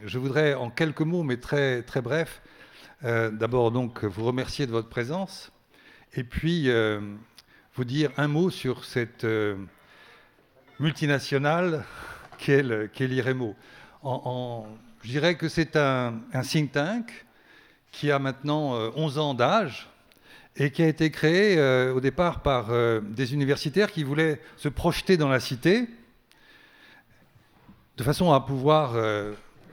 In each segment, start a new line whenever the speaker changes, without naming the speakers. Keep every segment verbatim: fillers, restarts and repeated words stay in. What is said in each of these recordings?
je voudrais en quelques mots, mais très, très bref, euh, d'abord donc vous remercier de votre présence et puis euh, vous dire un mot sur cette euh, multinationale qu'est l'IREMO. En, en, je dirais que c'est un, un think tank qui a maintenant euh, onze ans d'âge et qui a été créé euh, au départ par euh, des universitaires qui voulaient se projeter dans la cité de façon à pouvoir euh,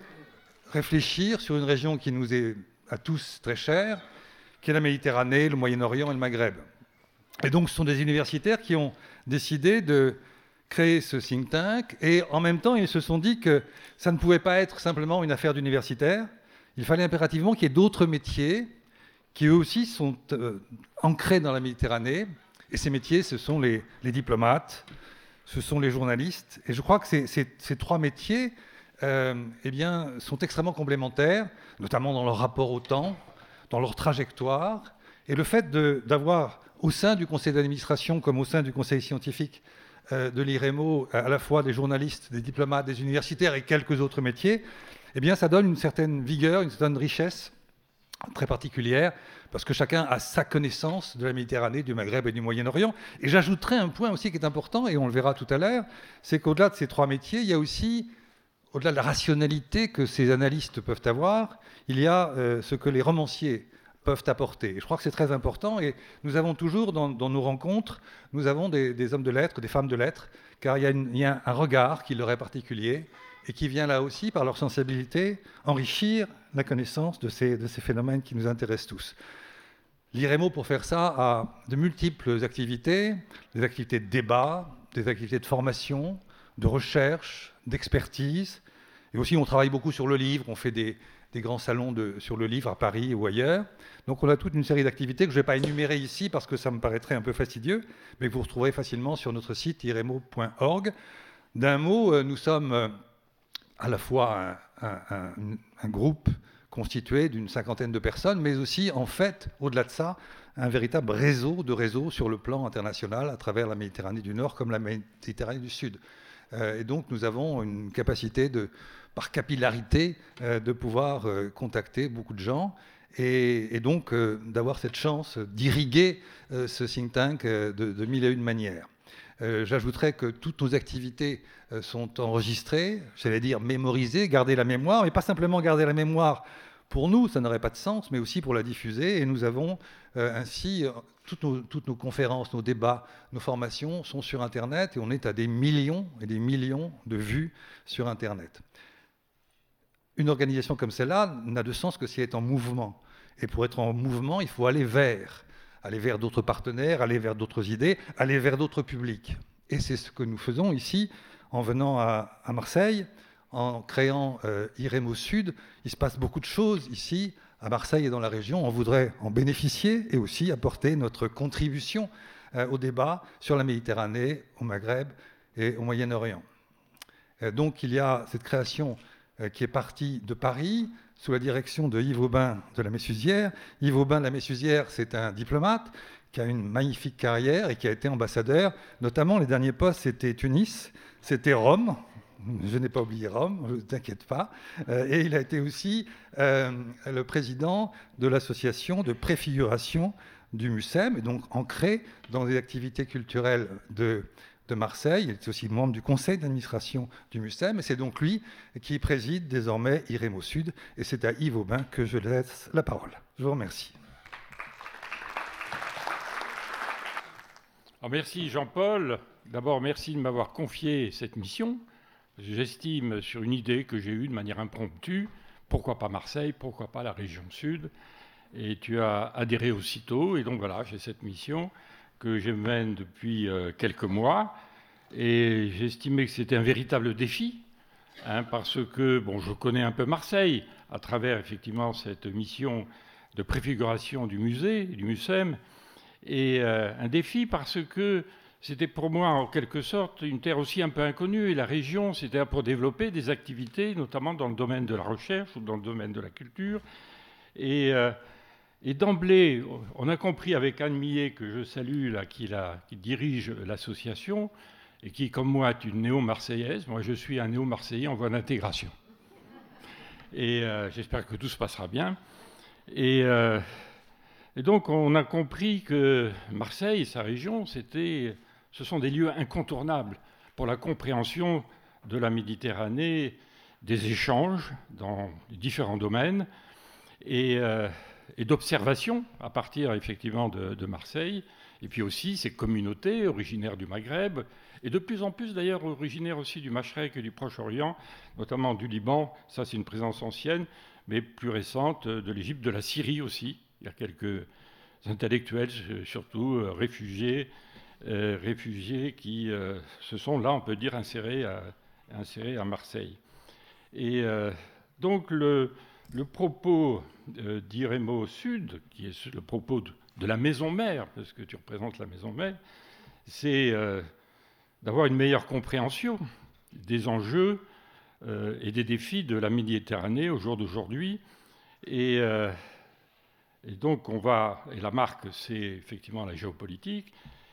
réfléchir sur une région qui nous est à tous très chère, qui est la Méditerranée, le Moyen-Orient et le Maghreb. Et donc ce sont des universitaires qui ont décidé de créer ce think tank, et en même temps ils se sont dit que ça ne pouvait pas être simplement une affaire d'universitaires, il fallait impérativement qu'il y ait d'autres métiers qui eux aussi sont euh, ancrés dans la Méditerranée, et ces métiers ce sont les, les diplomates, ce sont les journalistes, et je crois que ces, ces, ces trois métiers euh, eh bien, sont extrêmement complémentaires, notamment dans leur rapport au temps, dans leur trajectoire, et le fait d'avoir au sein du conseil d'administration comme au sein du conseil scientifique euh, de l'IREMO à la fois des journalistes, des diplomates, des universitaires et quelques autres métiers, eh bien, ça donne une certaine vigueur, une certaine richesse très particulière, parce que chacun a sa connaissance de la Méditerranée, du Maghreb et du Moyen-Orient. Et j'ajouterai un point aussi qui est important, et on le verra tout à l'heure, c'est qu'au-delà de ces trois métiers, il y a aussi, au-delà de la rationalité que ces analystes peuvent avoir, il y a euh, ce que les romanciers peuvent apporter. Et je crois que c'est très important, et nous avons toujours, dans, dans nos rencontres, nous avons des, des hommes de lettres, des femmes de lettres, car il y a, une, il y a un regard qui leur est particulier, et qui vient là aussi, par leur sensibilité, enrichir la connaissance de ces, de ces phénomènes qui nous intéressent tous. L'IREMO, pour faire ça, a de multiples activités, des activités de débat, des activités de formation, de recherche, d'expertise. Et aussi, on travaille beaucoup sur le livre, on fait des, des grands salons de, sur le livre à Paris ou ailleurs. Donc on a toute une série d'activités que je ne vais pas énumérer ici parce que ça me paraîtrait un peu fastidieux, mais que vous retrouverez facilement sur notre site iremo point org. D'un mot, nous sommes à la fois un, un, un, un groupe constitué d'une cinquantaine de personnes, mais aussi, en fait, au-delà de ça, un véritable réseau de réseaux sur le plan international à travers la Méditerranée du Nord comme la Méditerranée du Sud. Euh, et donc, nous avons une capacité, de, par capillarité, euh, de pouvoir euh, contacter beaucoup de gens et, et donc euh, d'avoir cette chance d'irriguer euh, ce think tank euh, de, de mille et une manières. Euh, J'ajouterais que toutes nos activités euh, sont enregistrées, j'allais dire mémorisées, garder la mémoire, mais pas simplement garder la mémoire pour nous, ça n'aurait pas de sens, mais aussi pour la diffuser. Et nous avons euh, ainsi, toutes nos, toutes nos conférences, nos débats, nos formations sont sur Internet, et on est à des millions et des millions de vues sur Internet. Une organisation comme celle-là n'a de sens que si elle est en mouvement. Et pour être en mouvement, il faut aller vers. aller vers d'autres partenaires, aller vers d'autres idées, aller vers d'autres publics. Et c'est ce que nous faisons ici, en venant à, à Marseille, en créant euh, IREMO Sud. Il se passe beaucoup de choses ici, à Marseille et dans la région. On voudrait en bénéficier et aussi apporter notre contribution euh, au débat sur la Méditerranée, au Maghreb et au Moyen-Orient. Euh, donc il y a cette création euh, qui est partie de Paris, sous la direction de Yves Aubin de la Messusière. Yves Aubin de la Messusière, c'est un diplomate qui a une magnifique carrière et qui a été ambassadeur. Notamment, les derniers postes, c'était Tunis, c'était Rome. Je n'ai pas oublié Rome, ne t'inquiète pas. Et il a été aussi euh, le président de l'association de préfiguration du MUSEM, et donc ancré dans les activités culturelles de de Marseille. Il est aussi membre du conseil d'administration du MUSEM, et c'est donc lui qui préside désormais IREMO Sud, et c'est à Yves Aubin que je laisse la parole. Je vous remercie.
Alors merci Jean-Paul. D'abord, merci de m'avoir confié cette mission. J'estime, sur une idée que j'ai eue de manière impromptue, pourquoi pas Marseille, pourquoi pas la région Sud, et tu as adhéré aussitôt, et donc voilà, j'ai cette mission que je mène depuis euh, quelques mois, et j'estimais que c'était un véritable défi, hein, parce que bon, je connais un peu Marseille à travers effectivement cette mission de préfiguration du musée, du MUSEM, et euh, un défi parce que c'était pour moi en quelque sorte une terre aussi un peu inconnue, et la région, c'était pour développer des activités, notamment dans le domaine de la recherche ou dans le domaine de la culture, et euh, Et d'emblée, on a compris avec Anne Millet, que je salue, là, qui, la, qui dirige l'association, et qui, comme moi, est une néo-marseillaise. Moi, je suis un néo-marseillais en voie d'intégration. Et euh, j'espère que tout se passera bien. Et, euh, et donc, on a compris que Marseille et sa région, c'était, ce sont des lieux incontournables pour la compréhension de la Méditerranée, des échanges dans les différents domaines et, euh, et d'observation à partir effectivement de, de Marseille. Et puis aussi ces communautés originaires du Maghreb, et de plus en plus d'ailleurs originaires aussi du Machrek et du Proche-Orient, notamment du Liban, ça c'est une présence ancienne, mais plus récente, de l'Égypte, de la Syrie aussi. Il y a quelques intellectuels, surtout euh, réfugiés, euh, réfugiés qui euh, se sont là, on peut dire, insérés à, insérés à Marseille. Et euh, donc le, le propos euh, d'Iremo Sud, qui est le propos de, de la maison mère, parce que tu représentes la maison mère, c'est euh, d'avoir une meilleure compréhension des enjeux euh, et des défis de la Méditerranée au jour d'aujourd'hui. Et, euh, et donc, on va. Et la marque, c'est effectivement la géopolitique.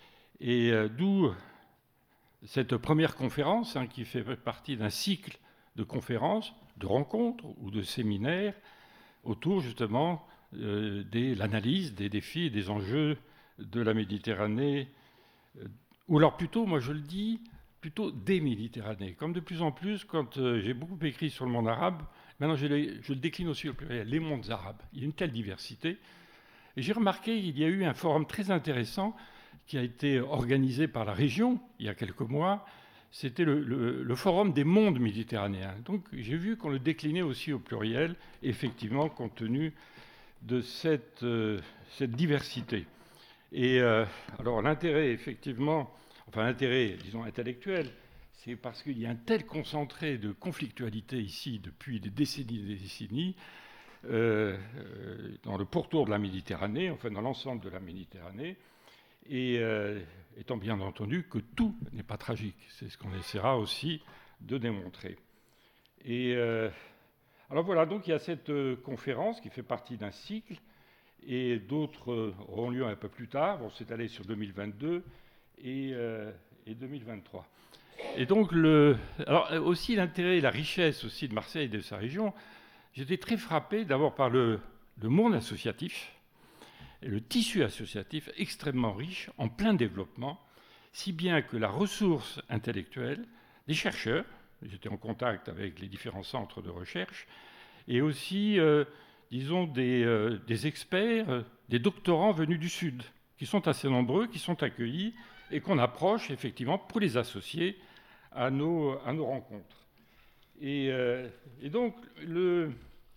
Et euh, d'où cette première conférence, hein, qui fait partie d'un cycle de conférences, de rencontres ou de séminaires autour justement euh, de l'analyse des défis et des enjeux de la Méditerranée. Euh, ou alors plutôt, moi je le dis, plutôt des Méditerranées. Comme de plus en plus, quand euh, j'ai beaucoup écrit sur le monde arabe, maintenant je, les, je le décline aussi au pluriel, les mondes arabes. Il y a une telle diversité. Et j'ai remarqué qu'il y a eu un forum très intéressant qui a été organisé par la région il y a quelques mois. C'était le, le, le forum des mondes méditerranéens. Donc j'ai vu qu'on le déclinait aussi au pluriel, effectivement, compte tenu de cette, euh, cette diversité. Et euh, alors l'intérêt, effectivement, enfin l'intérêt, disons, intellectuel, c'est parce qu'il y a un tel concentré de conflictualité ici depuis des décennies et des décennies, euh, dans le pourtour de la Méditerranée, enfin dans l'ensemble de la Méditerranée, et euh, étant bien entendu que tout n'est pas tragique. C'est ce qu'on essaiera aussi de démontrer. Et euh, alors voilà, donc il y a cette euh, conférence qui fait partie d'un cycle, et d'autres euh, auront lieu un peu plus tard. Bon, c'est allé sur deux mille vingt-deux et, euh, et deux mille vingt-trois. Et donc, le, alors aussi l'intérêt et la richesse aussi de Marseille et de sa région, j'étais très frappé d'abord par le, le monde associatif, et le tissu associatif extrêmement riche, en plein développement, si bien que la ressource intellectuelle des chercheurs, j'étais en contact avec les différents centres de recherche, et aussi, euh, disons, des, euh, des experts, euh, des doctorants venus du Sud, qui sont assez nombreux, qui sont accueillis, et qu'on approche effectivement pour les associer à nos, à nos rencontres. Et, euh, et donc, le,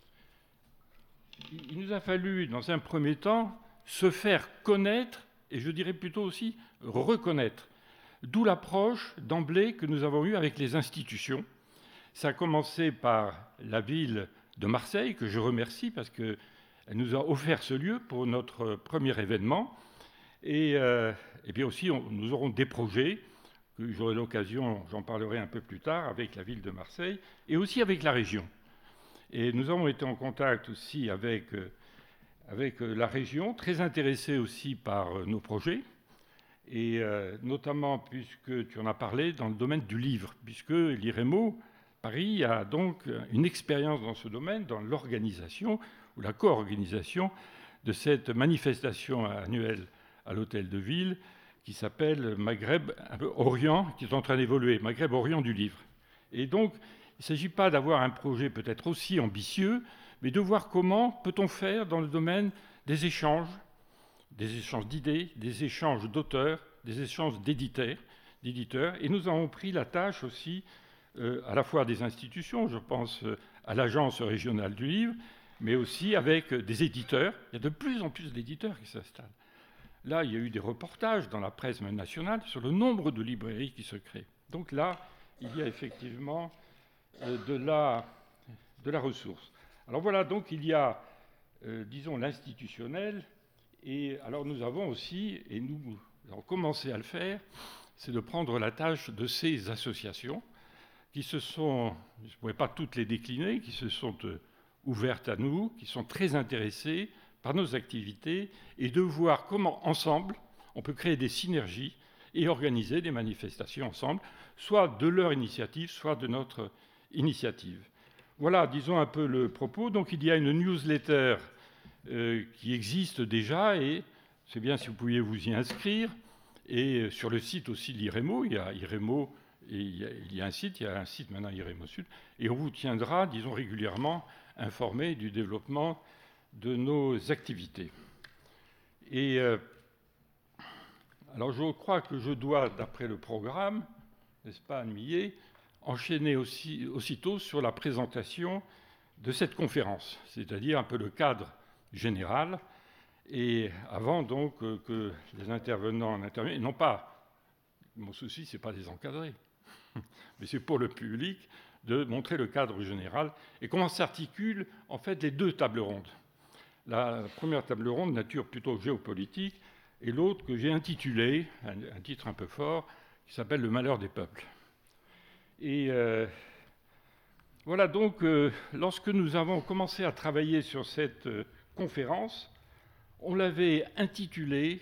il nous a fallu, dans un premier temps, se faire connaître, et je dirais plutôt aussi reconnaître. D'où l'approche d'emblée que nous avons eue avec les institutions. Ça a commencé par la ville de Marseille, que je remercie parce qu'elle nous a offert ce lieu pour notre premier événement. Et, euh, et bien aussi, on, nous aurons des projets, que j'aurai l'occasion, j'en parlerai un peu plus tard, avec la ville de Marseille, et aussi avec la région. Et nous avons été en contact aussi avec... Euh, avec la région, très intéressée aussi par nos projets, et euh, notamment, puisque tu en as parlé, dans le domaine du livre, puisque l'IREMO, Paris, a donc une expérience dans ce domaine, dans l'organisation ou la co-organisation de cette manifestation annuelle à l'Hôtel de Ville qui s'appelle Maghreb un peu Orient, qui est en train d'évoluer, Maghreb Orient du livre. Et donc, il ne s'agit pas d'avoir un projet peut-être aussi ambitieux, mais de voir comment peut-on faire dans le domaine des échanges, des échanges d'idées, des échanges d'auteurs, des échanges d'éditeurs, d'éditeurs. Et nous avons pris la tâche aussi, euh, à la fois des institutions, je pense euh, à l'Agence régionale du livre, mais aussi avec des éditeurs. Il y a de plus en plus d'éditeurs qui s'installent. Là, il y a eu des reportages dans la presse nationale sur le nombre de librairies qui se créent. Donc là, il y a effectivement euh, de, la, de la ressource. Alors voilà, donc il y a, euh, disons, l'institutionnel, et alors nous avons aussi, et nous avons commencé à le faire, c'est de prendre la tâche de ces associations qui se sont, je ne pourrais pas toutes les décliner, qui se sont euh, ouvertes à nous, qui sont très intéressées par nos activités, et de voir comment, ensemble, on peut créer des synergies et organiser des manifestations ensemble, soit de leur initiative, soit de notre initiative. Voilà, disons un peu le propos. Donc il y a une newsletter euh, qui existe déjà, et c'est bien si vous pouviez vous y inscrire. Et sur le site aussi de l'IREMO, il y a IREMO, et il y a, il y a un site, il y a un site maintenant IREMO Sud, et on vous tiendra, disons, régulièrement informé du développement de nos activités. Et euh, alors je crois que je dois, d'après le programme, n'est-ce pas, Anne Millet, enchaîner aussi, aussitôt sur la présentation de cette conférence, c'est-à-dire un peu le cadre général, et avant donc que les intervenants n'interviennent, non pas, mon souci, ce n'est pas de les encadrer, mais c'est pour le public de montrer le cadre général et comment s'articulent en fait les deux tables rondes. La première table ronde, nature plutôt géopolitique, et l'autre que j'ai intitulée, un, un titre un peu fort, qui s'appelle « Le malheur des peuples ». Et euh, voilà donc, euh, lorsque nous avons commencé à travailler sur cette euh, conférence, on l'avait intitulée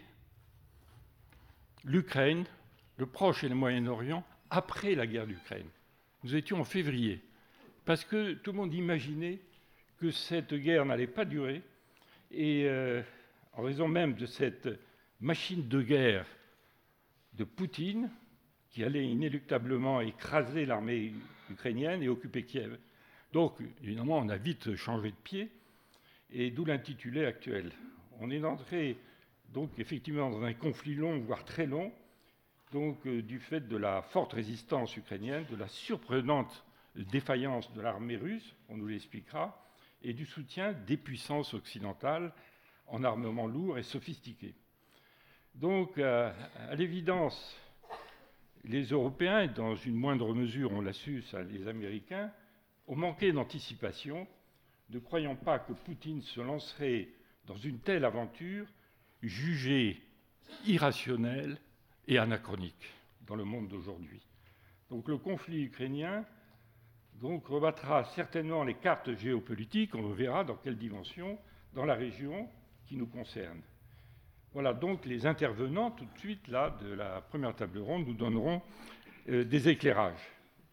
« L'Ukraine, le Proche et le Moyen-Orient après la guerre d'Ukraine ». Nous étions en février, parce que tout le monde imaginait que cette guerre n'allait pas durer, et euh, en raison même de cette machine de guerre de Poutine, qui allait inéluctablement écraser l'armée ukrainienne et occuper Kiev. Donc, évidemment, on a vite changé de pied, et d'où l'intitulé actuel. On est entré, donc, effectivement, dans un conflit long, voire très long, donc, euh, du fait de la forte résistance ukrainienne, de la surprenante défaillance de l'armée russe, on nous l'expliquera, et du soutien des puissances occidentales en armement lourd et sophistiqué. Donc, euh, à l'évidence, les Européens, et dans une moindre mesure, on l'a su, ça, les Américains, ont manqué d'anticipation, ne croyant pas que Poutine se lancerait dans une telle aventure jugée irrationnelle et anachronique dans le monde d'aujourd'hui. Donc le conflit ukrainien donc, rebattra certainement les cartes géopolitiques, on le verra dans quelle dimension, dans la région qui nous concerne. Voilà, donc les intervenants, tout de suite, là, de la première table ronde, nous donneront euh, des éclairages.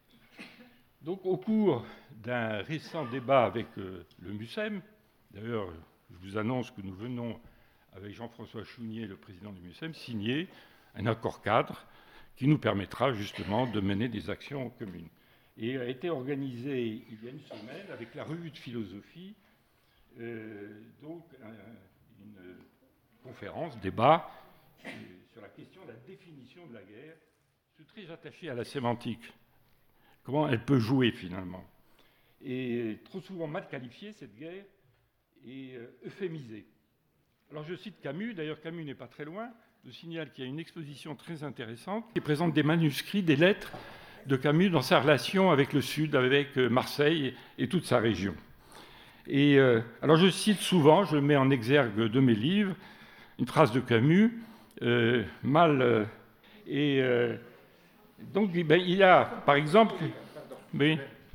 Donc, au cours d'un récent débat avec euh, le MUSEM, d'ailleurs, je vous annonce que nous venons, avec Jean-François Chounier, le président du MUSEM, signer un accord cadre qui nous permettra justement de mener des actions communes. Et a été organisé il y a une semaine avec la revue de philosophie, euh, donc un, une conférence, débat sur la question de la définition de la guerre. Je suis très attaché à la sémantique, comment elle peut jouer finalement. Et trop souvent mal qualifiée, cette guerre, et euh, euphémisée. Alors je cite Camus, d'ailleurs Camus n'est pas très loin, je signale qu'il y a une exposition très intéressante qui présente des manuscrits, des lettres de Camus dans sa relation avec le Sud, avec Marseille et toute sa région. Et euh, alors je cite souvent, je mets en exergue de mes livres, une phrase de Camus, euh, mal... Euh, et euh, donc ben, il y a, par exemple... Oui.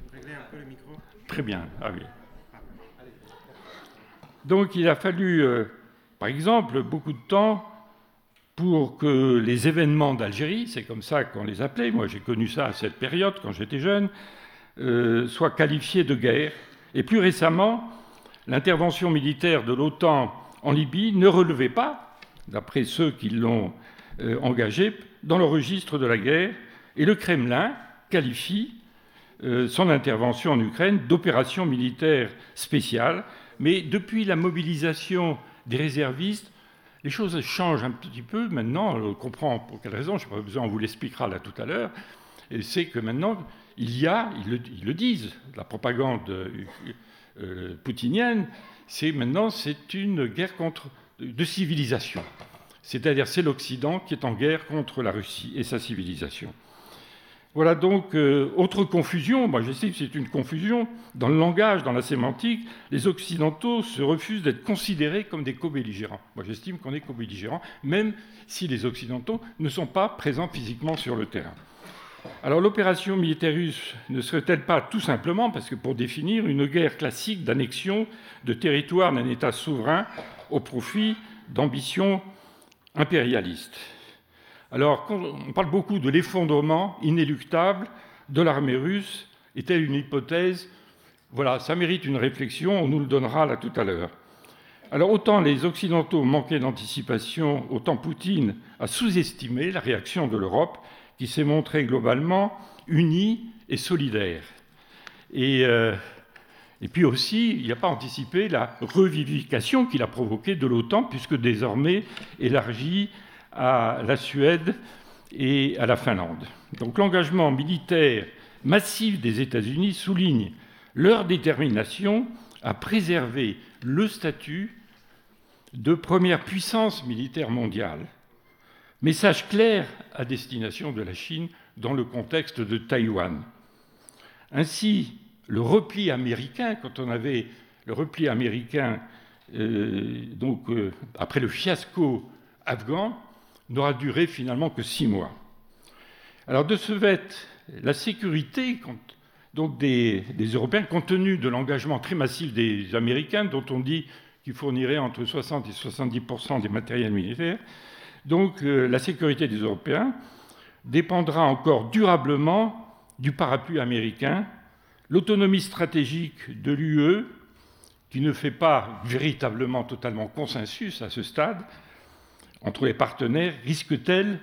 Très bien, ah oui. Donc il a fallu, euh, par exemple, beaucoup de temps pour que les événements d'Algérie, c'est comme ça qu'on les appelait, moi j'ai connu ça à cette période quand j'étais jeune, euh, soient qualifiés de guerre. Et plus récemment, l'intervention militaire de l'OTAN en Libye ne relevait pas, d'après ceux qui l'ont euh, engagée, dans le registre de la guerre, et le Kremlin qualifie euh, son intervention en Ukraine d'opération militaire spéciale. Mais depuis la mobilisation des réservistes, les choses changent un petit peu. Maintenant, on comprend pour quelle raison, je n'ai pas besoin, on vous l'expliquera là tout à l'heure, et c'est que maintenant, il y a, ils le, ils le disent, la propagande euh, poutinienne, c'est maintenant, c'est une guerre contre, de civilisation. C'est-à-dire, c'est l'Occident qui est en guerre contre la Russie et sa civilisation. Voilà donc, euh, autre confusion, moi j'estime que c'est une confusion, dans le langage, dans la sémantique, les Occidentaux se refusent d'être considérés comme des co-belligérants. Moi j'estime qu'on est co-belligérants, même si les Occidentaux ne sont pas présents physiquement sur le terrain. Alors l'opération militaire russe ne serait-elle pas tout simplement, parce que pour définir, une guerre classique d'annexion de territoire d'un État souverain au profit d'ambitions impérialistes? Alors, on parle beaucoup de l'effondrement inéluctable de l'armée russe. Est-elle une hypothèse Voilà, ça mérite une réflexion, on nous le donnera là tout à l'heure. Alors autant les Occidentaux manquaient d'anticipation, autant Poutine a sous-estimé la réaction de l'Europe, qui s'est montrée globalement unie et solidaire. Et, euh, et puis aussi, il n'a pas anticipé la revivification qu'il a provoquée de l'OTAN, puisque désormais élargie à la Suède et à la Finlande. Donc l'engagement militaire massif des États-Unis souligne leur détermination à préserver le statut de première puissance militaire mondiale. Message clair à destination de la Chine dans le contexte de Taïwan. Ainsi, le repli américain, quand on avait le repli américain, euh, donc euh, après le fiasco afghan, n'aura duré finalement que six mois. Alors de ce fait, la sécurité donc des, des Européens, compte tenu de l'engagement très massif des Américains, dont on dit qu'ils fourniraient entre soixante et soixante-dix pour cent des matériels militaires, donc euh, la sécurité des Européens dépendra encore durablement du parapluie américain, l'autonomie stratégique de l'U E, qui ne fait pas véritablement totalement consensus à ce stade entre les partenaires, risque-t-elle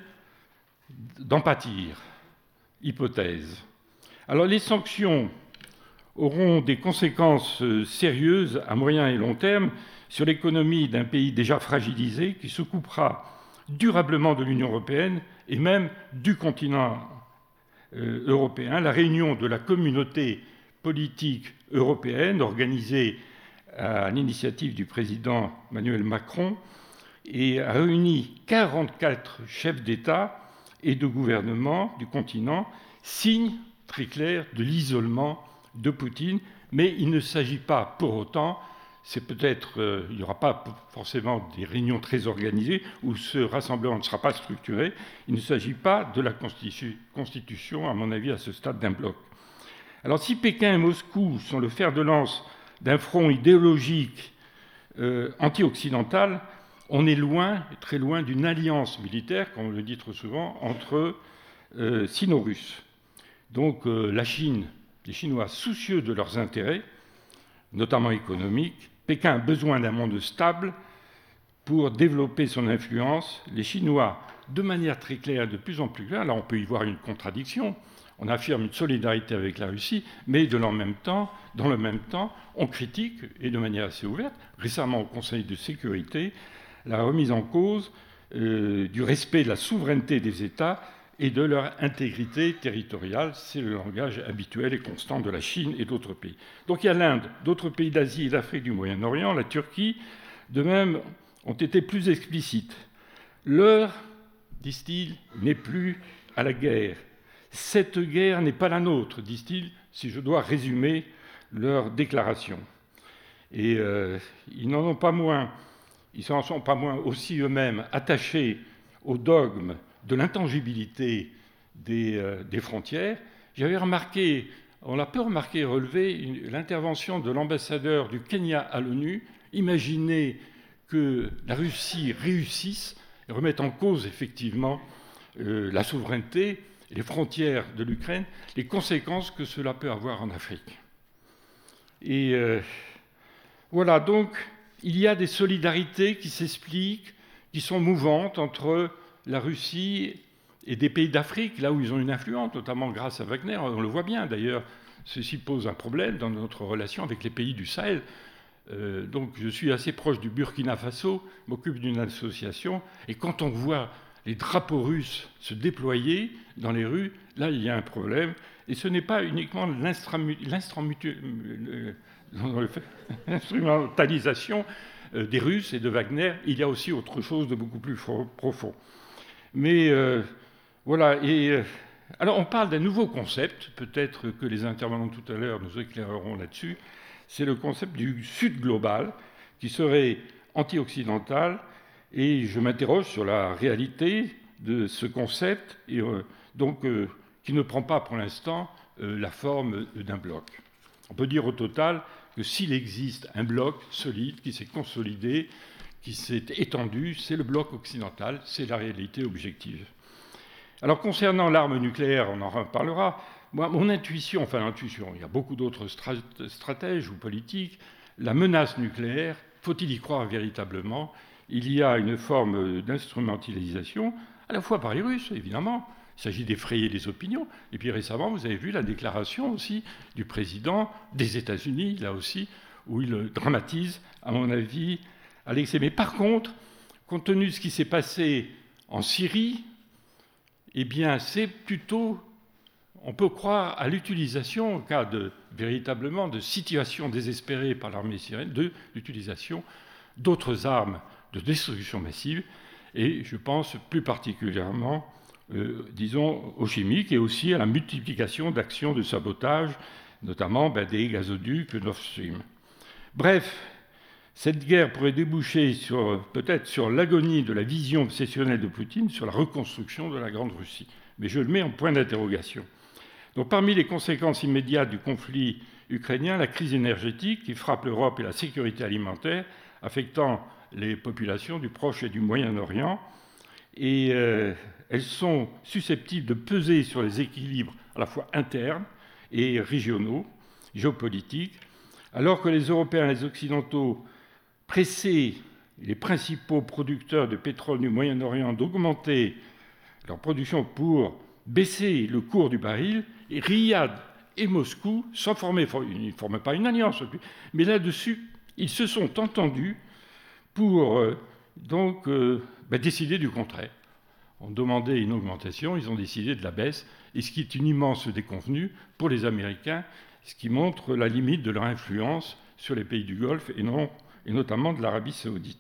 d'en pâtir? Hypothèse. Alors les sanctions auront des conséquences sérieuses à moyen et long terme sur l'économie d'un pays déjà fragilisé qui se coupera durablement de l'Union européenne et même du continent euh, européen. La réunion de la communauté politique européenne organisée à l'initiative du président Emmanuel Macron et a réuni quarante-quatre chefs d'État et de gouvernement du continent, signe très clair de l'isolement de Poutine, mais il ne s'agit pas pour autant, c'est peut-être, euh, il n'y aura pas forcément des réunions très organisées où ce rassemblement ne sera pas structuré, il ne s'agit pas de la constitu- constitution, à mon avis, à ce stade d'un bloc. Alors si Pékin et Moscou sont le fer de lance d'un front idéologique euh, anti-occidental, on est loin, très loin d'une alliance militaire, comme on le dit trop souvent, entre euh, sino-russes. Donc euh, la Chine, les Chinois soucieux de leurs intérêts, notamment économiques, Pékin a besoin d'un monde stable pour développer son influence. Les Chinois, de manière très claire, de plus en plus claire, là on peut y voir une contradiction, on affirme une solidarité avec la Russie, mais de en même temps, dans le même temps, on critique, et de manière assez ouverte, récemment au Conseil de sécurité, la remise en cause euh, du respect de la souveraineté des États et de leur intégrité territoriale. C'est le langage habituel et constant de la Chine et d'autres pays. Donc il y a l'Inde, d'autres pays d'Asie et d'Afrique du Moyen-Orient, la Turquie, de même, ont été plus explicites. L'heure, disent-ils, n'est plus à la guerre. Cette guerre n'est pas la nôtre, disent-ils, si je dois résumer leur déclaration. Et euh, ils n'en ont pas moins, ils n'en sont pas moins aussi eux-mêmes attachés au dogme de l'intangibilité des, euh, des frontières. J'avais remarqué, on l'a peu remarqué et relevé, l'intervention de l'ambassadeur du Kenya à l'ONU. Imaginez que la Russie réussisse et remette en cause effectivement euh, la souveraineté et les frontières de l'Ukraine, les conséquences que cela peut avoir en Afrique. Et euh, voilà, donc il y a des solidarités qui s'expliquent, qui sont mouvantes entre la Russie et des pays d'Afrique, là où ils ont une influence, notamment grâce à Wagner. On le voit bien, d'ailleurs, ceci pose un problème dans notre relation avec les pays du Sahel. Euh, donc je suis assez proche du Burkina Faso, m'occupe d'une association, et quand on voit les drapeaux russes se déployer dans les rues, là il y a un problème. Et ce n'est pas uniquement l'instrumentalisation des Russes et de Wagner, il y a aussi autre chose de beaucoup plus profond. Mais euh, voilà, et euh, alors on parle d'un nouveau concept, peut-être que les intervenants tout à l'heure nous éclaireront là-dessus, c'est le concept du Sud global, qui serait anti-occidental, et je m'interroge sur la réalité de ce concept, et euh, donc euh, qui ne prend pas pour l'instant euh, la forme d'un bloc. On peut dire au total que s'il existe un bloc solide qui s'est consolidé, qui s'est étendu, c'est le bloc occidental, c'est la réalité objective. Alors concernant l'arme nucléaire, on en reparlera, Moi, mon intuition, enfin l'intuition, il y a beaucoup d'autres strat- stratèges ou politiques, la menace nucléaire, faut-il y croire véritablement? Il y a une forme d'instrumentalisation, à la fois par les Russes, évidemment. Il s'agit d'effrayer les opinions. Et puis récemment, vous avez vu la déclaration aussi du président des États-Unis, là aussi, où il dramatise, à mon avis, à l'excès. Mais par contre, compte tenu de ce qui s'est passé en Syrie, eh bien, c'est plutôt... On peut croire à l'utilisation, en cas de, véritablement de situation désespérée par l'armée syrienne, de l'utilisation d'autres armes de destruction massive, et je pense plus particulièrement, euh, disons, aux chimiques et aussi à la multiplication d'actions de sabotage, notamment ben, des gazoducs Nord Stream. Bref, cette guerre pourrait déboucher sur, peut-être sur l'agonie de la vision obsessionnelle de Poutine, sur la reconstruction de la Grande Russie. Mais je le mets en point d'interrogation. Donc, parmi les conséquences immédiates du conflit ukrainien, la crise énergétique qui frappe l'Europe et la sécurité alimentaire, affectant les populations du Proche et du Moyen-Orient. Et euh, elles sont susceptibles de peser sur les équilibres à la fois internes et régionaux, géopolitiques, alors que les Européens et les Occidentaux, pressés, les principaux producteurs de pétrole du Moyen-Orient, d'augmenter leur production pour baisser le cours du baril, et Riyad et Moscou, sans former, ils ne forment pas une alliance, mais là-dessus, ils se sont entendus pour euh, donc euh, bah, décider du contraire. On demandait une augmentation, ils ont décidé de la baisse, et ce qui est une immense déconvenue pour les Américains, ce qui montre la limite de leur influence sur les pays du Golfe, et, non, et notamment de l'Arabie saoudite.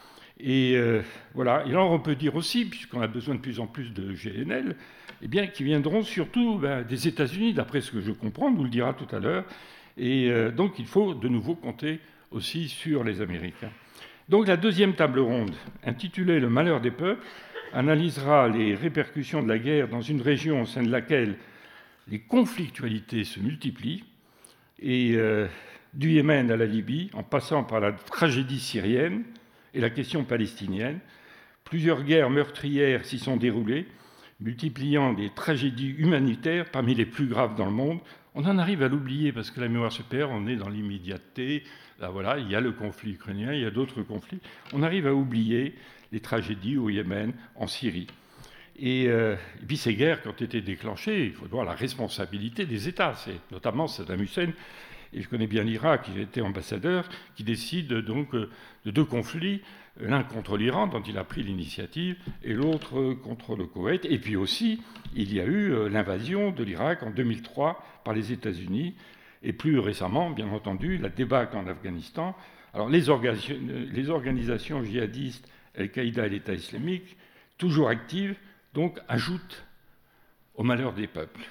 Et euh, voilà. Et alors on peut dire aussi, puisqu'on a besoin de plus en plus de G N L, eh bien, qui viendront surtout ben, des États-Unis, d'après ce que je comprends, on nous le dira tout à l'heure. Et euh, donc il faut de nouveau compter aussi sur les Américains. Donc la deuxième table ronde, intitulée « Le malheur des peuples », analysera les répercussions de la guerre dans une région au sein de laquelle les conflictualités se multiplient, et euh, du Yémen à la Libye, en passant par la tragédie syrienne et la question palestinienne. Plusieurs guerres meurtrières s'y sont déroulées, multipliant des tragédies humanitaires parmi les plus graves dans le monde. On en arrive à l'oublier parce que la mémoire se perd, on est dans l'immédiateté. Là, voilà, il y a le conflit ukrainien, il y a d'autres conflits. On arrive à oublier les tragédies au Yémen, en Syrie. Et, euh, et puis ces guerres qui ont été déclenchées, il faut voir la responsabilité des États. C'est notamment Saddam Hussein, et je connais bien l'Irak, il était ambassadeur, qui décide donc de deux conflits, l'un contre l'Iran, dont il a pris l'initiative, et l'autre contre le Koweït. Et puis aussi, il y a eu l'invasion de l'Irak en deux mille trois par les États-Unis, et plus récemment, bien entendu, la débâcle en Afghanistan. Alors les, orga- les organisations djihadistes, Al-Qaïda et l'État islamique, toujours actives, donc ajoutent au malheur des peuples.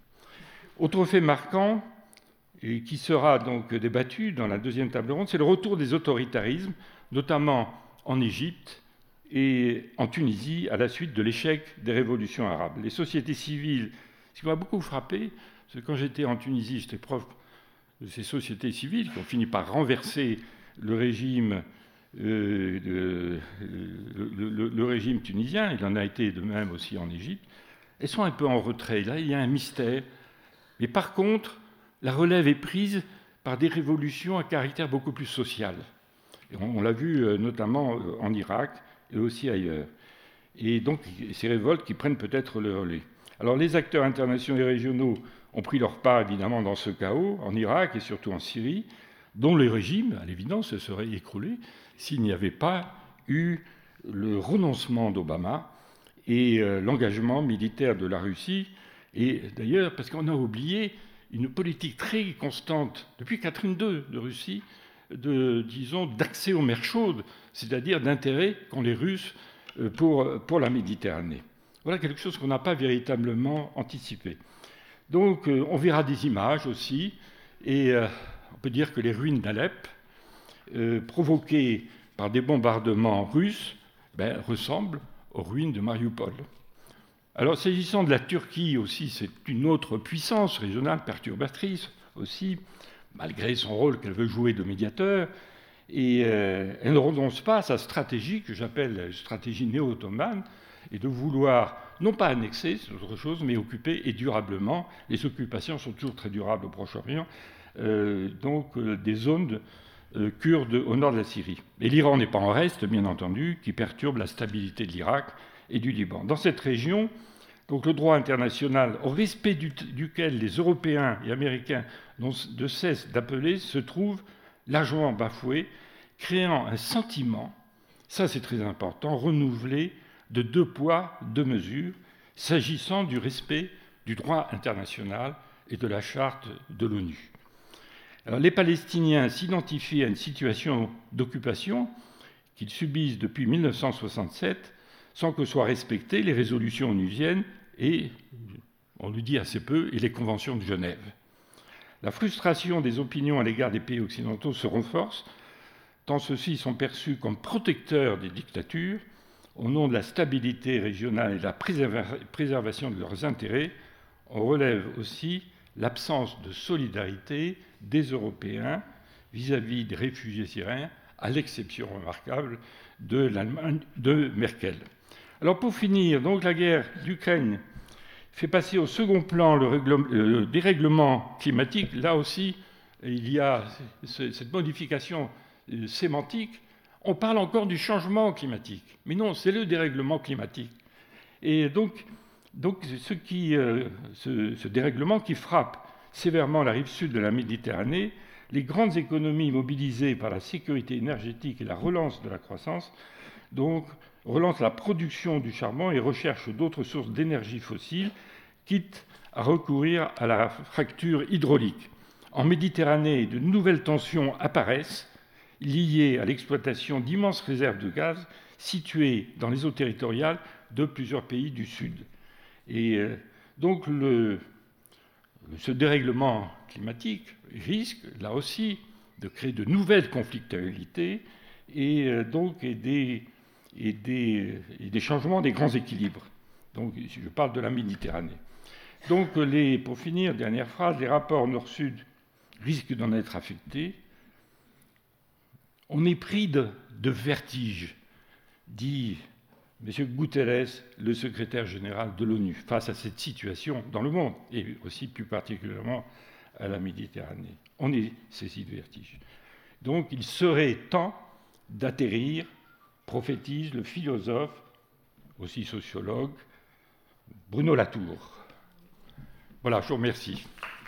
Autre fait marquant, et qui sera donc débattu dans la deuxième table ronde, c'est le retour des autoritarismes, notamment en Égypte et en Tunisie, à la suite de l'échec des révolutions arabes. Les sociétés civiles, ce qui m'a beaucoup frappé, c'est que quand j'étais en Tunisie, j'étais proche de ces sociétés civiles qui ont fini par renverser le régime, euh, de, le, le, le régime tunisien, il en a été de même aussi en Égypte. Elles sont un peu en retrait. Là, il y a un mystère. Mais par contre, la relève est prise par des révolutions à caractère beaucoup plus social. Et on, on l'a vu euh, notamment en Irak et aussi ailleurs. Et donc, ces révoltes qui prennent peut-être le relais. Alors, les acteurs internationaux et régionaux ont pris leur part, évidemment, dans ce chaos, en Irak et surtout en Syrie, dont le régime, à l'évidence, se serait écroulé s'il n'y avait pas eu le renoncement d'Obama et euh, l'engagement militaire de la Russie. Et d'ailleurs, parce qu'on a oublié une politique très constante, depuis Catherine deux de Russie, de, disons, d'accès aux mers chaudes, c'est-à-dire d'intérêt qu'ont les Russes pour, pour la Méditerranée. Voilà quelque chose qu'on n'a pas véritablement anticipé. Donc, on verra des images aussi, et euh, on peut dire que les ruines d'Alep, euh, provoquées par des bombardements russes, ben, ressemblent aux ruines de Mariupol. Alors, s'agissant de la Turquie aussi, c'est une autre puissance régionale perturbatrice aussi, malgré son rôle qu'elle veut jouer de médiateur. Et euh, elle ne renonce pas à sa stratégie, que j'appelle stratégie néo-ottomane, et de vouloir, non pas annexer, c'est autre chose, mais occuper, et durablement, les occupations sont toujours très durables au Proche-Orient, euh, donc euh, des zones de, euh, kurdes au nord de la Syrie. Et l'Iran n'est pas en reste, bien entendu, qui perturbe la stabilité de l'Irak et du Liban. Dans cette région, donc le droit international, au respect du, duquel les Européens et Américains n'ont de cesse d'appeler, se trouve largement bafoué, créant un sentiment, ça c'est très important, renouvelé de deux poids, deux mesures, s'agissant du respect du droit international et de la charte de l'ONU. Alors, les Palestiniens s'identifient à une situation d'occupation qu'ils subissent depuis mille neuf cent soixante-sept sans que soient respectées les résolutions onusiennes et, on le dit assez peu, et les conventions de Genève. La frustration des opinions à l'égard des pays occidentaux se renforce, tant ceux-ci sont perçus comme protecteurs des dictatures, au nom de la stabilité régionale et de la préservation de leurs intérêts. On relève aussi l'absence de solidarité des Européens vis-à-vis des réfugiés syriens, à l'exception remarquable de l'Allemagne de Merkel. Alors pour finir, donc la guerre d'Ukraine fait passer au second plan le, le dérèglement climatique. Là aussi, il y a cette modification sémantique. On parle encore du changement climatique. Mais non, c'est le dérèglement climatique. Et donc, donc ce, qui, euh, ce, ce dérèglement qui frappe sévèrement la rive sud de la Méditerranée, les grandes économies mobilisées par la sécurité énergétique et la relance de la croissance, donc relance la production du charbon et recherche d'autres sources d'énergie fossile, quitte à recourir à la fracture hydraulique. En Méditerranée, de nouvelles tensions apparaissent, liées à l'exploitation d'immenses réserves de gaz situées dans les eaux territoriales de plusieurs pays du Sud. Et euh, donc le, ce dérèglement climatique risque, là aussi, de créer de nouvelles conflictualités et euh, donc et des, et, des, et des changements des grands équilibres. Donc je parle de la Méditerranée. Donc les, pour finir, dernière phrase, les rapports Nord-Sud risquent d'en être affectés. On est pris de, de vertige, dit M. Guterres, le secrétaire général de l'ONU, face à cette situation dans le monde, et aussi plus particulièrement à la Méditerranée. On est saisi de vertige. Donc il serait temps d'atterrir, prophétise le philosophe, aussi sociologue, Bruno Latour. Voilà, je vous remercie.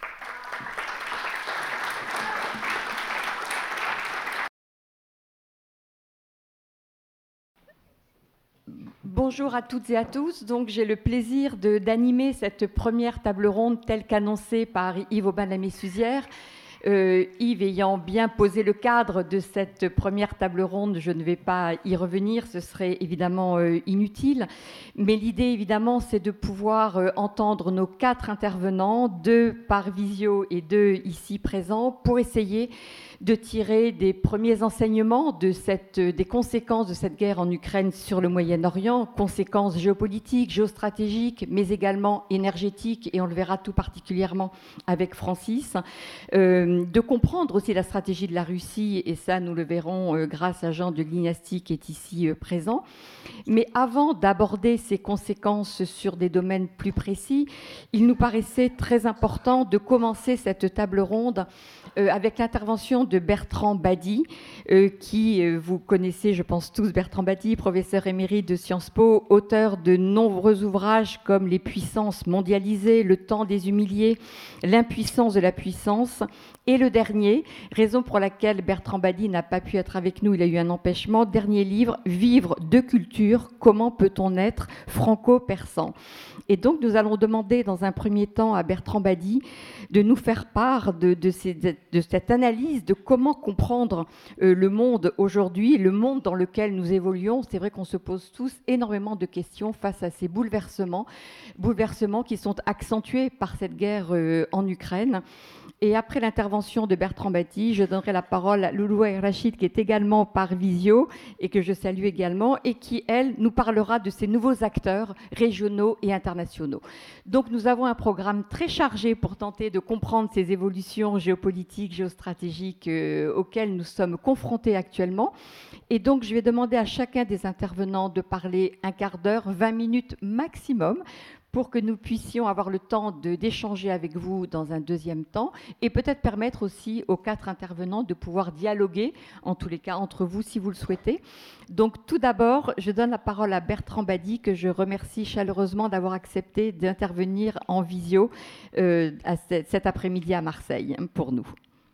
Bonjour à toutes et à tous. Donc, j'ai le plaisir de, d'animer cette première table ronde telle qu'annoncée par Yves Aubin-Lamé-Suzière. Euh, Yves ayant bien posé le cadre de cette première table ronde, je ne vais pas y revenir, ce serait évidemment euh, inutile. Mais l'idée, évidemment, c'est de pouvoir euh, entendre nos quatre intervenants, deux par visio et deux ici présents, pour essayer de tirer des premiers enseignements de cette, des conséquences de cette guerre en Ukraine sur le Moyen-Orient, conséquences géopolitiques, géostratégiques, mais également énergétiques, et on le verra tout particulièrement avec Francis, euh, de comprendre aussi la stratégie de la Russie, et ça nous le verrons euh, grâce à Jean de Glignasti qui est ici euh, présent. Mais avant d'aborder ces conséquences sur des domaines plus précis, il nous paraissait très important de commencer cette table ronde Euh, avec l'intervention de Bertrand Badi, euh, qui, euh, vous connaissez, je pense tous, Bertrand Badi, professeur émérite de Sciences Po, auteur de nombreux ouvrages comme Les puissances mondialisées, Le temps des humiliés, L'impuissance de la puissance, et le dernier, raison pour laquelle Bertrand Badi n'a pas pu être avec nous, il a eu un empêchement, dernier livre, Vivre de culture, comment peut-on être franco-persan. Et donc, nous allons demander dans un premier temps à Bertrand Badi de nous faire part de, de, ces, de cette analyse de comment comprendre euh, le monde aujourd'hui, le monde dans lequel nous évoluons. C'est vrai qu'on se pose tous énormément de questions face à ces bouleversements, bouleversements qui sont accentués par cette guerre euh, en Ukraine. Et après l'intervention de Bertrand Bati, je donnerai la parole à Loulou El Rachid, qui est également par visio et que je salue également, et qui, elle, nous parlera de ces nouveaux acteurs régionaux et internationaux. Donc nous avons un programme très chargé pour tenter de comprendre ces évolutions géopolitiques, géostratégiques euh, auxquelles nous sommes confrontés actuellement. Et donc je vais demander à chacun des intervenants de parler un quart d'heure, vingt minutes maximum, pour que nous puissions avoir le temps de, d'échanger avec vous dans un deuxième temps et peut-être permettre aussi aux quatre intervenants de pouvoir dialoguer, en tous les cas entre vous si vous le souhaitez. Donc tout d'abord, je donne la parole à Bertrand Bati, que je remercie chaleureusement d'avoir accepté d'intervenir en visio euh, à cet, cet après-midi à Marseille pour nous.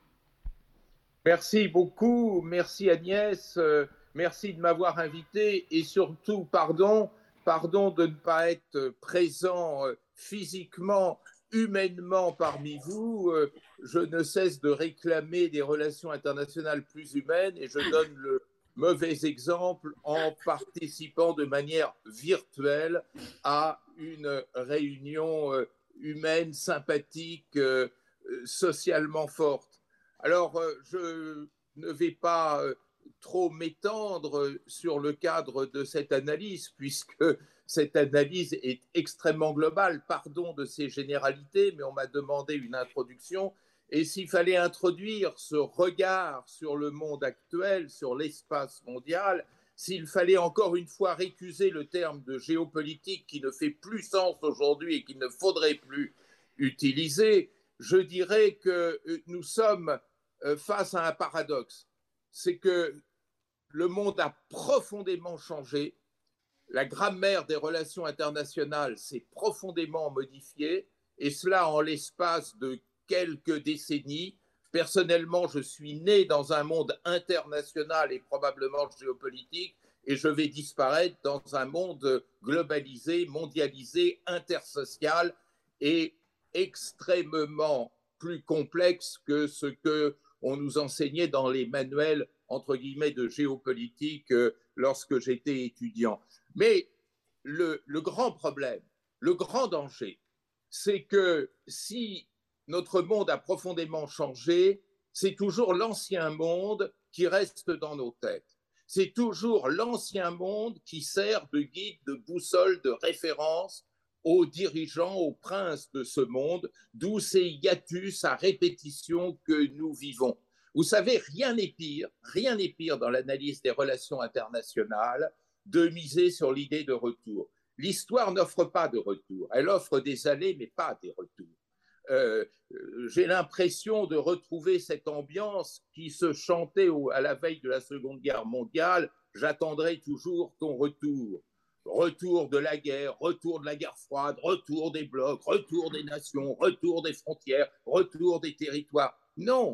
Merci beaucoup, merci Agnès, euh, merci de m'avoir invité et surtout, pardon, Pardon de ne pas être présent physiquement, humainement parmi vous. Je ne cesse de réclamer des relations internationales plus humaines et je donne le mauvais exemple en participant de manière virtuelle à une réunion humaine, sympathique, socialement forte. Alors, je ne vais pas trop m'étendre sur le cadre de cette analyse, puisque cette analyse est extrêmement globale. Pardon de ces généralités, mais on m'a demandé une introduction. Et s'il fallait introduire ce regard sur le monde actuel, sur l'espace mondial, s'il fallait encore une fois récuser le terme de géopolitique qui ne fait plus sens aujourd'hui et qu'il ne faudrait plus utiliser, je dirais que nous sommes face à un paradoxe. C'est que le monde a profondément changé, la grammaire des relations internationales s'est profondément modifiée, et cela en l'espace de quelques décennies. Personnellement, je suis né dans un monde international et probablement géopolitique, et je vais disparaître dans un monde globalisé, mondialisé, intersocial et extrêmement plus complexe que ce que on nous enseignait dans les manuels, entre guillemets, de géopolitique euh, lorsque j'étais étudiant. Mais le, le grand problème, le grand danger, c'est que si notre monde a profondément changé, c'est toujours l'ancien monde qui reste dans nos têtes. C'est toujours l'ancien monde qui sert de guide, de boussole, de référence aux dirigeants, aux princes de ce monde, d'où ces hiatus à répétition que nous vivons. Vous savez, rien n'est pire, rien n'est pire dans l'analyse des relations internationales de miser sur l'idée de retour. L'histoire n'offre pas de retour, elle offre des allées, mais pas des retours. Euh, j'ai l'impression de retrouver cette ambiance qui se chantait au, à la veille de la Seconde Guerre mondiale, j'attendrai toujours ton retour. Retour de la guerre, retour de la guerre froide, retour des blocs, retour des nations, retour des frontières, retour des territoires. Non,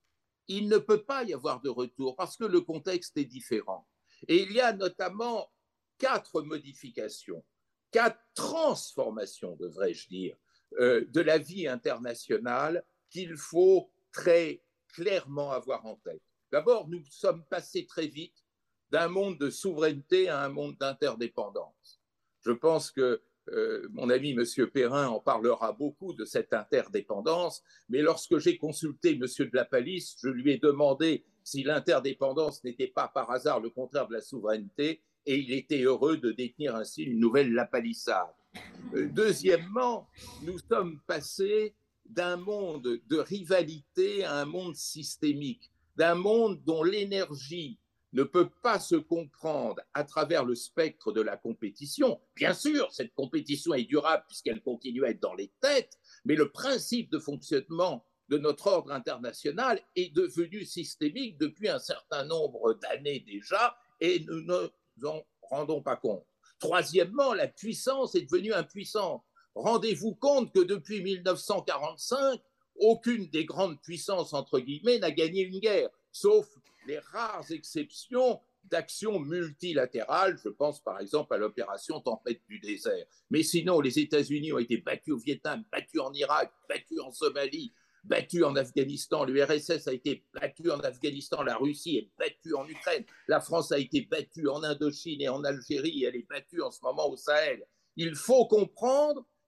il ne peut pas y avoir de retour parce que le contexte est différent. Et il y a notamment quatre modifications, quatre transformations, devrais-je dire, euh, de la vie internationale qu'il faut très clairement avoir en tête. D'abord, nous sommes passés très vite d'un monde de souveraineté à un monde d'interdépendance. Je pense que euh, mon ami M. Perrin en parlera beaucoup de cette interdépendance, mais lorsque j'ai consulté M. de la Palisse, je lui ai demandé si l'interdépendance n'était pas par hasard le contraire de la souveraineté, et il était heureux de détenir ainsi une nouvelle lapalissade. Euh, deuxièmement, nous sommes passés d'un monde de rivalité à un monde systémique, d'un monde dont l'énergie ne peut pas se comprendre à travers le spectre de la compétition. Bien sûr, cette compétition est durable puisqu'elle continue à être dans les têtes, mais le principe de fonctionnement de notre ordre international est devenu systémique depuis un certain nombre d'années déjà, et nous ne nous en rendons pas compte. Troisièmement, la puissance est devenue impuissante. Rendez-vous compte que depuis mille neuf cent quarante-cinq, aucune des grandes puissances, entre guillemets, n'a gagné une guerre, sauf les rares exceptions d'actions multilatérales. Je pense par exemple à l'opération Tempête du désert. Mais sinon, les États-Unis ont été battus au Vietnam, battus en Irak, battus en Somalie, battus en Afghanistan. L'U R S S a été battu en Afghanistan. La Russie est battue en Ukraine. La France a été battue en Indochine et en Algérie. Et elle est battue en ce moment au Sahel. Il faut comprendre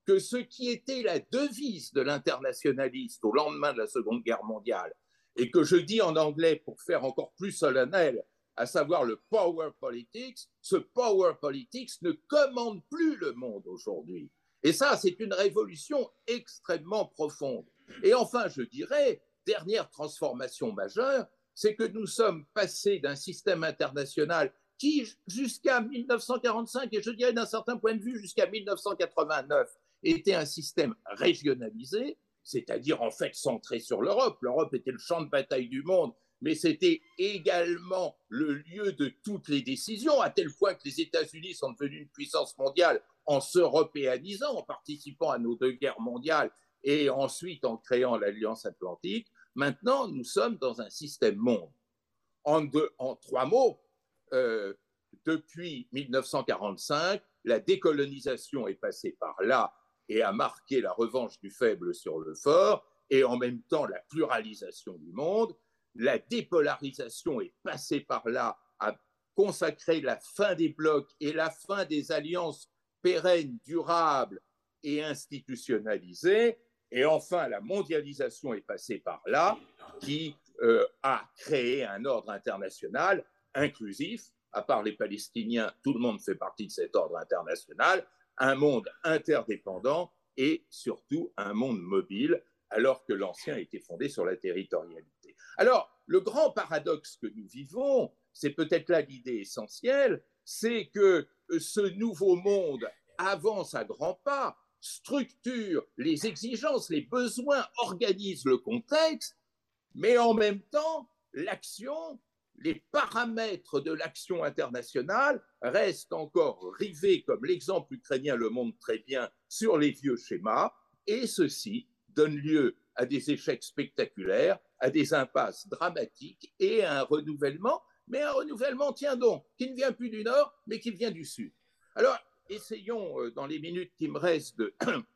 que ce qui était la devise de l'internationaliste au lendemain de la Seconde Guerre mondiale, et que je dis en anglais pour faire encore plus solennel, à savoir le power politics, ce power politics ne commande plus le monde aujourd'hui. Et ça, c'est une révolution extrêmement profonde. Et enfin, je dirais, dernière transformation majeure, c'est que nous sommes passés d'un système international qui, jusqu'à mille neuf cent quarante-cinq, et je dirais d'un certain point de vue jusqu'à mille neuf cent quatre-vingt-neuf, était un système régionalisé, c'est-à-dire en fait centré sur l'Europe. L'Europe était le champ de bataille du monde, mais c'était également le lieu de toutes les décisions, à tel point que les États-Unis sont devenus une puissance mondiale en s'européanisant, en participant à nos deux guerres mondiales et ensuite en créant l'Alliance Atlantique. Maintenant, nous sommes dans un système monde. En, deux, en trois mots, euh, depuis mille neuf cent quarante-cinq, la décolonisation est passée par là et a marqué la revanche du faible sur le fort, et en même temps la pluralisation du monde. La dépolarisation est passée par là, a consacré la fin des blocs et la fin des alliances pérennes, durables et institutionnalisées. Et enfin, la mondialisation est passée par là, qui euh, a créé un ordre international inclusif. À part les Palestiniens, tout le monde fait partie de cet ordre international, un monde interdépendant et surtout un monde mobile, alors que l'ancien était fondé sur la territorialité. Alors, le grand paradoxe que nous vivons, c'est peut-être là l'idée essentielle, c'est que ce nouveau monde avance à grands pas, structure les exigences, les besoins, organise le contexte, mais en même temps, l'action, les paramètres de l'action internationale restent encore rivés, comme l'exemple ukrainien le montre très bien, sur les vieux schémas, et ceci donne lieu à des échecs spectaculaires, à des impasses dramatiques et à un renouvellement, mais un renouvellement, tiens donc, qui ne vient plus du Nord, mais qui vient du Sud. Alors, essayons, dans les minutes qui me restent, de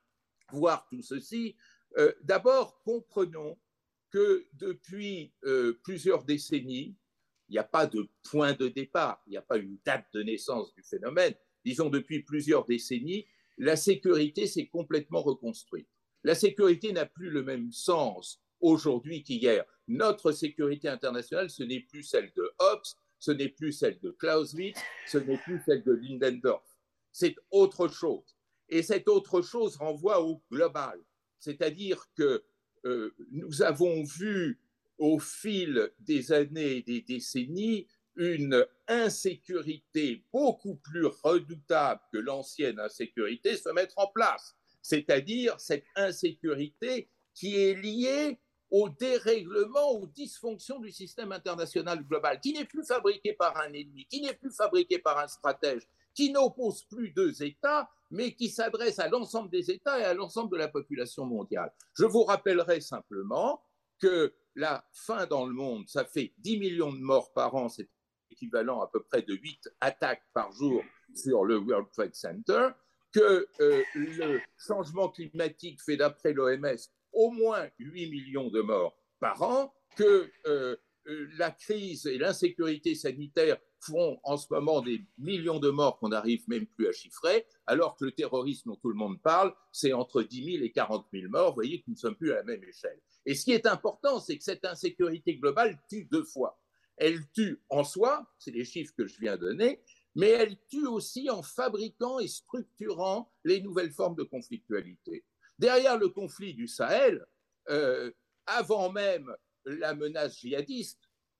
voir tout ceci. Euh, d'abord, comprenons que depuis euh, plusieurs décennies, il n'y a pas de point de départ, il n'y a pas une date de naissance du phénomène. Disons, depuis plusieurs décennies, la sécurité s'est complètement reconstruite. La sécurité n'a plus le même sens aujourd'hui qu'hier. Notre sécurité internationale, ce n'est plus celle de Hobbes, ce n'est plus celle de Clausewitz, ce n'est plus celle de Ludendorff. C'est autre chose. Et cette autre chose renvoie au global. C'est-à-dire que euh, nous avons vu au fil des années et des décennies une insécurité beaucoup plus redoutable que l'ancienne insécurité se mettre en place. C'est-à-dire cette insécurité qui est liée au dérèglement, aux dysfonctions du système international global, qui n'est plus fabriqué par un ennemi, qui n'est plus fabriqué par un stratège, qui n'oppose plus deux États, mais qui s'adresse à l'ensemble des États et à l'ensemble de la population mondiale. Je vous rappellerai simplement que la faim dans le monde, ça fait dix millions de morts par an, c'est équivalent à peu près de huit attaques par jour sur le World Trade Center, que euh, le changement climatique fait d'après l'O M S au moins huit millions de morts par an, que euh, la crise et l'insécurité sanitaire font en ce moment des millions de morts qu'on n'arrive même plus à chiffrer, alors que le terrorisme dont tout le monde parle, c'est entre dix mille et quarante mille morts. Vous voyez que nous ne sommes plus à la même échelle. Et ce qui est important, c'est que cette insécurité globale tue deux fois. Elle tue en soi, c'est les chiffres que je viens de donner, mais elle tue aussi en fabriquant et structurant les nouvelles formes de conflictualité. Derrière le conflit du Sahel, euh, avant même la menace djihadiste,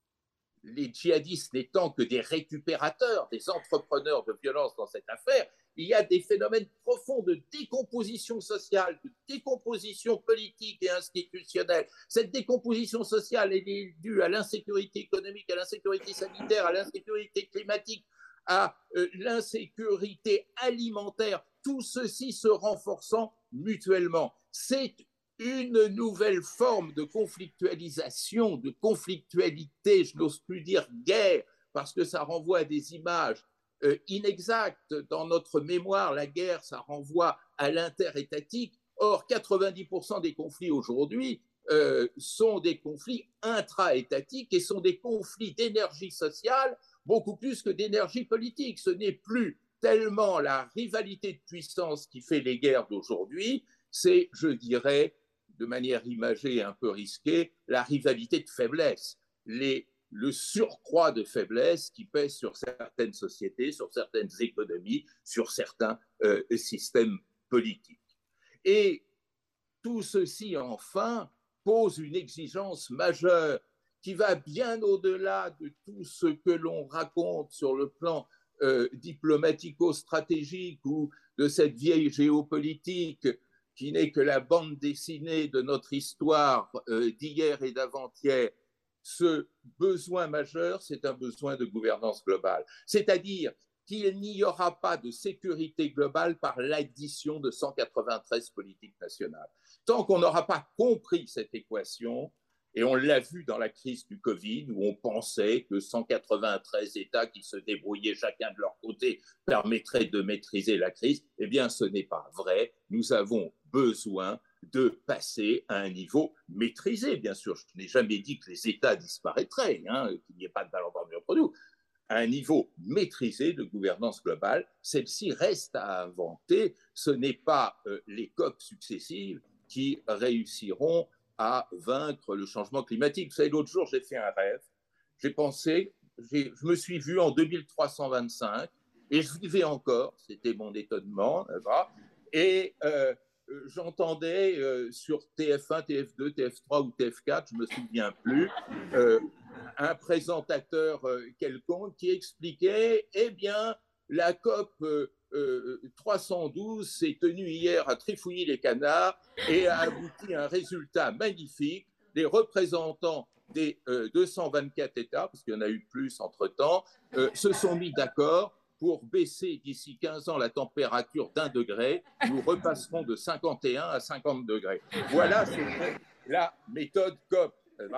les djihadistes n'étant que des récupérateurs, des entrepreneurs de violence dans cette affaire, il y a des phénomènes profonds de décomposition sociale, de décomposition politique et institutionnelle. Cette décomposition sociale est due à l'insécurité économique, à l'insécurité sanitaire, à l'insécurité climatique, à euh, l'insécurité alimentaire, tout ceci se renforçant mutuellement. C'est une nouvelle forme de conflictualisation, de conflictualité, je n'ose plus dire guerre, parce que ça renvoie à des images euh, inexactes. Dans notre mémoire, la guerre, ça renvoie à l'interétatique. Or, quatre-vingt-dix pour cent des conflits aujourd'hui euh, sont des conflits intra-étatiques et sont des conflits d'énergie sociale beaucoup plus que d'énergie politique. Ce n'est plus tellement la rivalité de puissance qui fait les guerres d'aujourd'hui, c'est, je dirais, de manière imagée et un peu risquée, la rivalité de faiblesse, les, le surcroît de faiblesse qui pèse sur certaines sociétés, sur certaines économies, sur certains euh, systèmes politiques. Et tout ceci, enfin, pose une exigence majeure qui va bien au-delà de tout ce que l'on raconte sur le plan euh, diplomatico-stratégique ou de cette vieille géopolitique qui n'est que la bande dessinée de notre histoire euh, d'hier et d'avant-hier. Ce besoin majeur, c'est un besoin de gouvernance globale. C'est-à-dire qu'il n'y aura pas de sécurité globale par l'addition de cent quatre-vingt-treize politiques nationales. Tant qu'on n'aura pas compris cette équation, et on l'a vu dans la crise du Covid, où on pensait que cent quatre-vingt-treize États qui se débrouillaient chacun de leur côté permettraient de maîtriser la crise, eh bien ce n'est pas vrai. Nous avons besoin de passer à un niveau maîtrisé, bien sûr. Je n'ai jamais dit que les États disparaîtraient, hein, qu'il n'y ait pas de malentendu entre nous. À un niveau maîtrisé de gouvernance globale, celle-ci reste à inventer. Ce n'est pas euh, les COP successives qui réussiront à vaincre le changement climatique. Vous savez, l'autre jour, j'ai fait un rêve. J'ai pensé, j'ai, je me suis vu en deux mille trois cent vingt-cinq et je vivais encore, c'était mon étonnement, et euh, j'entendais euh, sur T F un, T F deux, T F trois ou T F quatre, je ne me souviens plus, euh, un présentateur euh, quelconque qui expliquait, eh bien, la COP euh, euh, trois cent douze s'est tenue hier à Trifouilly-les-Canards et a abouti à un résultat magnifique. Les représentants des euh, deux cent vingt-quatre États, parce qu'il y en a eu plus entre-temps, euh, se sont mis d'accord pour baisser d'ici quinze ans la température d'un degré. Nous repasserons de cinquante et un à cinquante degrés. Voilà, c'est la méthode COP.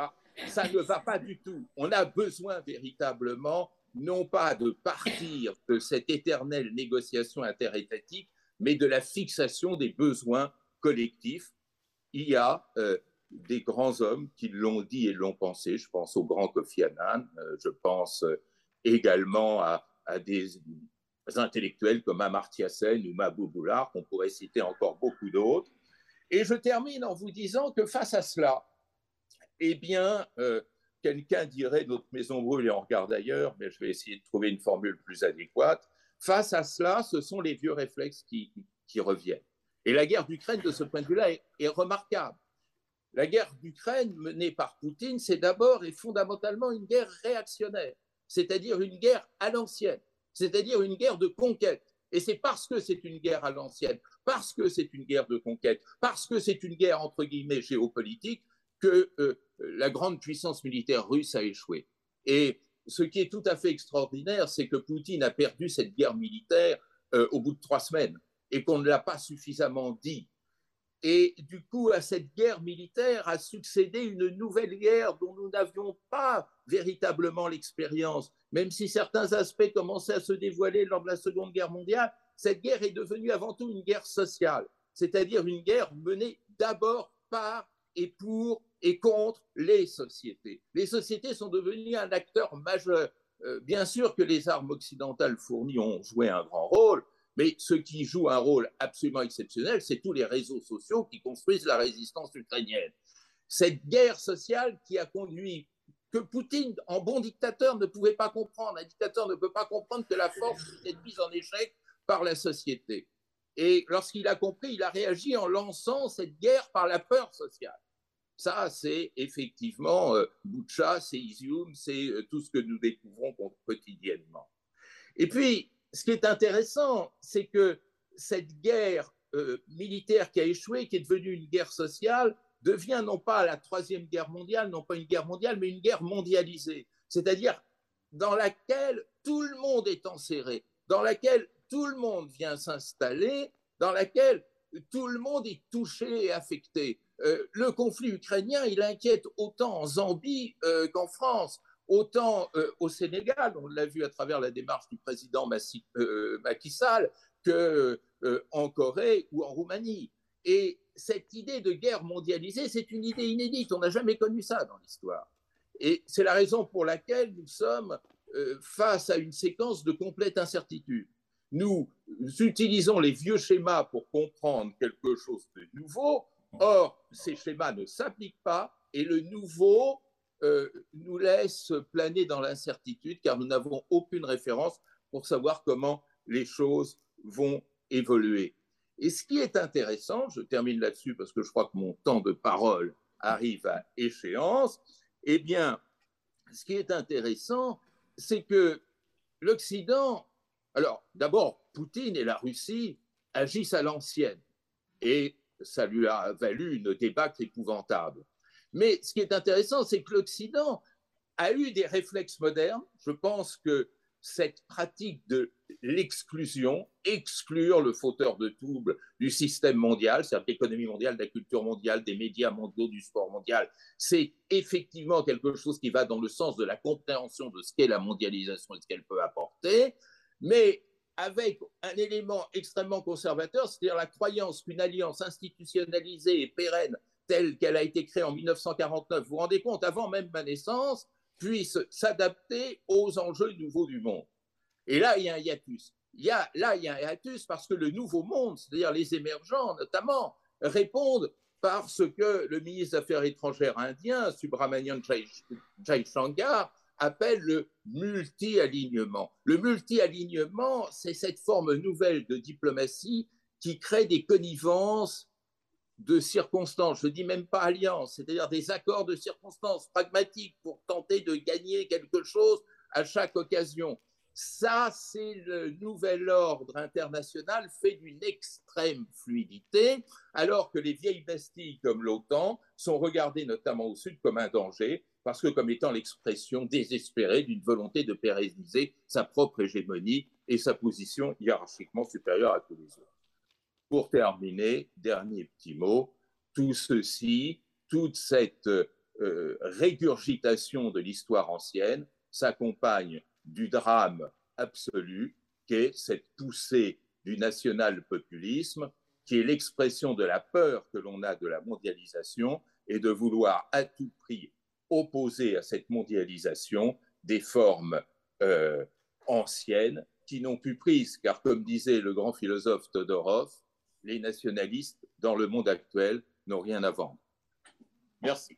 Ça ne va pas du tout. On a besoin véritablement, non pas de partir de cette éternelle négociation interétatique, mais de la fixation des besoins collectifs. Il y a euh, des grands hommes qui l'ont dit et l'ont pensé. Je pense au grand Kofi Annan, euh, je pense euh, également à, à des intellectuels comme Amartya Sen ou Mahbub Boulard, qu'on pourrait citer encore beaucoup d'autres. Et je termine en vous disant que face à cela, eh bien, euh, quelqu'un dirait notre maison brûle et on regarde ailleurs, mais je vais essayer de trouver une formule plus adéquate. Face à cela, ce sont les vieux réflexes qui, qui reviennent. Et la guerre d'Ukraine, de ce point de vue-là, est, est remarquable. La guerre d'Ukraine menée par Poutine, c'est d'abord et fondamentalement une guerre réactionnaire, c'est-à-dire une guerre à l'ancienne, c'est-à-dire une guerre de conquête. Et c'est parce que c'est une guerre à l'ancienne, parce que c'est une guerre de conquête, parce que c'est une guerre entre guillemets géopolitique, que euh, la grande puissance militaire russe a échoué. Et ce qui est tout à fait extraordinaire, c'est que Poutine a perdu cette guerre militaire euh, au bout de trois semaines et qu'on ne l'a pas suffisamment dit. Et du coup, à cette guerre militaire a succédé une nouvelle guerre dont nous n'avions pas véritablement l'expérience. Même si certains aspects commençaient à se dévoiler lors de la Seconde Guerre mondiale, cette guerre est devenue avant tout une guerre sociale, c'est-à-dire une guerre menée d'abord par et pour et contre les sociétés. Les sociétés sont devenues un acteur majeur. Euh, bien sûr que les armes occidentales fournies ont joué un grand rôle, mais ce qui joue un rôle absolument exceptionnel, c'est tous les réseaux sociaux qui construisent la résistance ukrainienne. Cette guerre sociale qui a conduit, que Poutine, en bon dictateur, ne pouvait pas comprendre. Un dictateur ne peut pas comprendre que la force est mise en échec par la société. Et lorsqu'il a compris, il a réagi en lançant cette guerre par la peur sociale. Ça, c'est effectivement euh, Boutcha, c'est Izium, c'est euh, tout ce que nous découvrons quotidiennement. Et puis, ce qui est intéressant, c'est que cette guerre euh, militaire qui a échoué, qui est devenue une guerre sociale, devient non pas la troisième guerre mondiale, non pas une guerre mondiale, mais une guerre mondialisée. C'est-à-dire dans laquelle tout le monde est enserré, dans laquelle tout le monde vient s'installer, dans laquelle tout le monde est touché et affecté. Euh, le conflit ukrainien, il inquiète autant en Zambie euh, qu'en France, autant euh, au Sénégal, on l'a vu à travers la démarche du président Massi, euh, Macky Sall, qu'en euh, Corée ou en Roumanie. Et cette idée de guerre mondialisée, c'est une idée inédite, on n'a jamais connu ça dans l'histoire. Et c'est la raison pour laquelle nous sommes euh, face à une séquence de complète incertitude. nous utilisons les vieux schémas pour comprendre quelque chose de nouveau. Or, ces schémas ne s'appliquent pas et le nouveau euh, nous laisse planer dans l'incertitude car nous n'avons aucune référence pour savoir comment les choses vont évoluer. Et ce qui est intéressant, je termine là-dessus parce que je crois que mon temps de parole arrive à échéance, eh bien, ce qui est intéressant, c'est que l'Occident, alors d'abord, Poutine et la Russie agissent à l'ancienne et ça lui a valu une débâcle épouvantable. Mais ce qui est intéressant, c'est que l'Occident a eu des réflexes modernes. Je pense que cette pratique de l'exclusion, exclure le fauteur de troubles du système mondial, c'est-à-dire de l'économie mondiale, de la culture mondiale, des médias mondiaux, du sport mondial, c'est effectivement quelque chose qui va dans le sens de la compréhension de ce qu'est la mondialisation et ce qu'elle peut apporter, mais avec un élément extrêmement conservateur, c'est-à-dire la croyance qu'une alliance institutionnalisée et pérenne telle qu'elle a été créée en mille neuf cent quarante-neuf, vous vous rendez compte, avant même ma naissance, puisse s'adapter aux enjeux nouveaux du monde. Et là, il y a un hiatus. Il y a, là, il y a un hiatus parce que le nouveau monde, c'est-à-dire les émergents notamment, répondent parce que le ministre des Affaires étrangères indien, Subramanian Jaishankar, appelle le multi-alignement. Le multi-alignement, c'est cette forme nouvelle de diplomatie qui crée des connivences de circonstances, je ne dis même pas alliance, c'est-à-dire des accords de circonstances pragmatiques pour tenter de gagner quelque chose à chaque occasion. Ça, c'est le nouvel ordre international fait d'une extrême fluidité, alors que les vieilles bastilles comme l'OTAN sont regardées notamment au Sud comme un danger, parce que comme étant l'expression désespérée d'une volonté de pérenniser sa propre hégémonie et sa position hiérarchiquement supérieure à tous les autres. Pour terminer, dernier petit mot, tout ceci, toute cette euh, régurgitation de l'histoire ancienne s'accompagne du drame absolu qu'est cette poussée du national-populisme, qui est l'expression de la peur que l'on a de la mondialisation et de vouloir à tout prix opposer à cette mondialisation des formes euh, anciennes qui n'ont plus prise, car comme disait le grand philosophe Todorov, les nationalistes, dans le monde actuel, n'ont rien à vendre. Merci.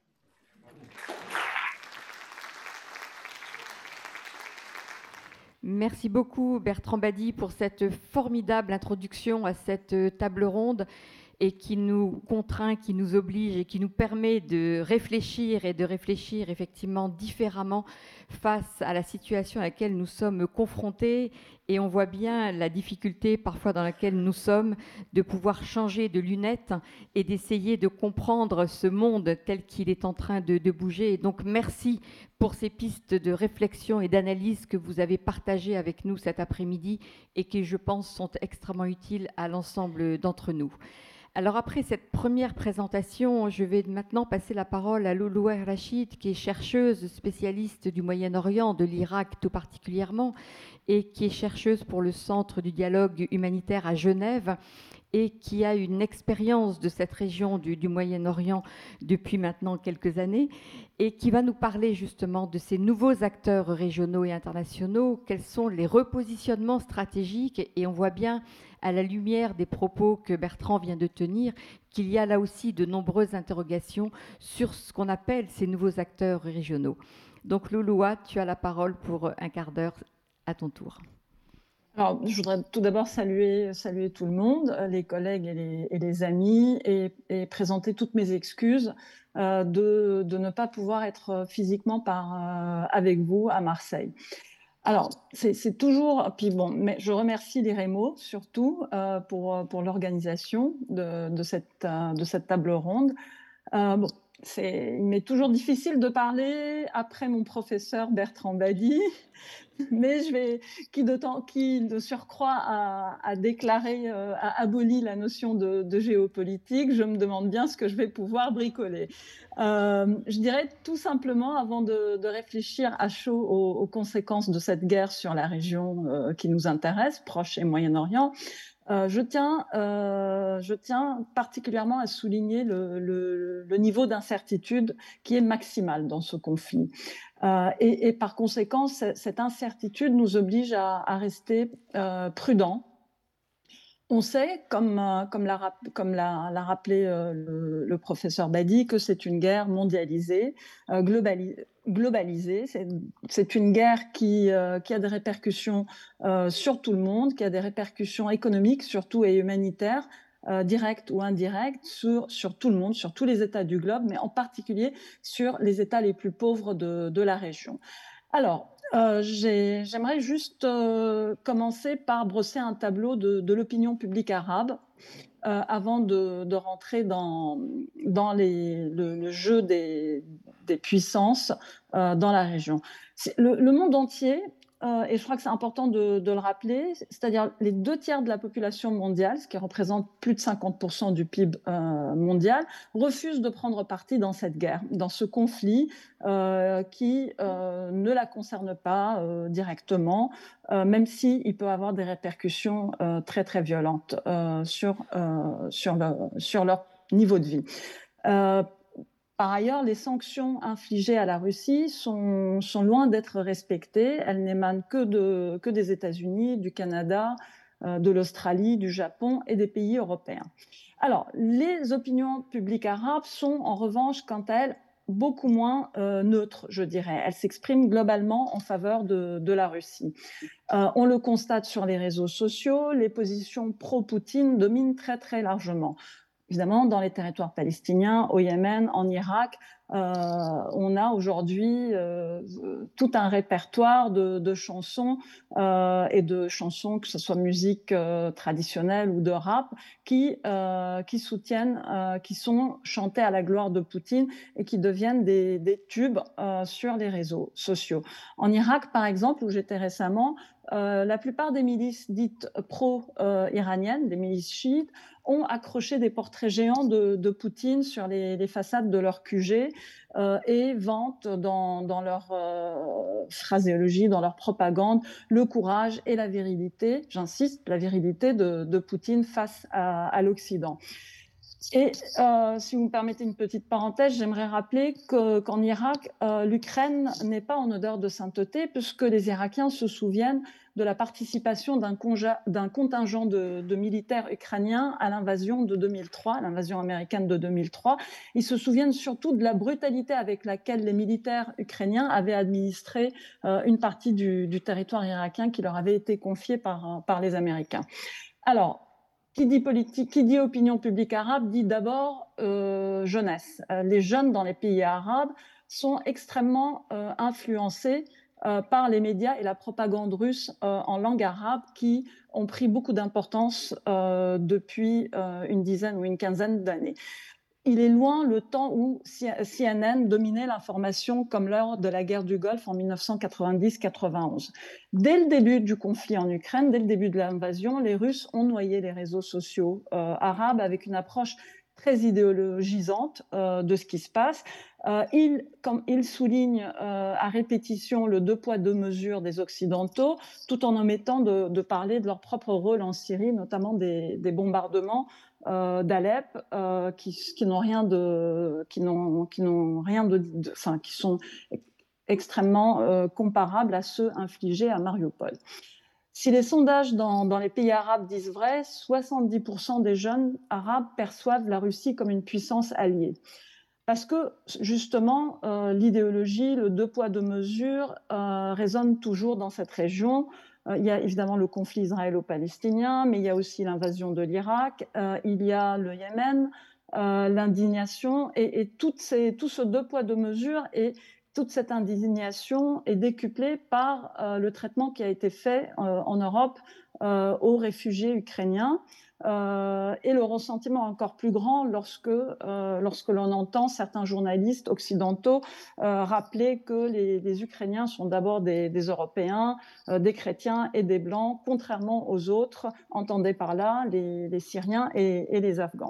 Merci beaucoup Bertrand Badi pour cette formidable introduction à cette table ronde et qui nous contraint, qui nous oblige et qui nous permet de réfléchir et de réfléchir effectivement différemment face à la situation à laquelle nous sommes confrontés. Et on voit bien la difficulté parfois dans laquelle nous sommes de pouvoir changer de lunettes et d'essayer de comprendre ce monde tel qu'il est en train de, de bouger. Et donc merci pour ces pistes de réflexion et d'analyse que vous avez partagées avec nous cet après-midi et qui, je pense, sont extrêmement utiles à l'ensemble d'entre nous. Alors après cette première présentation, je vais maintenant passer la parole à Loulou El-Rachid, qui est chercheuse spécialiste du Moyen-Orient, de l'Irak tout particulièrement, et qui est chercheuse pour le Centre du dialogue humanitaire à Genève, et qui a une expérience de cette région du, du Moyen-Orient depuis maintenant quelques années, et qui va nous parler justement de ces nouveaux acteurs régionaux et internationaux, quels sont les repositionnements stratégiques, et on voit bien à la lumière des propos que Bertrand vient de tenir, qu'il y a là aussi de nombreuses interrogations sur ce qu'on appelle ces nouveaux acteurs régionaux. Donc Louloua, tu as la parole pour un quart d'heure à ton tour.
Alors, je voudrais tout d'abord saluer, saluer tout le monde, les collègues et les, et les amis, et, et présenter toutes mes excuses euh, de, de ne pas pouvoir être physiquement par, euh, avec vous à Marseille. Alors, c'est toujours... Puis bon, mais je remercie l'IREMO surtout euh, pour, pour l'organisation de, de, cette, euh, de cette table ronde. Euh, bon, il m'est toujours difficile de parler après mon professeur Bertrand Badi, mais je vais, qui, de, temps, qui de surcroît a, a déclaré, euh, a aboli la notion de, de géopolitique, je me demande bien ce que je vais pouvoir bricoler. Euh, je dirais tout simplement, avant de, de réfléchir à chaud aux, aux conséquences de cette guerre sur la région euh, qui nous intéresse, Proche et Moyen-Orient, Euh, je, tiens, euh, je tiens particulièrement à souligner le, le, le niveau d'incertitude qui est maximal dans ce conflit. Euh, et, et par conséquent, cette incertitude nous oblige à, à rester euh, prudents. On sait, comme, euh, comme l'a comme l'a, l'a rappelé euh, le, le professeur Badi, que c'est une guerre mondialisée, euh, globali globalisée. C'est, c'est une guerre qui, euh, qui a des répercussions euh, sur tout le monde, qui a des répercussions économiques surtout et humanitaires, euh, directes ou indirectes, sur, sur tout le monde, sur tous les États du globe, mais en particulier sur les États les plus pauvres de, de la région. Alors, Euh, j'aimerais juste euh, commencer par brosser un tableau de, de l'opinion publique arabe euh, avant de, de rentrer dans, dans les, le, le jeu des, des puissances euh, dans la région. Le, le monde entier, euh, et je crois que c'est important de, de le rappeler, c'est-à-dire les deux tiers de la population mondiale, ce qui représente plus de cinquante pour cent du P I B euh, mondial, refusent de prendre parti dans cette guerre, dans ce conflit euh, qui euh, ne la concerne pas euh, directement, euh, même s'il peut avoir des répercussions euh, très très violentes euh, sur, euh, sur, le, sur leur niveau de vie. Euh, Par ailleurs, les sanctions infligées à la Russie sont, sont loin d'être respectées. Elles n'émanent que, de, que des États-Unis, du Canada, euh, de l'Australie, du Japon et des pays européens. Alors, les opinions publiques arabes sont en revanche, quant à elles, beaucoup moins euh, neutres, je dirais. Elles s'expriment globalement en faveur de, de la Russie. Euh, on le constate sur les réseaux sociaux, les positions pro-Poutine dominent très très largement. Évidemment, dans les territoires palestiniens, au Yémen, en Irak, euh, on a aujourd'hui euh, tout un répertoire de, de chansons euh, et de chansons, que ce soit musique euh, traditionnelle ou de rap, qui, euh, qui soutiennent, euh, qui sont chantées à la gloire de Poutine et qui deviennent des, des tubes euh, sur les réseaux sociaux. En Irak, par exemple, où j'étais récemment, euh, la plupart des milices dites pro-iraniennes, euh, des milices chiites, ont accroché des portraits géants de, de Poutine sur les, les façades de leur Q G euh, et vantent dans, dans leur euh, phraséologie, dans leur propagande, le courage et la virilité, j'insiste, la virilité de, de Poutine face à, à l'Occident. Et euh, si vous me permettez une petite parenthèse, j'aimerais rappeler que, qu'en Irak, euh, l'Ukraine n'est pas en odeur de sainteté, puisque les Irakiens se souviennent de la participation d'un, d'un contingent de, de militaires ukrainiens à l'invasion de deux mille trois, l'invasion américaine de deux mille trois. Ils se souviennent surtout de la brutalité avec laquelle les militaires ukrainiens avaient administré euh, une partie du, du territoire irakien qui leur avait été confié par, par les Américains. Alors, qui dit politique, qui dit opinion publique arabe, dit d'abord euh, jeunesse. Euh, les jeunes dans les pays arabes sont extrêmement euh, influencés euh, par les médias et la propagande russe euh, en langue arabe qui ont pris beaucoup d'importance euh, depuis euh, une dizaine ou une quinzaine d'années. Il est loin le temps où C N N dominait l'information comme lors de la guerre du Golfe en mille neuf cent quatre-vingt-dix quatre-vingt-onze. Dès le début du conflit en Ukraine, dès le début de l'invasion, les Russes ont noyé les réseaux sociaux euh, arabes avec une approche très idéologisante euh, de ce qui se passe. Euh, ils, comme ils soulignent euh, à répétition le deux poids deux mesures des Occidentaux, tout en omettant de, de parler de leur propre rôle en Syrie, notamment des, des bombardements euh, d'Alep, euh, qui, qui n'ont rien de, qui n'ont, qui n'ont rien de, de, enfin, qui sont extrêmement euh, comparables à ceux infligés à Mariupol. Si les sondages dans, dans les pays arabes disent vrai, soixante-dix pour cent des jeunes arabes perçoivent la Russie comme une puissance alliée. Parce que, justement, euh, l'idéologie, le deux poids, deux mesures euh, résonne toujours dans cette région. Euh, il y a évidemment le conflit israélo-palestinien, mais il y a aussi l'invasion de l'Irak, euh, il y a le Yémen, euh, l'indignation, et, et toutes ces, tout ce deux poids, deux mesures est toute cette indignation est décuplée par euh, le traitement qui a été fait euh, en Europe euh, aux réfugiés ukrainiens euh, et le ressentiment encore plus grand lorsque, euh, lorsque l'on entend certains journalistes occidentaux euh, rappeler que les, les Ukrainiens sont d'abord des, des Européens, euh, des chrétiens et des Blancs, contrairement aux autres, entendez par là les, les Syriens et, et les Afghans.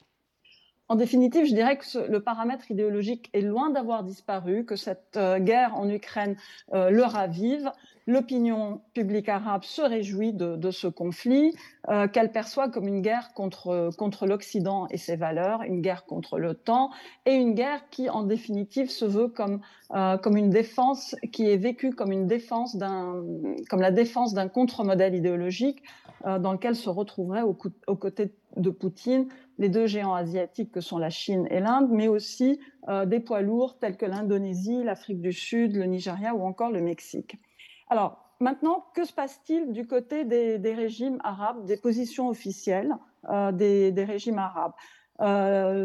En définitive, je dirais que ce, le paramètre idéologique est loin d'avoir disparu, que cette euh, guerre en Ukraine euh, le ravive. l'opinion publique arabe se réjouit de, de ce conflit, euh, qu'elle perçoit comme une guerre contre, contre l'Occident et ses valeurs, une guerre contre l'OTAN, et une guerre qui, en définitive, se veut comme, euh, comme une défense, qui est vécue comme, une défense d'un, comme la défense d'un contre-modèle idéologique euh, dans lequel se retrouveraient aux, aux côtés de Poutine les deux géants asiatiques que sont la Chine et l'Inde, mais aussi euh, des poids lourds tels que l'Indonésie, l'Afrique du Sud, le Nigeria ou encore le Mexique. Alors, maintenant, que se passe-t-il du côté des, des régimes arabes, des positions officielles euh, des, des régimes arabes? euh,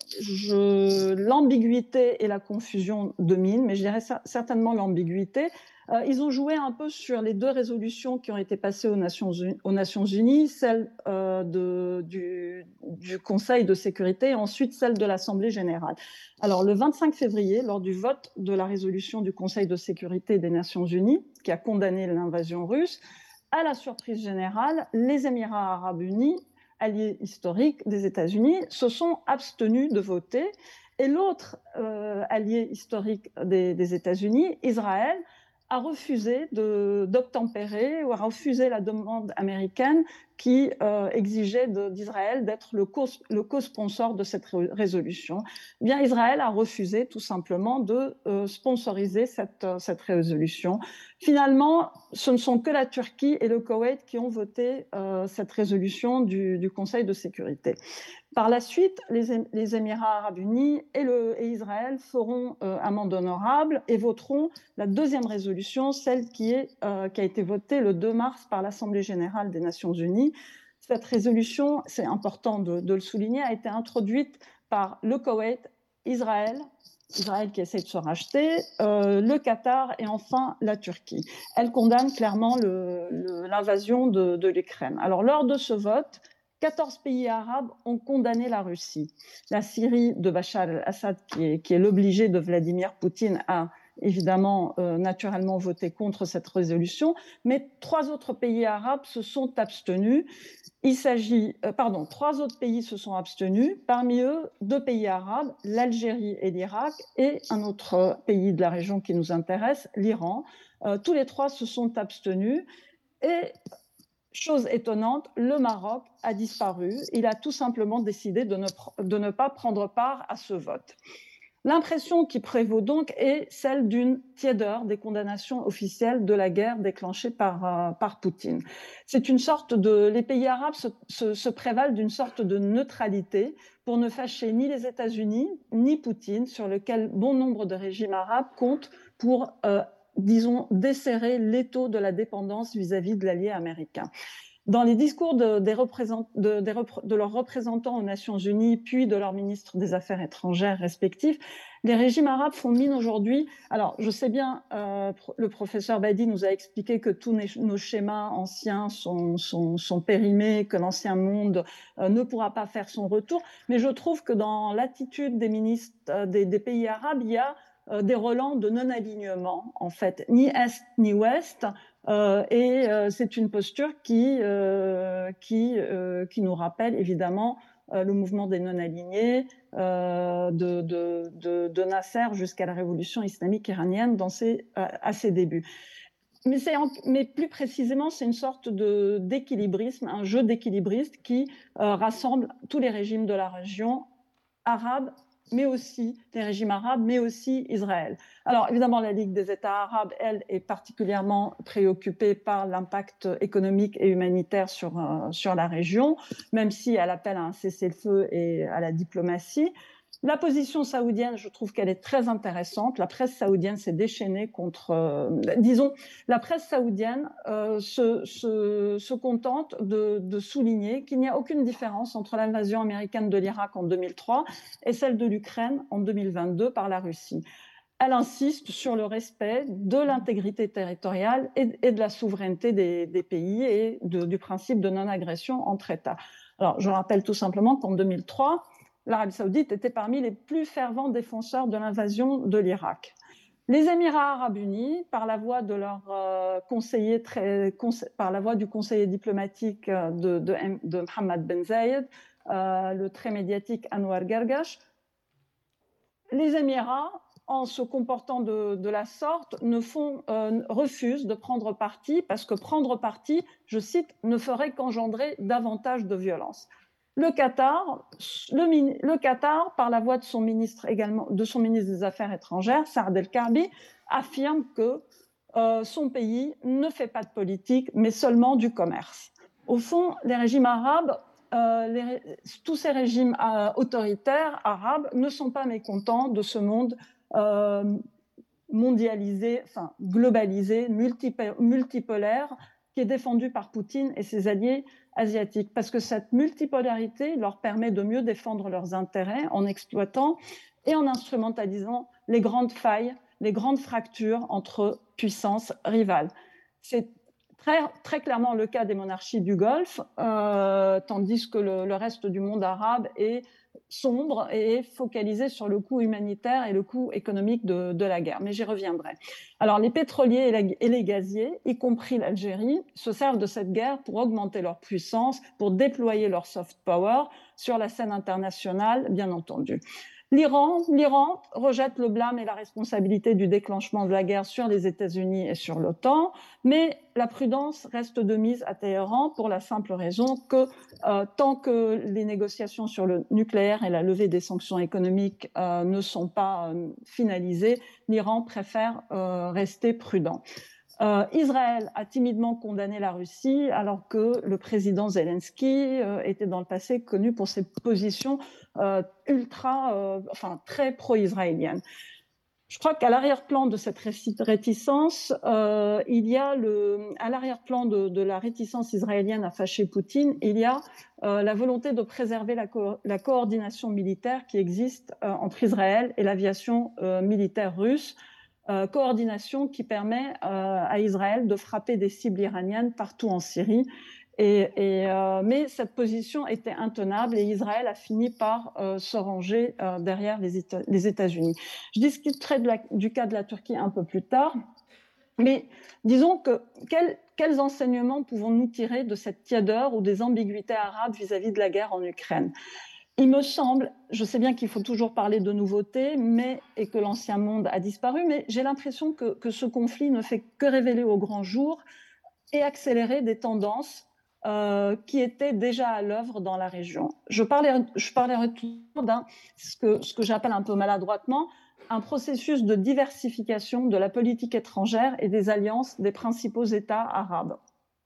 je, L'ambiguïté et la confusion dominent, mais je dirais certainement l'ambiguïté. Euh, ils ont joué un peu sur les deux résolutions qui ont été passées aux Nations Unies, aux Nations Unies celle euh, de, du, du Conseil de sécurité et ensuite celle de l'Assemblée générale. Alors, le vingt-cinq février, lors du vote de la résolution du Conseil de sécurité des Nations Unies, qui a condamné l'invasion russe, à la surprise générale, les Émirats arabes unis, alliés historiques des États-Unis, se sont abstenus de voter. Et l'autre euh, allié historique des, des États-Unis, Israël, a refusé de, d'obtempérer ou a refusé la demande américaine qui euh, exigeait de, d'Israël d'être le, co, le co-sponsor de cette ré, résolution. Eh bien, Israël a refusé tout simplement de euh, sponsoriser cette, cette résolution. Finalement, ce ne sont que la Turquie et le Koweït qui ont voté euh, cette résolution du, du Conseil de sécurité. Par la suite, les, les Émirats arabes unis et, le, et Israël feront euh, amende honorable et voteront la deuxième résolution, celle qui, est, euh, qui a été votée le deux mars par l'Assemblée générale des Nations unies. Cette résolution, c'est important de, de le souligner, a été introduite par le Koweït, Israël, Israël qui essaie de se racheter, euh, le Qatar et enfin la Turquie. Elle condamne clairement le, le, l'invasion de, de l'Ukraine. Alors, lors de ce vote, quatorze pays arabes ont condamné la Russie. La Syrie de Bachar el-Assad, qui est, qui est l'obligé de Vladimir Poutine, a évidemment euh, naturellement voté contre cette résolution, mais trois autres pays arabes se sont abstenus. Il s'agit, euh, pardon, trois autres pays se sont abstenus, parmi eux deux pays arabes, l'Algérie et l'Irak, et un autre pays de la région qui nous intéresse, l'Iran. Euh, tous les trois se sont abstenus et chose étonnante, le Maroc a disparu. Il a tout simplement décidé de ne, de ne pas prendre part à ce vote. L'impression qui prévaut donc est celle d'une tiédeur des condamnations officielles de la guerre déclenchée par, euh, par Poutine. C'est une sorte de... Les pays arabes se, se, se prévalent d'une sorte de neutralité pour ne fâcher ni les États-Unis ni Poutine, sur lequel bon nombre de régimes arabes comptent pour euh, disons, desserrer l'étau de la dépendance vis-à-vis de l'allié américain. Dans les discours de, des représent, de, des repr- de leurs représentants aux Nations Unies, puis de leurs ministres des Affaires étrangères respectifs, les régimes arabes font mine aujourd'hui. Alors, je sais bien, euh, le professeur Badi nous a expliqué que tous nos schémas anciens sont, sont, sont périmés, que l'ancien monde euh, ne pourra pas faire son retour, mais je trouve que dans l'attitude des ministres euh, des, des pays arabes, il y a Euh, des relents de non-alignement, en fait, ni Est ni Ouest, euh, et euh, c'est une posture qui, euh, qui, euh, qui nous rappelle évidemment euh, le mouvement des non-alignés euh, de, de, de, de Nasser jusqu'à la révolution islamique iranienne dans ses, euh, à ses débuts. Mais, c'est en, mais plus précisément, c'est une sorte de, d'équilibrisme, un jeu d'équilibriste qui euh, rassemble tous les régimes de la région arabe, mais aussi les régimes arabes, mais aussi Israël. Alors évidemment, la Ligue des États arabes, elle, est particulièrement préoccupée par l'impact économique et humanitaire sur, euh, sur la région, même si elle appelle à un cessez-le-feu et à la diplomatie. La position saoudienne, je trouve qu'elle est très intéressante. La presse saoudienne s'est déchaînée contre... Euh, disons, la presse saoudienne euh, se, se, se contente de, de souligner qu'il n'y a aucune différence entre l'invasion américaine de l'Irak en deux mille trois et celle de l'Ukraine en deux mille vingt-deux par la Russie. Elle insiste sur le respect de l'intégrité territoriale et, et de la souveraineté des, des pays et de, du principe de non-agression entre États. Alors, je rappelle tout simplement qu'en deux mille trois... l'Arabie saoudite était parmi les plus fervents défenseurs de l'invasion de l'Irak. Les Émirats arabes unis, par la voix de leur euh, conseiller, très, conseil, par la voix du conseiller diplomatique de, de, de Mohammed Ben Zayed, euh, le très médiatique Anwar Gargash, les Émirats en se comportant de, de la sorte, ne font, euh, refusent de prendre parti, parce que prendre parti, je cite, ne ferait qu'engendrer davantage de violence. Le Qatar, le, le Qatar, par la voix de son ministre également, de son ministre des Affaires étrangères, Saad El-Kaabi, affirme que euh, son pays ne fait pas de politique, mais seulement du commerce. Au fond, les régimes arabes, euh, les, tous ces régimes euh, autoritaires arabes ne sont pas mécontents de ce monde euh, mondialisé, enfin globalisé, multipolaire, qui est défendu par Poutine et ses alliés asiatiques. Parce que cette multipolarité leur permet de mieux défendre leurs intérêts en exploitant et en instrumentalisant les grandes failles, les grandes fractures entre puissances rivales. C'est Très, très clairement le cas des monarchies du Golfe, euh, tandis que le, le reste du monde arabe est sombre et est focalisé sur le coût humanitaire et le coût économique de, de la guerre. Mais j'y reviendrai. Alors, les pétroliers et, la, et les gaziers, y compris l'Algérie, se servent de cette guerre pour augmenter leur puissance, pour déployer leur soft power sur la scène internationale, bien entendu. L'Iran, l'Iran rejette le blâme et la responsabilité du déclenchement de la guerre sur les États-Unis et sur l'OTAN, mais la prudence reste de mise à Téhéran pour la simple raison que euh, tant que les négociations sur le nucléaire et la levée des sanctions économiques euh, ne sont pas euh, finalisées, l'Iran préfère euh, rester prudent. Euh, Israël a timidement condamné la Russie alors que le président Zelensky euh, était dans le passé connu pour ses positions euh, ultra, euh, enfin très pro-israéliennes. Je crois qu'à l'arrière-plan de cette réticence, euh, il y a le, à l'arrière-plan de, de la réticence israélienne à fâcher Poutine, il y a euh, la volonté de préserver la, co- la coordination militaire qui existe euh, entre Israël et l'aviation euh, militaire russe. Euh, coordination qui permet euh, à Israël de frapper des cibles iraniennes partout en Syrie. Et, et, euh, mais cette position était intenable et Israël a fini par euh, se ranger euh, derrière les, Éta- les États-Unis. Je discuterai de la, du cas de la Turquie un peu plus tard, mais disons que quel, quels enseignements pouvons-nous tirer de cette tiédeur ou des ambiguïtés arabes vis-à-vis de la guerre en Ukraine ? Il me semble, je sais bien qu'il faut toujours parler de nouveautés mais, et que l'ancien monde a disparu, mais j'ai l'impression que, que ce conflit ne fait que révéler au grand jour et accélérer des tendances euh, qui étaient déjà à l'œuvre dans la région. Je parlerai, je parlerai toujours d'un, ce que, ce que j'appelle un peu maladroitement, un processus de diversification de la politique étrangère et des alliances des principaux États arabes.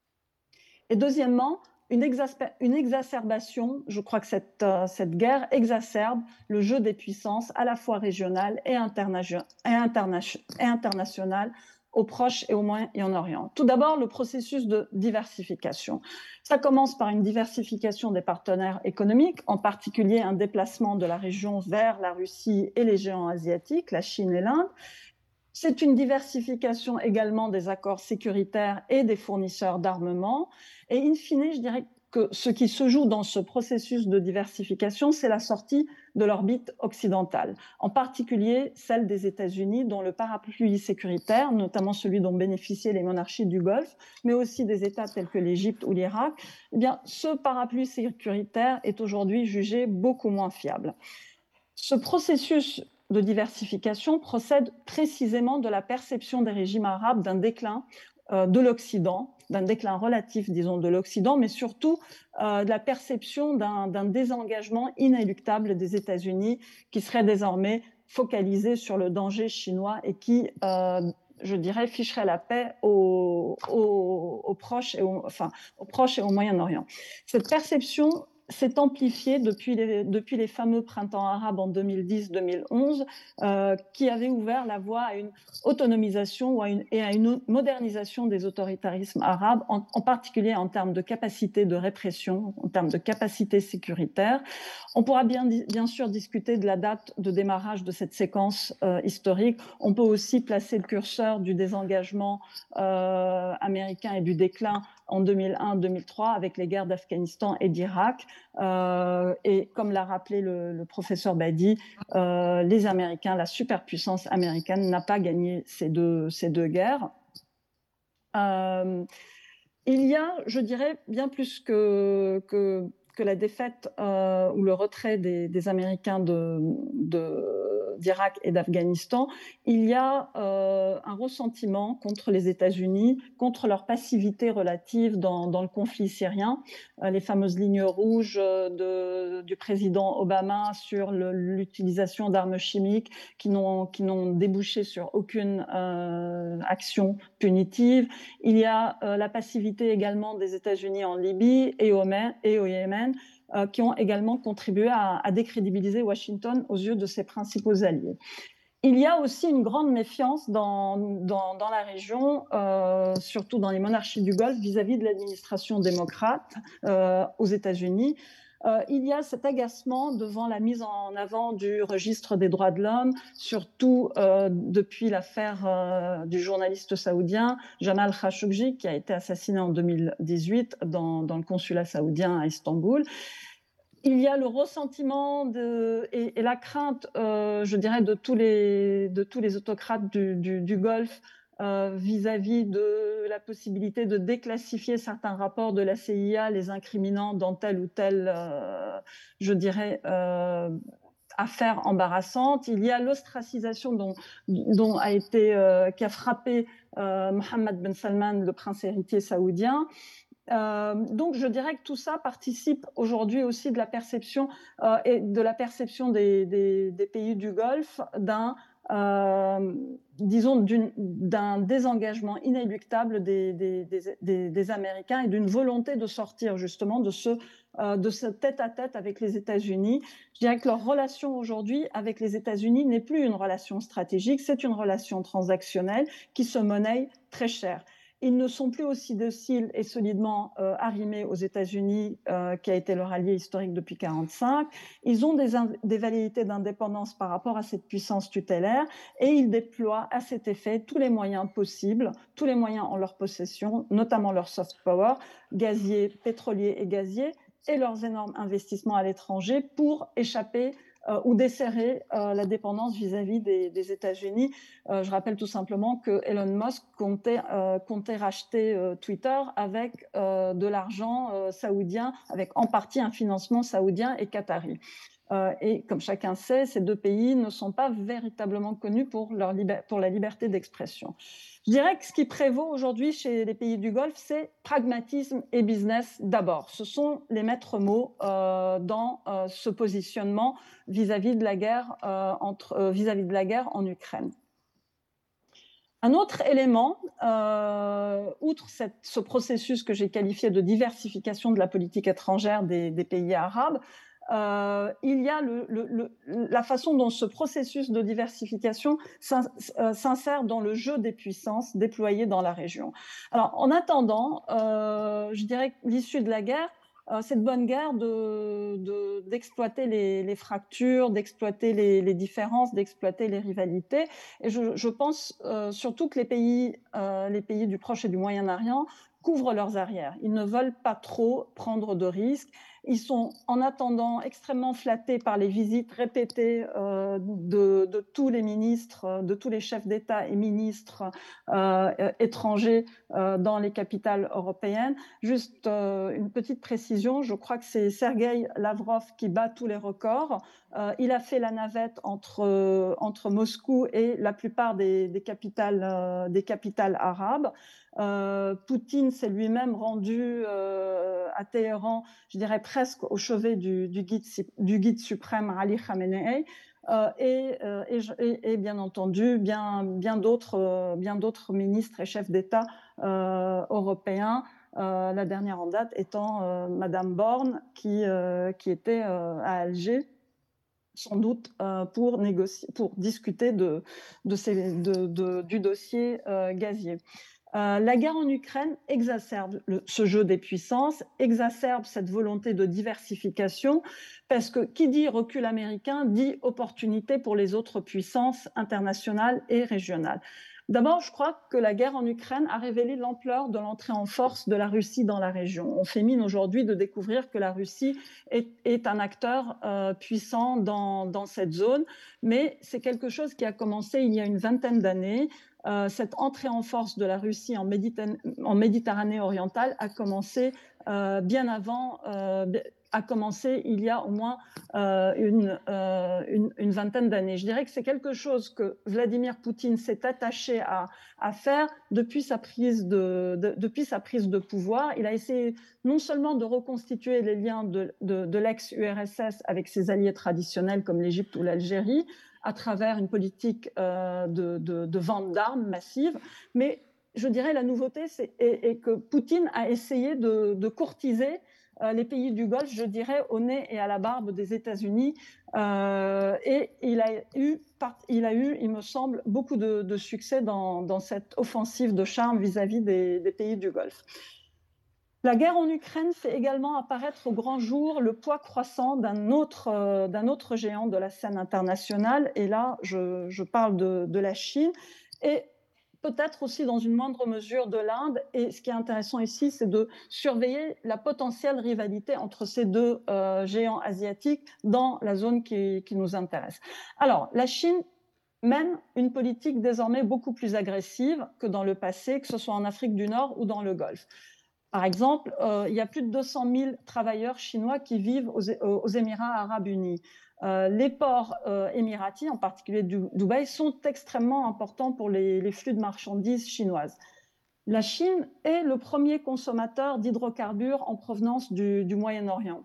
Et deuxièmement, Une, exasper- une exacerbation, je crois que cette, euh, cette guerre exacerbe le jeu des puissances à la fois régionales et, interna- et, interna- et internationales au Proche et au Moyen-Orient. Tout d'abord, le processus de diversification. Ça commence par une diversification des partenaires économiques, en particulier un déplacement de la région vers la Russie et les géants asiatiques, la Chine et l'Inde. C'est une diversification également des accords sécuritaires et des fournisseurs d'armement. Et in fine, je dirais que ce qui se joue dans ce processus de diversification, c'est la sortie de l'orbite occidentale, en particulier celle des États-Unis, dont le parapluie sécuritaire, notamment celui dont bénéficiaient les monarchies du Golfe, mais aussi des États tels que l'Égypte ou l'Irak, eh bien, ce parapluie sécuritaire est aujourd'hui jugé beaucoup moins fiable. Ce processus de diversification procède précisément de la perception des régimes arabes d'un déclin euh, de l'Occident, d'un déclin relatif, disons, de l'Occident, mais surtout euh, de la perception d'un, d'un désengagement inéluctable des États-Unis qui serait désormais focalisé sur le danger chinois et qui, euh, je dirais, ficherait la paix aux, aux, aux, proches et au, enfin, aux proches et au Moyen-Orient. Cette perception s'est amplifiée depuis les, depuis les fameux printemps arabes en deux mille dix deux mille onze, euh, qui avaient ouvert la voie à une autonomisation ou à une, et à une modernisation des autoritarismes arabes, en, en particulier en termes de capacité de répression, en termes de capacité sécuritaire. On pourra bien, bien sûr discuter de la date de démarrage de cette séquence euh, historique. On peut aussi placer le curseur du désengagement euh, américain et du déclin en deux mille un deux mille trois avec les guerres d'Afghanistan et d'Irak. Euh, et comme l'a rappelé le, le professeur Badi, euh, les Américains, la superpuissance américaine n'a pas gagné ces deux, ces deux guerres. Euh, il y a, je dirais, bien plus que, que, que la défaite euh, ou le retrait des, des Américains de, de, d'Irak et d'Afghanistan, il y a euh, un ressentiment contre les États-Unis, contre leur passivité relative dans, dans le conflit syrien. Euh, les fameuses lignes rouges de, du président Obama sur le, l'utilisation d'armes chimiques qui n'ont, qui n'ont débouché sur aucune euh, action punitive. Il y a euh, la passivité également des États-Unis en Libye et au, et au Yémen, euh, qui ont également contribué à, à décrédibiliser Washington aux yeux de ses principaux alliés. Il y a aussi une grande méfiance dans, dans, dans la région, euh, surtout dans les monarchies du Golfe, vis-à-vis de l'administration démocrate euh, aux États-Unis. Euh, il y a cet agacement devant la mise en avant du registre des droits de l'homme, surtout euh, depuis l'affaire euh, du journaliste saoudien Jamal Khashoggi, qui a été assassiné en deux mille dix-huit dans, dans le consulat saoudien à Istanbul. Il y a le ressentiment de, et, et la crainte, euh, je dirais, de tous les, de tous les autocrates du, du, du Golfe euh, vis-à-vis de la possibilité de déclassifier certains rapports de la C I A, les incriminant dans telle ou telle, euh, je dirais, euh, affaire embarrassante. Il y a l'ostracisation dont, dont a été, euh, qui a frappé euh, Mohammed Ben Salman, le prince héritier saoudien. Euh, donc, je dirais que tout ça participe aujourd'hui aussi de la perception euh, et de la perception des, des, des pays du Golfe d'un, euh, disons, d'une, d'un désengagement inéluctable des, des, des, des Américains et d'une volonté de sortir justement de ce, euh, de ce tête-à-tête avec les États-Unis. Je dirais que leur relation aujourd'hui avec les États-Unis n'est plus une relation stratégique, c'est une relation transactionnelle qui se monnaie très cher. Ils ne sont plus aussi dociles et solidement euh, arrimés aux États-Unis, euh, qui a été leur allié historique depuis mille neuf cent quarante-cinq. Ils ont des, des velléités d'indépendance par rapport à cette puissance tutélaire et ils déploient à cet effet tous les moyens possibles, tous les moyens en leur possession, notamment leur soft power, gazier, pétrolier et gazier, et leurs énormes investissements à l'étranger pour échapper Euh, ou desserrer euh, la dépendance vis-à-vis des, des États-Unis. Euh, je rappelle tout simplement que Elon Musk comptait, euh, comptait racheter euh, Twitter avec euh, de l'argent euh, saoudien, avec en partie un financement saoudien et qatari. Euh, et comme chacun sait, ces deux pays ne sont pas véritablement connus pour, leur liber- pour la liberté d'expression. Je dirais que ce qui prévaut aujourd'hui chez les pays du Golfe, c'est pragmatisme et business d'abord. Ce sont les maîtres mots euh, dans euh, ce positionnement vis-à-vis de la guerre, euh, entre, euh, vis-à-vis de la guerre en Ukraine. Un autre élément, euh, outre cette, ce processus que j'ai qualifié de diversification de la politique étrangère des, des pays arabes, Euh, il y a le, le, le, la façon dont ce processus de diversification s'insère dans le jeu des puissances déployées dans la région. Alors, en attendant, euh, je dirais que l'issue de la guerre, euh, cette bonne guerre de, de, d'exploiter les, les fractures, d'exploiter les, les différences, d'exploiter les rivalités. Et je, je pense euh, surtout que les pays, euh, les pays du Proche et du Moyen-Orient couvrent leurs arrières. Ils ne veulent pas trop prendre de risques. Ils sont, en attendant, extrêmement flattés par les visites répétées euh, de, de tous les ministres, de tous les chefs d'État et ministres euh, étrangers euh, dans les capitales européennes. Juste euh, une petite précision, je crois que c'est Sergueï Lavrov qui bat tous les records. Euh, il a fait la navette entre, euh, entre Moscou et la plupart des, des, capitales, euh, des capitales arabes. Euh, Poutine s'est lui-même rendu euh, à Téhéran, je dirais presque au chevet du, du, guide, du guide suprême Ali Khamenei, euh, et, euh, et, et bien entendu bien, bien d'autres euh, bien d'autres ministres et chefs d'État euh, européens. Euh, la dernière en date étant euh, Madame Borne, qui, euh, qui était euh, à Alger, sans doute euh, pour négocier, pour discuter de, de ces, de, de, du dossier euh, gazier. Euh, la guerre en Ukraine exacerbe le, ce jeu des puissances, exacerbe cette volonté de diversification, parce que qui dit recul américain dit opportunité pour les autres puissances internationales et régionales. D'abord, je crois que la guerre en Ukraine a révélé l'ampleur de l'entrée en force de la Russie dans la région. On fait mine aujourd'hui de découvrir que la Russie est, est un acteur euh, puissant dans, dans cette zone, mais c'est quelque chose qui a commencé il y a une vingtaine d'années. Euh, cette entrée en force de la Russie en, Méditerranée, en Méditerranée orientale a commencé euh, bien avant, euh, a commencé il y a au moins euh, une, euh, une, une vingtaine d'années. Je dirais que c'est quelque chose que Vladimir Poutine s'est attaché à, à faire depuis sa, prise de, de, depuis sa prise de pouvoir. Il a essayé non seulement de reconstituer les liens de, de, de l'ex-U R S S avec ses alliés traditionnels comme l'Égypte ou l'Algérie, à travers une politique euh, de, de, de vente d'armes massive, mais je dirais la nouveauté, c'est et, et que Poutine a essayé de, de courtiser euh, les pays du Golfe, je dirais, au nez et à la barbe des États-Unis. Euh, et il a, eu, il a eu, il me semble, beaucoup de, de succès dans, dans cette offensive de charme vis-à-vis des, des pays du Golfe. La guerre en Ukraine fait également apparaître au grand jour le poids croissant d'un autre, euh, d'un autre géant de la scène internationale. Et là, je, je parle de, de la Chine. Et peut-être aussi dans une moindre mesure de l'Inde. Et ce qui est intéressant ici, c'est de surveiller la potentielle rivalité entre ces deux euh, géants asiatiques dans la zone qui, qui nous intéresse. Alors, la Chine mène une politique désormais beaucoup plus agressive que dans le passé, que ce soit en Afrique du Nord ou dans le Golfe. Par exemple, euh, il y a plus de deux cent mille travailleurs chinois qui vivent aux, aux Émirats arabes unis. Euh, les ports euh, émiratis, en particulier du, Dubaï, sont extrêmement importants pour les, les flux de marchandises chinoises. La Chine est le premier consommateur d'hydrocarbures en provenance du, du Moyen-Orient.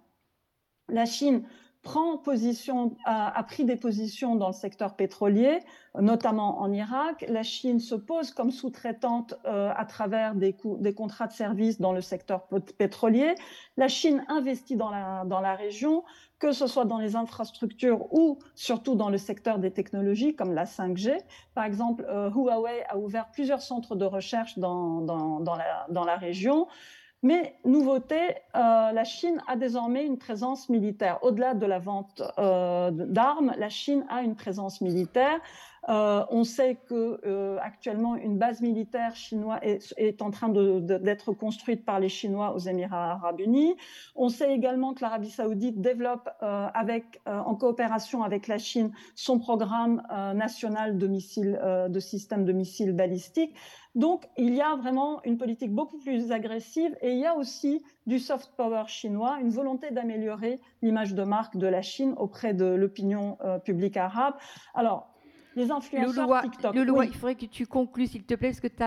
La Chine prend position, a, a pris des positions dans le secteur pétrolier, notamment en Irak. La Chine se pose comme sous-traitante euh, à travers des, des contrats de services dans le secteur pétrolier. La Chine investit dans la, dans la région, que ce soit dans les infrastructures ou surtout dans le secteur des technologies comme la cinq G. Par exemple, euh, Huawei a ouvert plusieurs centres de recherche dans, dans, dans, la, dans la région. Mais nouveauté, euh, la Chine a désormais une présence militaire. Au-delà de la vente euh, d'armes, la Chine a une présence militaire. Euh, on sait que euh, actuellement une base militaire chinoise est, est en train de, de, d'être construite par les Chinois aux Émirats arabes unis. On sait également que l'Arabie saoudite développe euh, avec, euh, en coopération avec la Chine son programme euh, national de missiles, euh, de systèmes de missiles balistiques. Donc, il y a vraiment une politique beaucoup plus agressive et il y a aussi du soft power chinois, une volonté d'améliorer l'image de marque de la Chine auprès de l'opinion euh, publique arabe. Alors, les influenceurs
Louloua,
TikTok...
Louloua,
oui.
Il faudrait que tu conclues, s'il te plaît, parce que ta,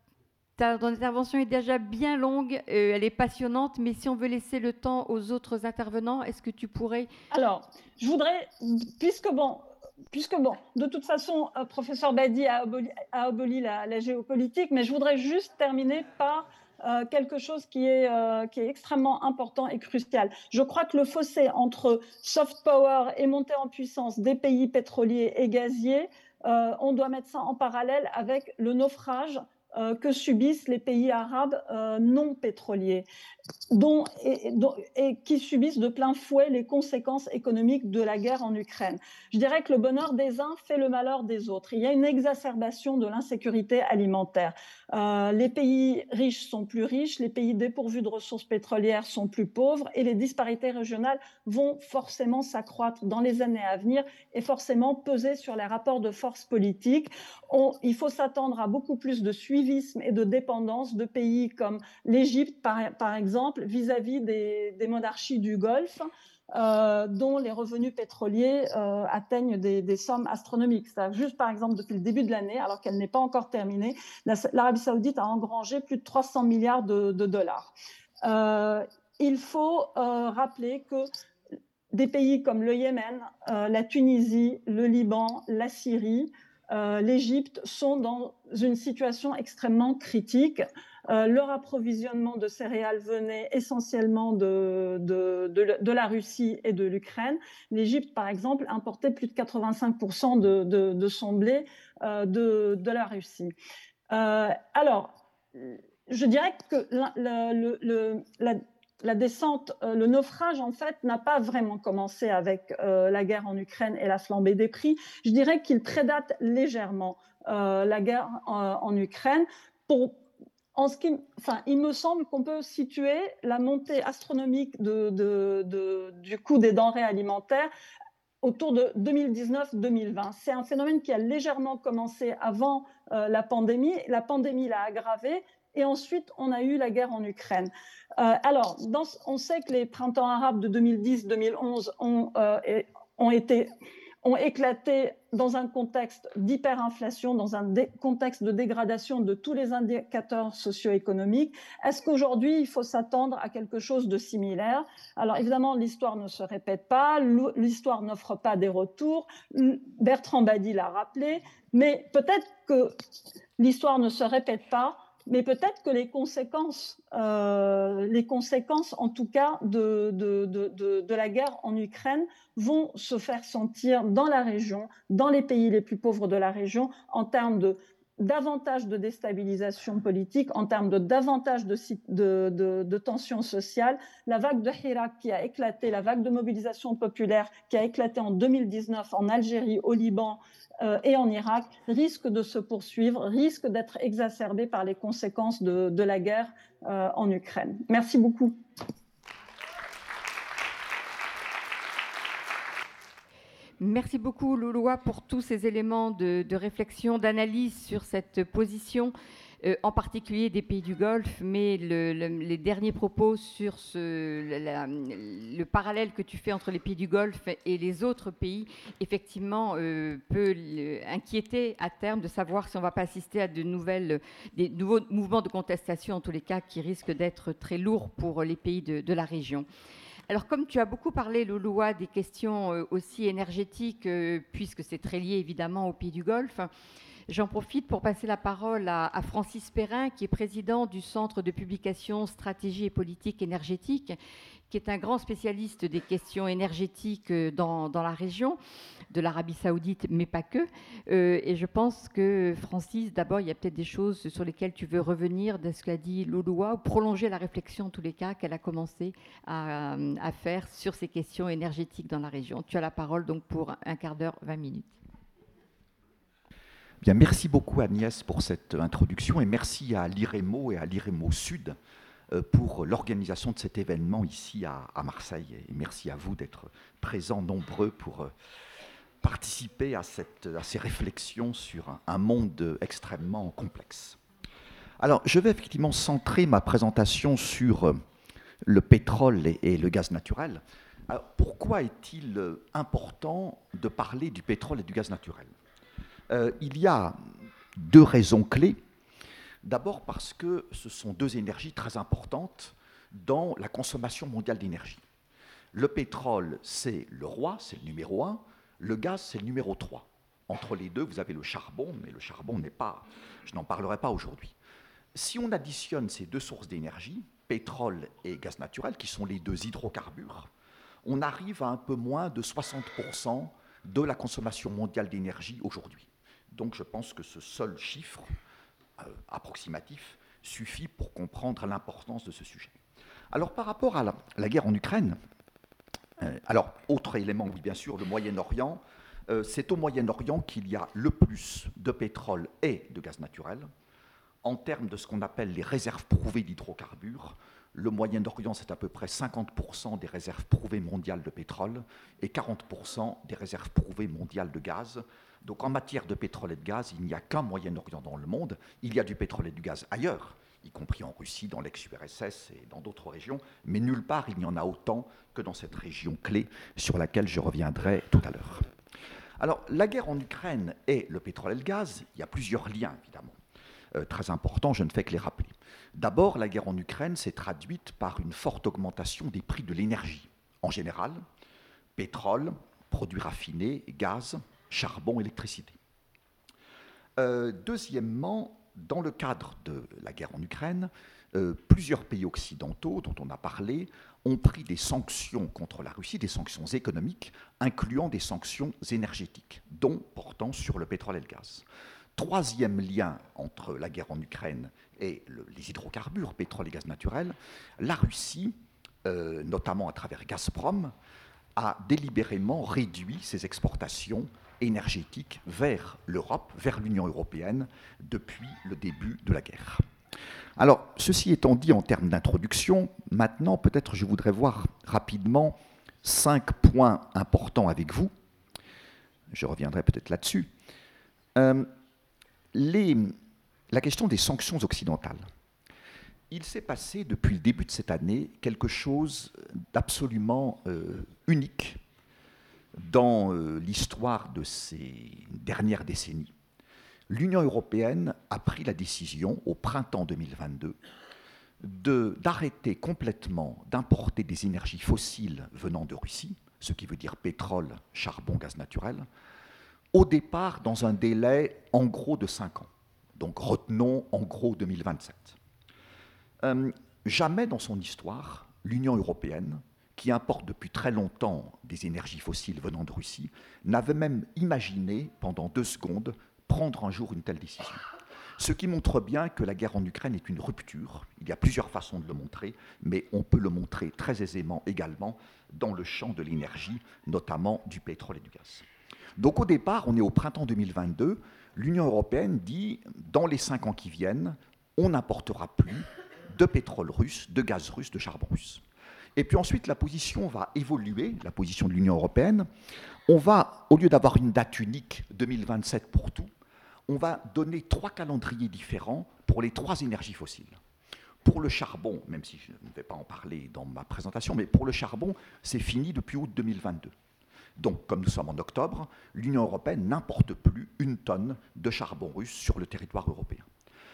ta, ton intervention est déjà bien longue, euh, elle est passionnante, mais si on veut laisser le temps aux autres intervenants, est-ce que tu pourrais...
Alors, je voudrais, puisque bon... Puisque, bon, de toute façon, euh, professeur Badi a aboli, a aboli la, la géopolitique, mais je voudrais juste terminer par euh, quelque chose qui est, euh, qui est extrêmement important et crucial. Je crois que le fossé entre soft power et montée en puissance des pays pétroliers et gaziers, euh, on doit mettre ça en parallèle avec le naufrage euh, que subissent les pays arabes euh, non pétroliers. Dont, et, dont, et qui subissent de plein fouet les conséquences économiques de la guerre en Ukraine. Je dirais que le bonheur des uns fait le malheur des autres. Il y a une exacerbation de l'insécurité alimentaire. Euh, les pays riches sont plus riches, les pays dépourvus de ressources pétrolières sont plus pauvres et les disparités régionales vont forcément s'accroître dans les années à venir et forcément peser sur les rapports de force politiques. On, il faut s'attendre à beaucoup plus de suivisme et de dépendance de pays comme l'Égypte, par, par exemple, exemple, vis-à-vis des, des monarchies du Golfe, euh, dont les revenus pétroliers euh, atteignent des, des sommes astronomiques. Ça, juste par exemple, depuis le début de l'année, alors qu'elle n'est pas encore terminée, l'Arabie saoudite a engrangé plus de trois cents milliards de, de dollars. Euh, il faut euh, rappeler que des pays comme le Yémen, euh, la Tunisie, le Liban, la Syrie, euh, l'Égypte sont dans une situation extrêmement critique. Euh, leur approvisionnement de céréales venait essentiellement de, de, de, de la Russie et de l'Ukraine. L'Égypte, par exemple, importait plus de quatre-vingt-cinq pour cent de, de, de son blé euh, de, de la Russie. Euh, alors, je dirais que la, la, le, le, la, la descente, euh, le naufrage, en fait, n'a pas vraiment commencé avec euh, la guerre en Ukraine et la flambée des prix. Je dirais qu'il prédate légèrement euh, la guerre en, en Ukraine. Pour En ce qui, enfin, il me semble qu'on peut situer la montée astronomique de, de, de, du coût des denrées alimentaires autour de deux mille dix-neuf deux mille vingt. C'est un phénomène qui a légèrement commencé avant euh, la pandémie. La pandémie l'a aggravé et ensuite on a eu la guerre en Ukraine. Euh, alors, dans, on sait que les printemps arabes de deux mille dix deux mille onze ont, euh, ont été... ont éclaté dans un contexte d'hyperinflation, dans un contexte de dégradation de tous les indicateurs socio-économiques. Est-ce qu'aujourd'hui, il faut s'attendre à quelque chose de similaire? Alors évidemment, l'histoire ne se répète pas, l'histoire n'offre pas des retours, Bertrand Badi l'a rappelé, mais peut-être que l'histoire ne se répète pas, mais peut-être que les conséquences, euh, les conséquences en tout cas de, de, de, de, de la guerre en Ukraine vont se faire sentir dans la région, dans les pays les plus pauvres de la région, en termes de davantage de déstabilisation politique, en termes de davantage de, de, de, de tensions sociales. La vague de Hirak qui a éclaté, la vague de mobilisation populaire qui a éclaté en deux mille dix-neuf en Algérie, au Liban, Euh, et en Irak, risque de se poursuivre, risque d'être exacerbé par les conséquences de, de la guerre euh, en Ukraine. Merci beaucoup.
Merci beaucoup, Louloua, pour tous ces éléments de, de réflexion, d'analyse sur cette position, euh, en particulier des pays du Golfe, mais le, le, les derniers propos sur ce, la, le parallèle que tu fais entre les pays du Golfe et les autres pays, effectivement, euh, peut inquiéter à terme de savoir si on ne va pas assister à de nouvelles, des nouveaux mouvements de contestation, en tous les cas, qui risquent d'être très lourds pour les pays de, de la région. Alors, comme tu as beaucoup parlé, Louloua, des questions euh, aussi énergétiques, euh, puisque c'est très lié évidemment aux pays du Golfe, j'en profite pour passer la parole à, à Francis Perrin, qui est président du Centre de publication Stratégie et politique énergétique, qui est un grand spécialiste des questions énergétiques dans, dans la région, de l'Arabie Saoudite, mais pas que. Euh, et je pense que, Francis, d'abord, il y a peut-être des choses sur lesquelles tu veux revenir de ce qu'a dit Louloua, ou prolonger la réflexion, en tous les cas, qu'elle a commencé à, à faire sur ces questions énergétiques dans la région. Tu as la parole donc pour un quart d'heure, vingt minutes.
Bien, merci beaucoup Agnès pour cette introduction et merci à l'IREMO et à l'IREMO Sud pour l'organisation de cet événement ici à, à Marseille. Et merci à vous d'être présents nombreux pour participer à, cette, à ces réflexions sur un, un monde extrêmement complexe. Alors, je vais effectivement centrer ma présentation sur le pétrole et, et le gaz naturel. Alors, pourquoi est-il important de parler du pétrole et du gaz naturel ? Euh, il y a deux raisons clés. D'abord parce que ce sont deux énergies très importantes dans la consommation mondiale d'énergie. Le pétrole, c'est le roi, c'est le numéro un. Le gaz, c'est le numéro trois. Entre les deux, vous avez le charbon, mais le charbon n'est pas... Je n'en parlerai pas aujourd'hui. Si on additionne ces deux sources d'énergie, pétrole et gaz naturel, qui sont les deux hydrocarbures, on arrive à un peu moins de soixante pour cent de la consommation mondiale d'énergie aujourd'hui. Donc je pense que ce seul chiffre euh, approximatif suffit pour comprendre l'importance de ce sujet. Alors par rapport à la, la guerre en Ukraine, euh, alors autre élément, oui bien sûr, le Moyen-Orient, euh, c'est au Moyen-Orient qu'il y a le plus de pétrole et de gaz naturel. En termes de ce qu'on appelle les réserves prouvées d'hydrocarbures, le Moyen-Orient, c'est à peu près cinquante pour cent des réserves prouvées mondiales de pétrole et quarante pour cent des réserves prouvées mondiales de gaz. Donc en matière de pétrole et de gaz, il n'y a qu'un Moyen-Orient dans le monde. Il y a du pétrole et du gaz ailleurs, y compris en Russie, dans l'ex-U R S S et dans d'autres régions, mais nulle part il n'y en a autant que dans cette région clé sur laquelle je reviendrai tout à l'heure. Alors la guerre en Ukraine et le pétrole et le gaz, il y a plusieurs liens évidemment. Euh, très importants, je ne fais que les rappeler. D'abord, la guerre en Ukraine s'est traduite par une forte augmentation des prix de l'énergie. En général, pétrole, produits raffinés, gaz, charbon, électricité. Euh, deuxièmement, dans le cadre de la guerre en Ukraine, euh, plusieurs pays occidentaux, dont on a parlé, ont pris des sanctions contre la Russie, des sanctions économiques, incluant des sanctions énergétiques, dont portant sur le pétrole et le gaz. Troisième lien entre la guerre en Ukraine et le, les hydrocarbures, pétrole et gaz naturel, la Russie, euh, notamment à travers Gazprom, a délibérément réduit ses exportations énergétiques vers l'Europe, vers l'Union européenne, depuis le début de la guerre. Alors, ceci étant dit en termes d'introduction, maintenant peut-être je voudrais voir rapidement cinq points importants avec vous. Je reviendrai peut-être là-dessus. Euh, Les, la question des sanctions occidentales. il s'est passé depuis le début de cette année quelque chose d'absolument euh, unique dans euh, l'histoire de ces dernières décennies. L'Union européenne a pris la décision au printemps deux mille vingt-deux de, d'arrêter complètement d'importer des énergies fossiles venant de Russie, ce qui veut dire pétrole, charbon, gaz naturel, au départ dans un délai en gros de cinq ans. Donc retenons en gros deux mille vingt-sept. Euh, jamais dans son histoire, l'Union européenne, qui importe depuis très longtemps des énergies fossiles venant de Russie, n'avait même imaginé pendant deux secondes prendre un jour une telle décision. Ce qui montre bien que la guerre en Ukraine est une rupture. Il y a plusieurs façons de le montrer, mais on peut le montrer très aisément également dans le champ de l'énergie, notamment du pétrole et du gaz. Donc au départ, on est au printemps deux mille vingt-deux, l'Union européenne dit, dans les cinq ans qui viennent, on n'importera plus de pétrole russe, de gaz russe, de charbon russe. Et puis ensuite, la position va évoluer, la position de l'Union européenne. On va, au lieu d'avoir une date unique, deux mille vingt-sept pour tout, on va donner trois calendriers différents pour les trois énergies fossiles. Pour le charbon, même si je ne vais pas en parler dans ma présentation, mais pour le charbon, c'est fini depuis août deux mille vingt-deux. Donc, comme nous sommes en octobre, l'Union européenne n'importe plus une tonne de charbon russe sur le territoire européen.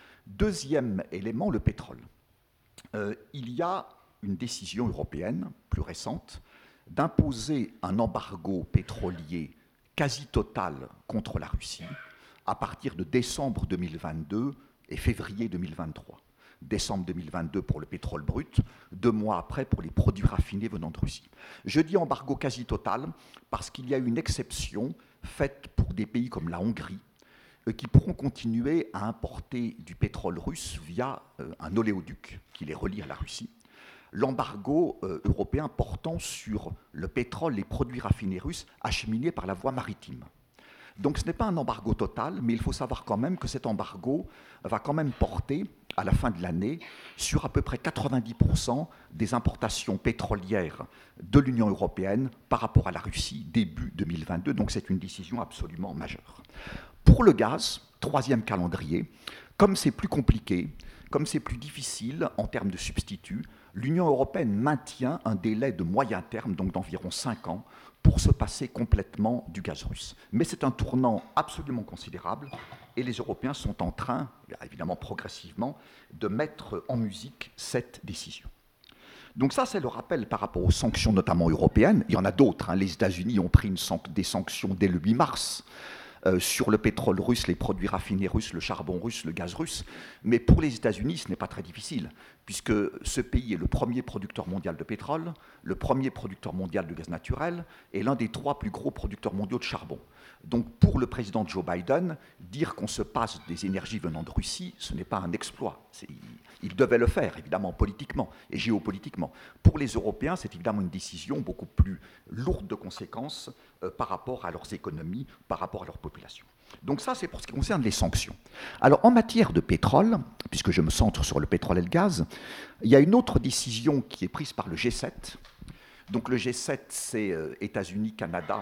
Deuxième élément, le pétrole. Euh, il y a une décision européenne, plus récente, d'imposer un embargo pétrolier quasi total contre la Russie à partir de décembre deux mille vingt-deux et février deux mille vingt-trois. Décembre deux mille vingt-deux pour le pétrole brut, deux mois après pour les produits raffinés venant de Russie. Je dis embargo quasi total parce qu'il y a une exception faite pour des pays comme la Hongrie euh, qui pourront continuer à importer du pétrole russe via euh, un oléoduc qui les relie à la Russie. L'embargo euh, européen portant sur le pétrole, les produits raffinés russes acheminés par la voie maritime. Donc ce n'est pas un embargo total, mais il faut savoir quand même que cet embargo va quand même porter, à la fin de l'année, sur à peu près quatre-vingt-dix pour cent des importations pétrolières de l'Union européenne par rapport à la Russie début deux mille vingt-deux. Donc c'est une décision absolument majeure. Pour le gaz, troisième calendrier, comme c'est plus compliqué, comme c'est plus difficile en termes de substituts, l'Union européenne maintient un délai de moyen terme, donc d'environ cinq ans, pour se passer complètement du gaz russe. Mais c'est un tournant absolument considérable et les Européens sont en train, évidemment progressivement, de mettre en musique cette décision. Donc ça, c'est le rappel par rapport aux sanctions, notamment européennes. Il y en a d'autres. Hein. Les États-Unis ont pris une san- des sanctions dès le huit mars. Euh, sur le pétrole russe, les produits raffinés russes, le charbon russe, le gaz russe. Mais pour les États-Unis, ce n'est pas très difficile, puisque ce pays est le premier producteur mondial de pétrole, le premier producteur mondial de gaz naturel et l'un des trois plus gros producteurs mondiaux de charbon. Donc pour le président Joe Biden, dire qu'on se passe des énergies venant de Russie, ce n'est pas un exploit. C'est, il devait le faire, évidemment, politiquement et géopolitiquement. Pour les Européens, c'est évidemment une décision beaucoup plus lourde de conséquences euh, par rapport à leurs économies, par rapport à leur population. Donc ça, c'est pour ce qui concerne les sanctions. Alors, en matière de pétrole, puisque je me centre sur le pétrole et le gaz, il y a une autre décision qui est prise par le G sept. Donc le G sept, c'est euh, États-Unis, Canada,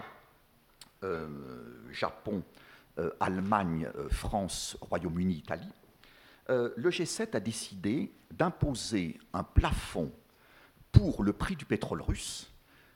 euh, Japon, euh, Allemagne, euh, France, Royaume-Uni, Italie. Euh, le G sept a décidé d'imposer un plafond pour le prix du pétrole russe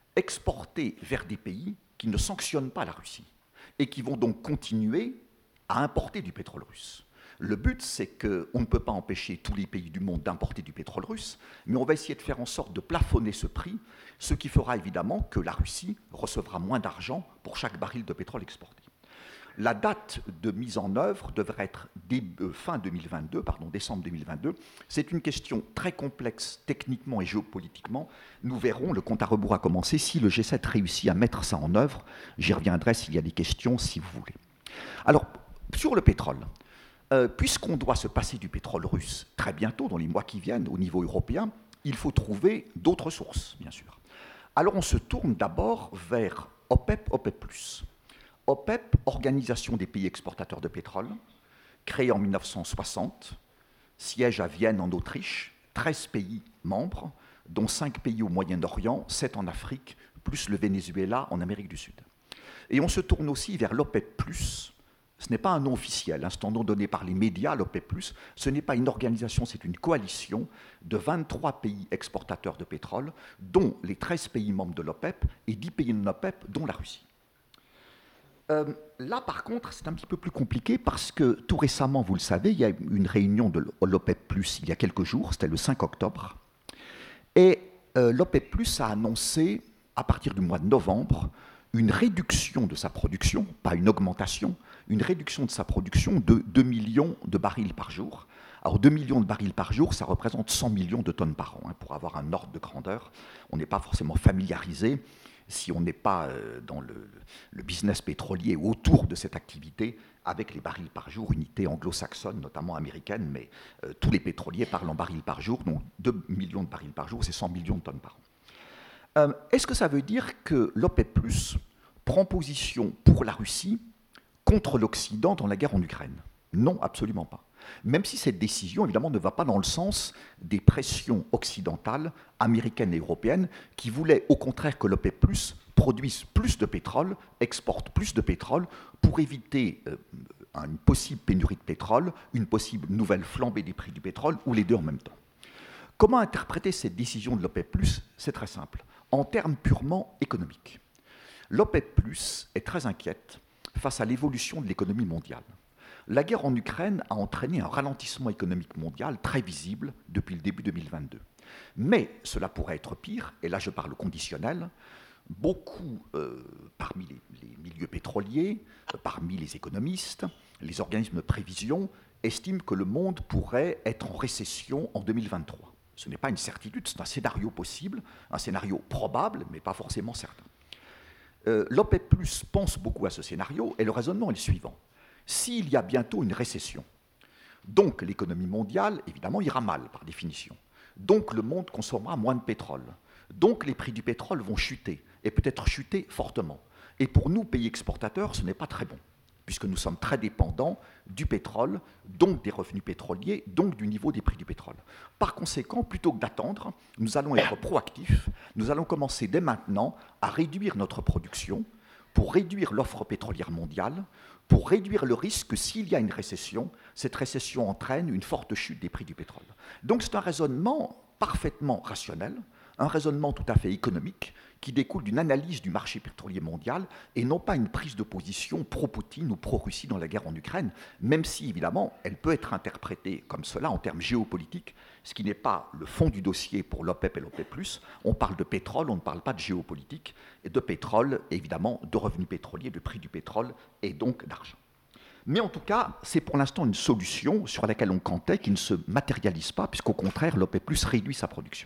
exporté vers des pays qui ne sanctionnent pas la Russie et qui vont donc continuer à importer du pétrole russe. Le but, c'est qu'on ne peut pas empêcher tous les pays du monde d'importer du pétrole russe, mais on va essayer de faire en sorte de plafonner ce prix, ce qui fera évidemment que la Russie recevra moins d'argent pour chaque baril de pétrole exporté. La date de mise en œuvre devrait être début, euh, fin deux mille vingt-deux, pardon, décembre deux mille vingt-deux. C'est une question très complexe techniquement et géopolitiquement. Nous verrons, le compte à rebours a commencé. Si le G sept réussit à mettre ça en œuvre, j'y reviendrai s'il y a des questions, si vous voulez. Alors, sur le pétrole, euh, puisqu'on doit se passer du pétrole russe très bientôt, dans les mois qui viennent, au niveau européen, il faut trouver d'autres sources, bien sûr. Alors, on se tourne d'abord vers OPEP, OPEP plus. OPEP, Organisation des pays exportateurs de pétrole, créée en mille neuf cent soixante, siège à Vienne en Autriche, treize pays membres, dont cinq pays au Moyen-Orient, sept en Afrique, plus le Venezuela en Amérique du Sud. Et on se tourne aussi vers l'OPEP plus, Ce n'est pas un nom officiel, hein, c'est un nom donné par les médias, l'OPEP plus. Ce n'est pas une organisation, c'est une coalition de vingt-trois pays exportateurs de pétrole, dont les treize pays membres de l'OPEP et dix pays non OPEP, dont la Russie. Euh, là, par contre, c'est un petit peu plus compliqué parce que tout récemment, vous le savez, il y a eu une réunion de l'OPEP plus il y a quelques jours, c'était le cinq octobre, et euh, l'OPEP plus a annoncé, à partir du mois de novembre, une réduction de sa production, pas une augmentation, une réduction de sa production de deux millions de barils par jour. Alors deux millions de barils par jour, ça représente cent millions de tonnes par an. Hein, pour avoir un ordre de grandeur, on n'est pas forcément familiarisé, si on n'est pas euh, dans le, le business pétrolier ou autour de cette activité, avec les barils par jour, unité anglo-saxonne, notamment américaine, mais euh, tous les pétroliers parlent en barils par jour, donc deux millions de barils par jour, c'est cent millions de tonnes par an. Euh, est-ce que ça veut dire que l'OPEP plus prend position pour la Russie contre l'Occident dans la guerre en Ukraine? Non, absolument pas. Même si cette décision, évidemment, ne va pas dans le sens des pressions occidentales, américaines et européennes, qui voulaient au contraire que l'OPEP plus produise plus de pétrole, exporte plus de pétrole, pour éviter euh, une possible pénurie de pétrole, une possible nouvelle flambée des prix du pétrole, ou les deux en même temps. Comment interpréter cette décision de l'OPEP plus? C'est très simple. En termes purement économiques, l'OPEP plus est très inquiète face à l'évolution de l'économie mondiale. La guerre en Ukraine a entraîné un ralentissement économique mondial très visible depuis le début deux mille vingt-deux. Mais cela pourrait être pire, et là je parle conditionnel. Beaucoup, euh, parmi les, les milieux pétroliers, euh, parmi les économistes, les organismes de prévision, estiment que le monde pourrait être en récession en deux mille vingt-trois. Ce n'est pas une certitude, c'est un scénario possible, un scénario probable, mais pas forcément certain. Euh, L'OPEP plus pense beaucoup à ce scénario, et le raisonnement est le suivant. S'il y a bientôt une récession, donc l'économie mondiale, évidemment, ira mal, par définition. Donc le monde consommera moins de pétrole. Donc les prix du pétrole vont chuter, et peut-être chuter fortement. Et pour nous, pays exportateurs, ce n'est pas très bon, puisque nous sommes très dépendants du pétrole, donc des revenus pétroliers, donc du niveau des prix du pétrole. Par conséquent, plutôt que d'attendre, nous allons être proactifs, nous allons commencer dès maintenant à réduire notre production pour réduire l'offre pétrolière mondiale, pour réduire le risque que s'il y a une récession, cette récession entraîne une forte chute des prix du pétrole. Donc c'est un raisonnement parfaitement rationnel, un raisonnement tout à fait économique qui découle d'une analyse du marché pétrolier mondial et non pas une prise de position pro-Poutine ou pro-Russie dans la guerre en Ukraine, même si, évidemment, elle peut être interprétée comme cela en termes géopolitiques, ce qui n'est pas le fond du dossier pour l'OPEP et l'OPEP plus. On parle de pétrole, on ne parle pas de géopolitique, et de pétrole, évidemment, de revenus pétroliers, de prix du pétrole et donc d'argent. Mais en tout cas, c'est pour l'instant une solution sur laquelle on comptait qui ne se matérialise pas, puisqu'au contraire, l'OPEP plus réduit sa production.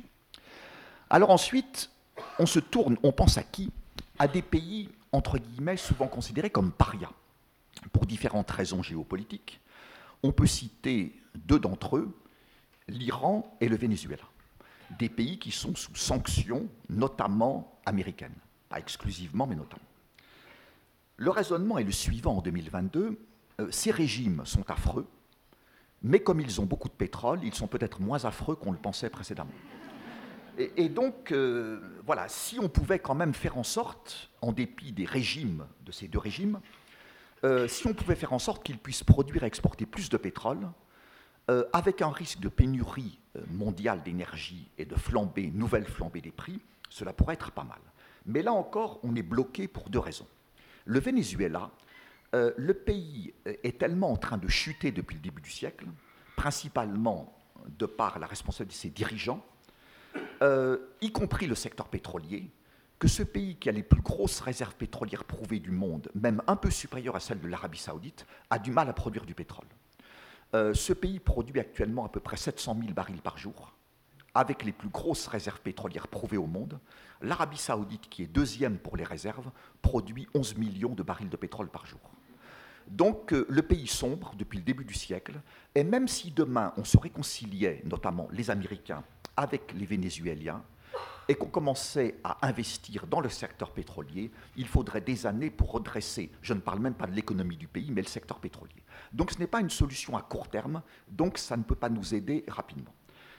Alors ensuite, on se tourne, on pense à qui? À des pays, entre guillemets, souvent considérés comme parias, pour différentes raisons géopolitiques. On peut citer deux d'entre eux, l'Iran et le Venezuela. Des pays qui sont sous sanctions, notamment américaines. Pas exclusivement, mais notamment. Le raisonnement est le suivant en deux mille vingt-deux. Euh, ces régimes sont affreux, mais comme ils ont beaucoup de pétrole, ils sont peut-être moins affreux qu'on le pensait précédemment. Et, et donc, euh, voilà, si on pouvait quand même faire en sorte, en dépit des régimes, de ces deux régimes, euh, si on pouvait faire en sorte qu'ils puissent produire et exporter plus de pétrole, euh, avec un risque de pénurie mondiale d'énergie et de flambée, nouvelle flambée des prix, cela pourrait être pas mal. Mais là encore, on est bloqué pour deux raisons. Le Venezuela, euh, le pays est tellement en train de chuter depuis le début du siècle, principalement de par la responsabilité de ses dirigeants, Euh, y compris le secteur pétrolier, que ce pays qui a les plus grosses réserves pétrolières prouvées du monde, même un peu supérieures à celles de l'Arabie saoudite, a du mal à produire du pétrole. Euh, ce pays produit actuellement à peu près sept cent mille barils par jour, avec les plus grosses réserves pétrolières prouvées au monde. L'Arabie saoudite, qui est deuxième pour les réserves, produit onze millions de barils de pétrole par jour. Donc euh, le pays sombre depuis le début du siècle, et même si demain on se réconciliait, notamment les Américains, avec les Vénézuéliens, et qu'on commençait à investir dans le secteur pétrolier, il faudrait des années pour redresser, je ne parle même pas de l'économie du pays, mais le secteur pétrolier. Donc ce n'est pas une solution à court terme, donc ça ne peut pas nous aider rapidement.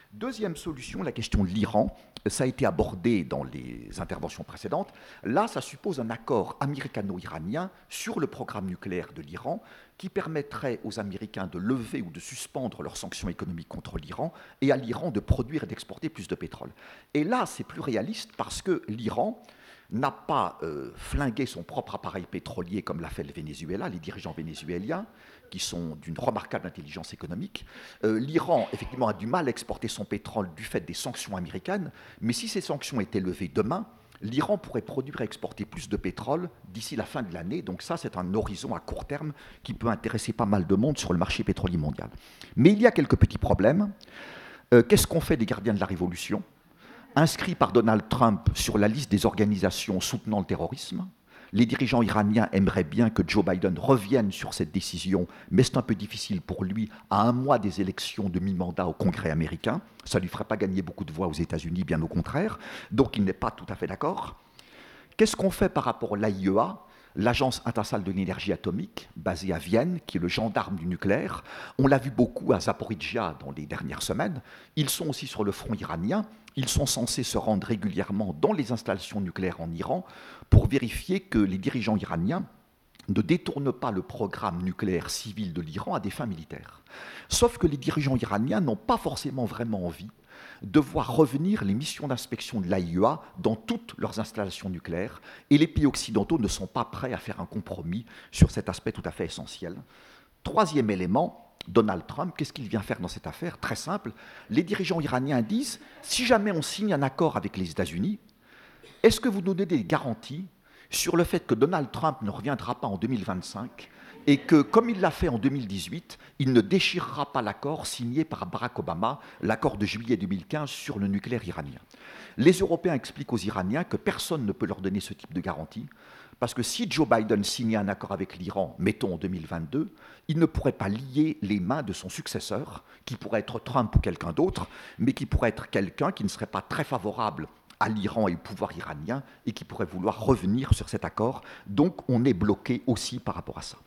Deuxième solution, la question de l'Iran. Ça a été abordé dans les interventions précédentes. Là, ça suppose un accord américano-iranien sur le programme nucléaire de l'Iran qui permettrait aux Américains de lever ou de suspendre leurs sanctions économiques contre l'Iran et à l'Iran de produire et d'exporter plus de pétrole. Et là, c'est plus réaliste parce que l'Iran n'a pas euh, flingué son propre appareil pétrolier comme l'a fait le Venezuela, les dirigeants vénézuéliens, qui sont d'une remarquable intelligence économique. Euh, L'Iran, effectivement, a du mal à exporter son pétrole du fait des sanctions américaines, mais si ces sanctions étaient levées demain, l'Iran pourrait produire et exporter plus de pétrole d'ici la fin de l'année. Donc ça, c'est un horizon à court terme qui peut intéresser pas mal de monde sur le marché pétrolier mondial. Mais il y a quelques petits problèmes. Euh, qu'est-ce qu'on fait des gardiens de la révolution, inscrits par Donald Trump sur la liste des organisations soutenant le terrorisme? Les dirigeants iraniens aimeraient bien que Joe Biden revienne sur cette décision, mais c'est un peu difficile pour lui à un mois des élections de mi-mandat au Congrès américain. Ça ne lui ferait pas gagner beaucoup de voix aux États-Unis, bien au contraire. Donc il n'est pas tout à fait d'accord. Qu'est-ce qu'on fait par rapport à l'A I E A, l'Agence internationale de l'énergie atomique, basée à Vienne, qui est le gendarme du nucléaire? On l'a vu beaucoup à Zaporizhzhia dans les dernières semaines. Ils sont aussi sur le front iranien. Ils sont censés se rendre régulièrement dans les installations nucléaires en Iran pour vérifier que les dirigeants iraniens ne détournent pas le programme nucléaire civil de l'Iran à des fins militaires. Sauf que les dirigeants iraniens n'ont pas forcément vraiment envie de voir revenir les missions d'inspection de l'A I E A dans toutes leurs installations nucléaires, et les pays occidentaux ne sont pas prêts à faire un compromis sur cet aspect tout à fait essentiel. Troisième élément, Donald Trump, qu'est-ce qu'il vient faire dans cette affaire? Très simple, les dirigeants iraniens disent, si jamais on signe un accord avec les États-Unis, est-ce que vous nous donnez des garanties sur le fait que Donald Trump ne reviendra pas en deux mille vingt-cinq et que, comme il l'a fait en deux mille dix-huit, il ne déchirera pas l'accord signé par Barack Obama, l'accord de juillet deux mille quinze sur le nucléaire iranien? Les Européens expliquent aux Iraniens que personne ne peut leur donner ce type de garantie, parce que si Joe Biden signait un accord avec l'Iran, mettons en deux mille vingt-deux, il ne pourrait pas lier les mains de son successeur, qui pourrait être Trump ou quelqu'un d'autre, mais qui pourrait être quelqu'un qui ne serait pas très favorable à l'Iran et au pouvoir iranien, et qui pourrait vouloir revenir sur cet accord. Donc on est bloqué aussi par rapport à ça.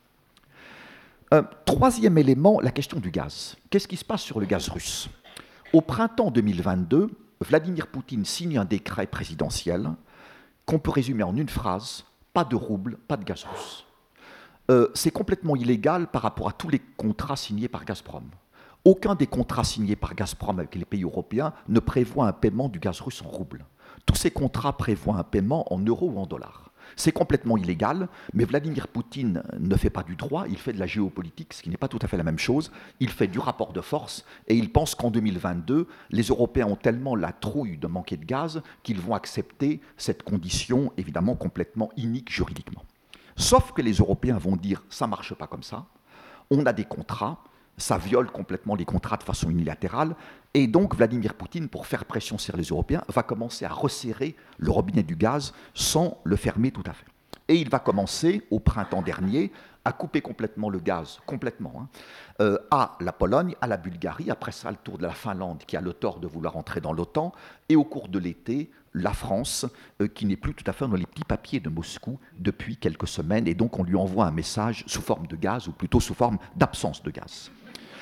Euh, troisième élément, la question du gaz. Qu'est-ce qui se passe sur le gaz russe? Au printemps deux mille vingt-deux, Vladimir Poutine signe un décret présidentiel qu'on peut résumer en une phrase: pas de rouble, pas de gaz russe. Euh, c'est complètement illégal par rapport à tous les contrats signés par Gazprom. Aucun des contrats signés par Gazprom avec les pays européens ne prévoit un paiement du gaz russe en rouble. Tous ces contrats prévoient un paiement en euros ou en dollars. C'est complètement illégal, mais Vladimir Poutine ne fait pas du droit, il fait de la géopolitique, ce qui n'est pas tout à fait la même chose. Il fait du rapport de force et il pense qu'en deux mille vingt-deux, les Européens ont tellement la trouille de manquer de gaz qu'ils vont accepter cette condition évidemment complètement inique juridiquement. Sauf que les Européens vont dire « ça ne marche pas comme ça, on a des contrats ». Ça viole complètement les contrats de façon unilatérale. Et donc, Vladimir Poutine, pour faire pression sur les Européens, va commencer à resserrer le robinet du gaz sans le fermer tout à fait. Et il va commencer, au printemps dernier, à couper complètement le gaz, complètement, hein, euh, à la Pologne, à la Bulgarie, après ça, le tour de la Finlande, qui a le tort de vouloir entrer dans l'OTAN, et au cours de l'été, la France, euh, qui n'est plus tout à fait dans les petits papiers de Moscou depuis quelques semaines, et donc on lui envoie un message sous forme de gaz, ou plutôt sous forme d'absence de gaz.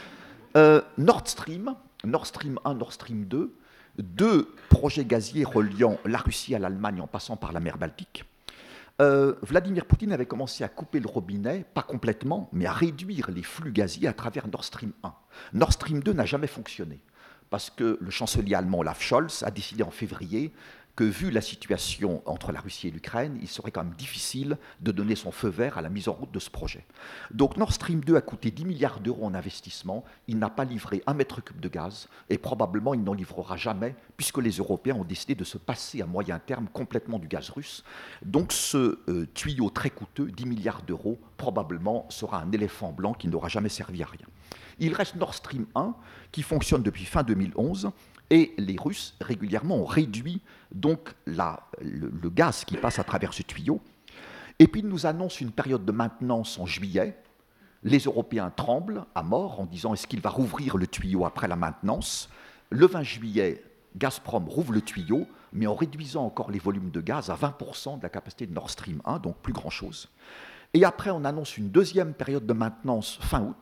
Euh, Nord Stream, Nord Stream un, Nord Stream deux, deux projets gaziers reliant la Russie à l'Allemagne en passant par la mer Baltique. Euh, Vladimir Poutine avait commencé à couper le robinet, pas complètement, mais à réduire les flux gaziers à travers Nord Stream un. Nord Stream deux n'a jamais fonctionné, parce que le chancelier allemand Olaf Scholz a décidé en février que, vu la situation entre la Russie et l'Ukraine, il serait quand même difficile de donner son feu vert à la mise en route de ce projet. Donc Nord Stream deux a coûté dix milliards d'euros en investissement, il n'a pas livré un mètre cube de gaz, et probablement il n'en livrera jamais, puisque les Européens ont décidé de se passer à moyen terme complètement du gaz russe. Donc ce euh, tuyau très coûteux, dix milliards d'euros, probablement sera un éléphant blanc qui n'aura jamais servi à rien. Il reste Nord Stream un, qui fonctionne depuis fin deux mille onze, et les Russes, régulièrement, ont réduit donc la, le, le gaz qui passe à travers ce tuyau. Et puis, ils nous annoncent une période de maintenance en juillet. Les Européens tremblent à mort en disant « est-ce qu'il va rouvrir le tuyau après la maintenance ?» Le vingt juillet, Gazprom rouvre le tuyau, mais en réduisant encore les volumes de gaz à vingt pour cent de la capacité de Nord Stream un, donc plus grand-chose. Et après, on annonce une deuxième période de maintenance fin août.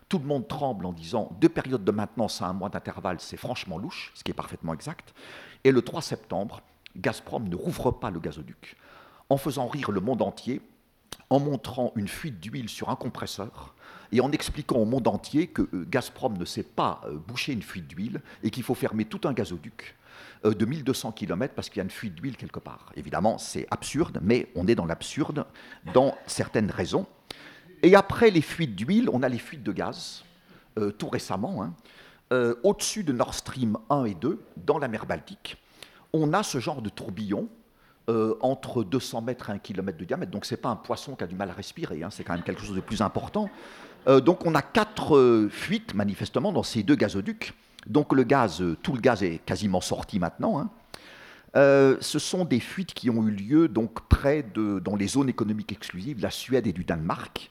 Tout le monde tremble en disant deux périodes de maintenance à un mois d'intervalle, c'est franchement louche, ce qui est parfaitement exact. Et le trois septembre, Gazprom ne rouvre pas le gazoduc, en faisant rire le monde entier, en montrant une fuite d'huile sur un compresseur et en expliquant au monde entier que euh, Gazprom ne sait pas euh, boucher une fuite d'huile et qu'il faut fermer tout un gazoduc euh, de mille deux cents kilomètres parce qu'il y a une fuite d'huile quelque part. Évidemment, c'est absurde, mais on est dans l'absurde dans certaines raisons. Et après les fuites d'huile, on a les fuites de gaz, euh, tout récemment, hein, euh, au-dessus de Nord Stream un et deux, dans la mer Baltique. On a ce genre de tourbillon Euh, entre deux cents mètres et un kilomètre de diamètre. Donc ce n'est pas un poisson qui a du mal à respirer, hein, c'est quand même quelque chose de plus important. Euh, donc on a quatre euh, fuites, manifestement, dans ces deux gazoducs. Donc le gaz, euh, tout le gaz est quasiment sorti maintenant. Hein. Euh, ce sont des fuites qui ont eu lieu donc, près de, dans les zones économiques exclusives, la Suède et du Danemark.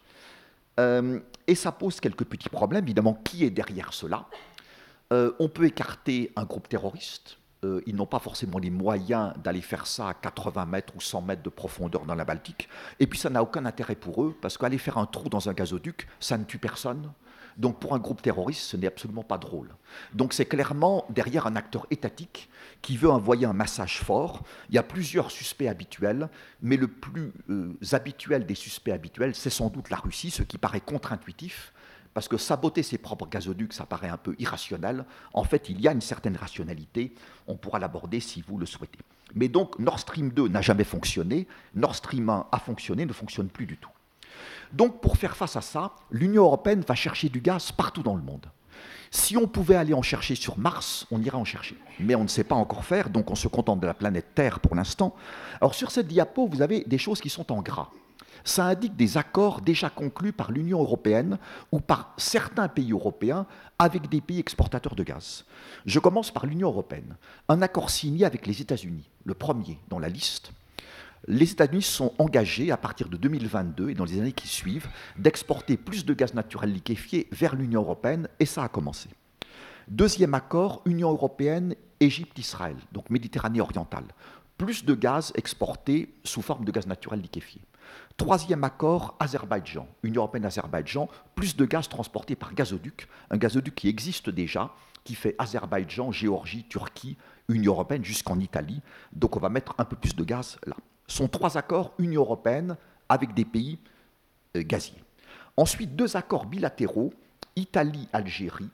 Euh, et ça pose quelques petits problèmes. Évidemment, qui est derrière cela ? euh, On peut écarter un groupe terroriste. Euh, ils n'ont pas forcément les moyens d'aller faire ça à quatre-vingts mètres ou cent mètres de profondeur dans la Baltique. Et puis ça n'a aucun intérêt pour eux, parce qu'aller faire un trou dans un gazoduc, ça ne tue personne. Donc pour un groupe terroriste, ce n'est absolument pas drôle. Donc c'est clairement derrière un acteur étatique qui veut envoyer un message fort. Il y a plusieurs suspects habituels, mais le plus euh, habituel des suspects habituels, c'est sans doute la Russie, ce qui paraît contre-intuitif. Parce que saboter ses propres gazoducs, ça paraît un peu irrationnel. En fait, il y a une certaine rationalité. On pourra l'aborder si vous le souhaitez. Mais donc, Nord Stream deux n'a jamais fonctionné. Nord Stream un a fonctionné, ne fonctionne plus du tout. Donc, pour faire face à ça, l'Union européenne va chercher du gaz partout dans le monde. Si on pouvait aller en chercher sur Mars, on irait en chercher. Mais on ne sait pas encore faire, donc on se contente de la planète Terre pour l'instant. Alors, sur cette diapo, vous avez des choses qui sont en gras. Ça indique des accords déjà conclus par l'Union européenne ou par certains pays européens avec des pays exportateurs de gaz. Je commence par l'Union européenne. Un accord signé avec les États-Unis, le premier dans la liste. Les États-Unis sont engagés à partir de deux mille vingt-deux et dans les années qui suivent d'exporter plus de gaz naturel liquéfié vers l'Union européenne et ça a commencé. Deuxième accord, Union européenne, Égypte, Israël, donc Méditerranée orientale. Plus de gaz exporté sous forme de gaz naturel liquéfié. Troisième accord, Azerbaïdjan, Union européenne-Azerbaïdjan, plus de gaz transporté par gazoduc, un gazoduc qui existe déjà, qui fait Azerbaïdjan, Géorgie, Turquie, Union européenne jusqu'en Italie. Donc on va mettre un peu plus de gaz là. Ce sont trois accords Union européenne avec des pays euh, gaziers. Ensuite, deux accords bilatéraux, Italie-Algérie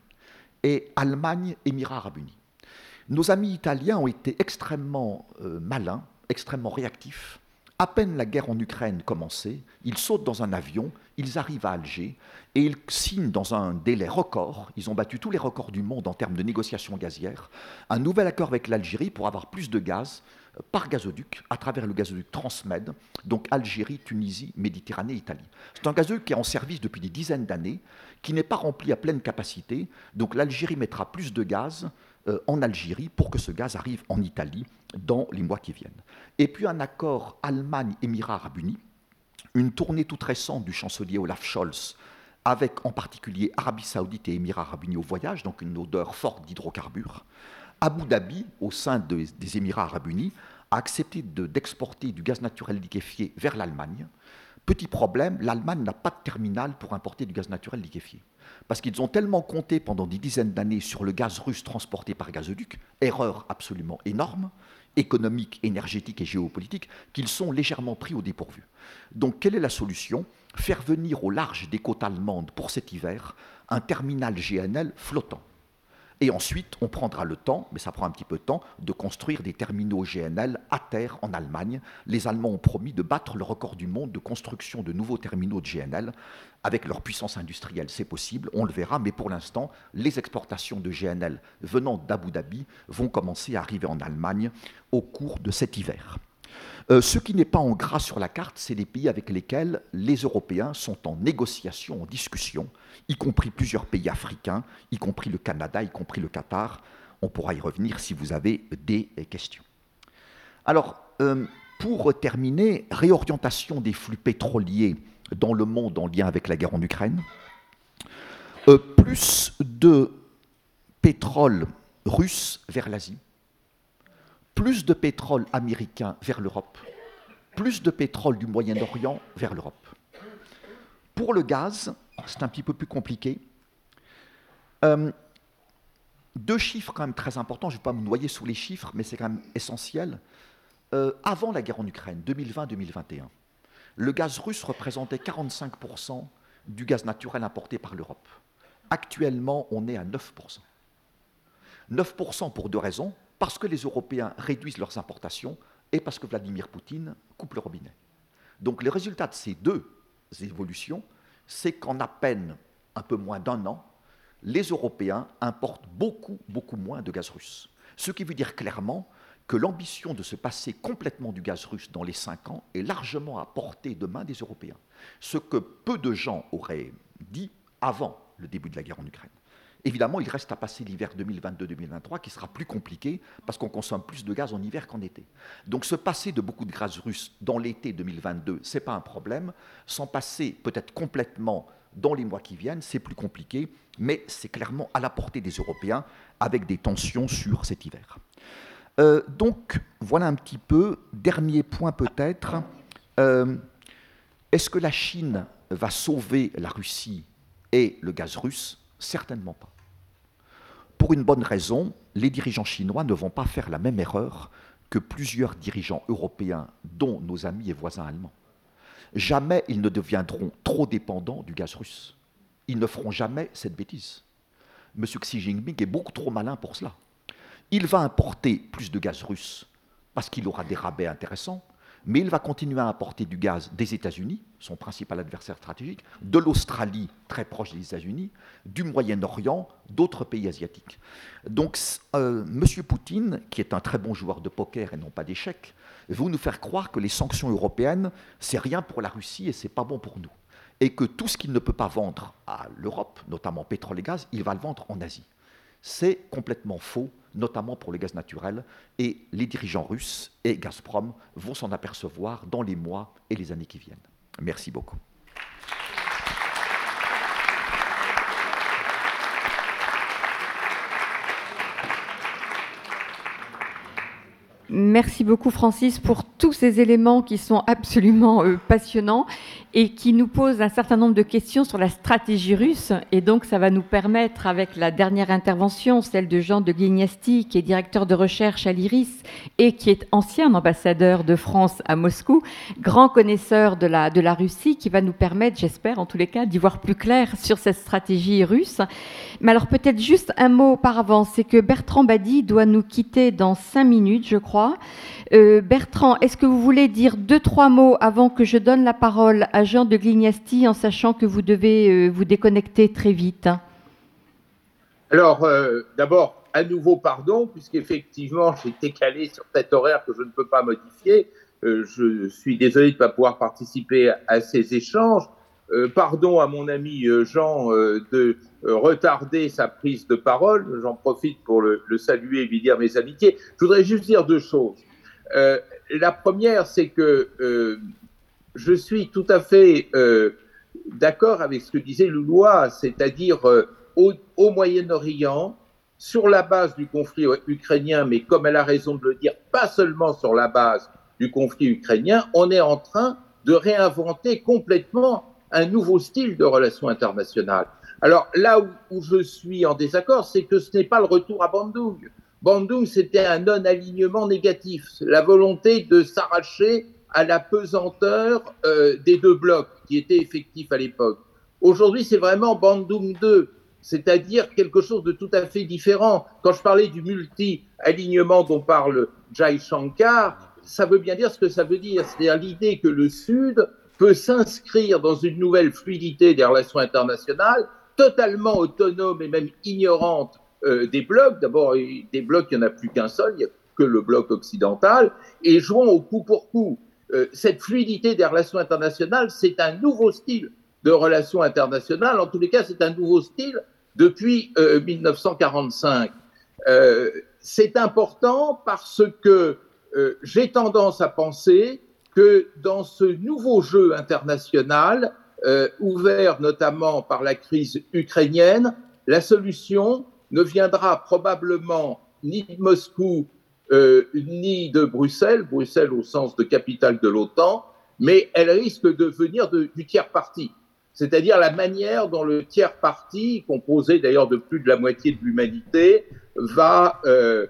et Allemagne-Émirats arabes unis. Nos amis italiens ont été extrêmement euh, malins, extrêmement réactifs. À peine la guerre en Ukraine commençait, ils sautent dans un avion, ils arrivent à Alger et ils signent dans un délai record, ils ont battu tous les records du monde en termes de négociations gazières, un nouvel accord avec l'Algérie pour avoir plus de gaz par gazoduc, à travers le gazoduc Transmed, donc Algérie, Tunisie, Méditerranée, Italie. C'est un gazoduc qui est en service depuis des dizaines d'années, qui n'est pas rempli à pleine capacité, donc l'Algérie mettra plus de gaz euh, en Algérie pour que ce gaz arrive en Italie dans les mois qui viennent. Et puis un accord Allemagne-Émirats arabes unis, une tournée toute récente du chancelier Olaf Scholz, avec en particulier Arabie saoudite et Émirats arabes unis au voyage, donc une odeur forte d'hydrocarbures. Abu Dhabi, au sein de, des Émirats arabes unis, a accepté de, d'exporter du gaz naturel liquéfié vers l'Allemagne. Petit problème, l'Allemagne n'a pas de terminal pour importer du gaz naturel liquéfié. Parce qu'ils ont tellement compté pendant des dizaines d'années sur le gaz russe transporté par gazoduc, erreur absolument énorme, économique, énergétique et géopolitique, qu'ils sont légèrement pris au dépourvu. Donc quelle est la solution ? Faire venir au large des côtes allemandes pour cet hiver un terminal G N L flottant. Et ensuite, on prendra le temps, mais ça prend un petit peu de temps, de construire des terminaux G N L à terre en Allemagne. Les Allemands ont promis de battre le record du monde de construction de nouveaux terminaux de G N L. Avec leur puissance industrielle, c'est possible, on le verra, mais pour l'instant, les exportations de G N L venant d'Abu Dhabi vont commencer à arriver en Allemagne au cours de cet hiver. Euh, ce qui n'est pas en gras sur la carte, c'est les pays avec lesquels les Européens sont en négociation, en discussion, y compris plusieurs pays africains, y compris le Canada, y compris le Qatar. On pourra y revenir si vous avez des questions. Alors, euh, pour terminer, réorientation des flux pétroliers dans le monde en lien avec la guerre en Ukraine. Euh, plus de pétrole russe vers l'Asie. Plus de pétrole américain vers l'Europe, plus de pétrole du Moyen-Orient vers l'Europe. Pour le gaz, c'est un petit peu plus compliqué. Euh, deux chiffres quand même très importants, je ne vais pas me noyer sous les chiffres, mais c'est quand même essentiel. Euh, avant la guerre en Ukraine, deux mille vingt deux mille vingt et un, le gaz russe représentait quarante-cinq pour cent du gaz naturel importé par l'Europe. Actuellement, on est à neuf pour cent. neuf pour cent pour deux raisons, parce que les Européens réduisent leurs importations et parce que Vladimir Poutine coupe le robinet. Donc les résultats de ces deux évolutions, c'est qu'en à peine un peu moins d'un an, les Européens importent beaucoup, beaucoup moins de gaz russe. Ce qui veut dire clairement que l'ambition de se passer complètement du gaz russe dans les cinq ans est largement à portée de main des Européens. Ce que peu de gens auraient dit avant le début de la guerre en Ukraine. Évidemment, il reste à passer l'hiver deux mille vingt-deux deux mille vingt-trois qui sera plus compliqué parce qu'on consomme plus de gaz en hiver qu'en été. Donc se passer de beaucoup de gaz russe dans l'été deux mille vingt-deux, ce n'est pas un problème. S'en passer peut-être complètement dans les mois qui viennent, c'est plus compliqué, mais c'est clairement à la portée des Européens avec des tensions sur cet hiver. Euh, donc voilà un petit peu, dernier point peut-être, euh, est-ce que la Chine va sauver la Russie et le gaz russe? Certainement pas. Pour une bonne raison, les dirigeants chinois ne vont pas faire la même erreur que plusieurs dirigeants européens, dont nos amis et voisins allemands. Jamais ils ne deviendront trop dépendants du gaz russe. Ils ne feront jamais cette bêtise. M. Xi Jinping est beaucoup trop malin pour cela. Il va importer plus de gaz russe parce qu'il aura des rabais intéressants, mais il va continuer à importer du gaz des États-Unis, son principal adversaire stratégique, de l'Australie, très proche des États-Unis, du Moyen-Orient, d'autres pays asiatiques. Donc, euh, M. Poutine, qui est un très bon joueur de poker et non pas d'échecs, veut nous faire croire que les sanctions européennes, c'est rien pour la Russie et c'est pas bon pour nous. Et que tout ce qu'il ne peut pas vendre à l'Europe, notamment pétrole et gaz, il va le vendre en Asie. C'est complètement faux, notamment pour le gaz naturel, et les dirigeants russes et Gazprom vont s'en apercevoir dans les mois et les années qui viennent. Merci beaucoup.
Merci beaucoup Francis pour tous ces éléments qui sont absolument euh, passionnants et qui nous posent un certain nombre de questions sur la stratégie russe. Et donc ça va nous permettre, avec la dernière intervention, celle de Jean de Guignasti, qui est directeur de recherche à l'I R I S et qui est ancien ambassadeur de France à Moscou, grand connaisseur de la, de la Russie, qui va nous permettre, j'espère en tous les cas, d'y voir plus clair sur cette stratégie russe. Mais alors peut-être juste un mot auparavant, c'est que Bertrand Badi doit nous quitter dans cinq minutes, je crois. Euh, Bertrand, est-ce que vous voulez dire deux, trois mots avant que je donne la parole à Jean de Guignasti, en sachant que vous devez euh, vous déconnecter très vite?
Alors, euh, d'abord, à nouveau, pardon, puisqu'effectivement, j'ai été calé sur cet horaire que je ne peux pas modifier. Euh, je suis désolé de ne pas pouvoir participer à ces échanges. Euh, pardon à mon ami Jean euh, de euh, retarder sa prise de parole. J'en profite pour le, le saluer et lui dire mes amitiés. Je voudrais juste dire deux choses. Euh, la première, c'est que euh, je suis tout à fait euh, d'accord avec ce que disait Loulois, c'est-à-dire euh, au, au Moyen-Orient, sur la base du conflit ukrainien, mais comme elle a raison de le dire, pas seulement sur la base du conflit ukrainien, on est en train de réinventer complètement un nouveau style de relations internationales. Alors là où, où je suis en désaccord, c'est que ce n'est pas le retour à Bandung. Bandung, c'était un non-alignement négatif, la volonté de s'arracher à la pesanteur euh, des deux blocs qui étaient effectifs à l'époque. Aujourd'hui, c'est vraiment Bandung deux, c'est-à-dire quelque chose de tout à fait différent. Quand je parlais du multi-alignement dont parle Jai Shankar, ça veut bien dire ce que ça veut dire, c'est-à-dire l'idée que le Sud peut s'inscrire dans une nouvelle fluidité des relations internationales, totalement autonome et même ignorante euh, des blocs. D'abord, des blocs, il n'y en a plus qu'un seul, il n'y a que le bloc occidental, et jouant au coup pour coup. Euh, cette fluidité des relations internationales, c'est un nouveau style de relations internationales. En tous les cas, c'est un nouveau style depuis euh, mille neuf cent quarante-cinq. Euh, c'est important parce que euh, j'ai tendance à penser que dans ce nouveau jeu international, euh, ouvert notamment par la crise ukrainienne, la solution ne viendra probablement ni de Moscou, euh, ni de Bruxelles, Bruxelles au sens de capitale de l'OTAN, mais elle risque de venir de, du tiers parti. c'est-à-dire la manière dont le tiers parti, composé d'ailleurs de plus de la moitié de l'humanité, va euh,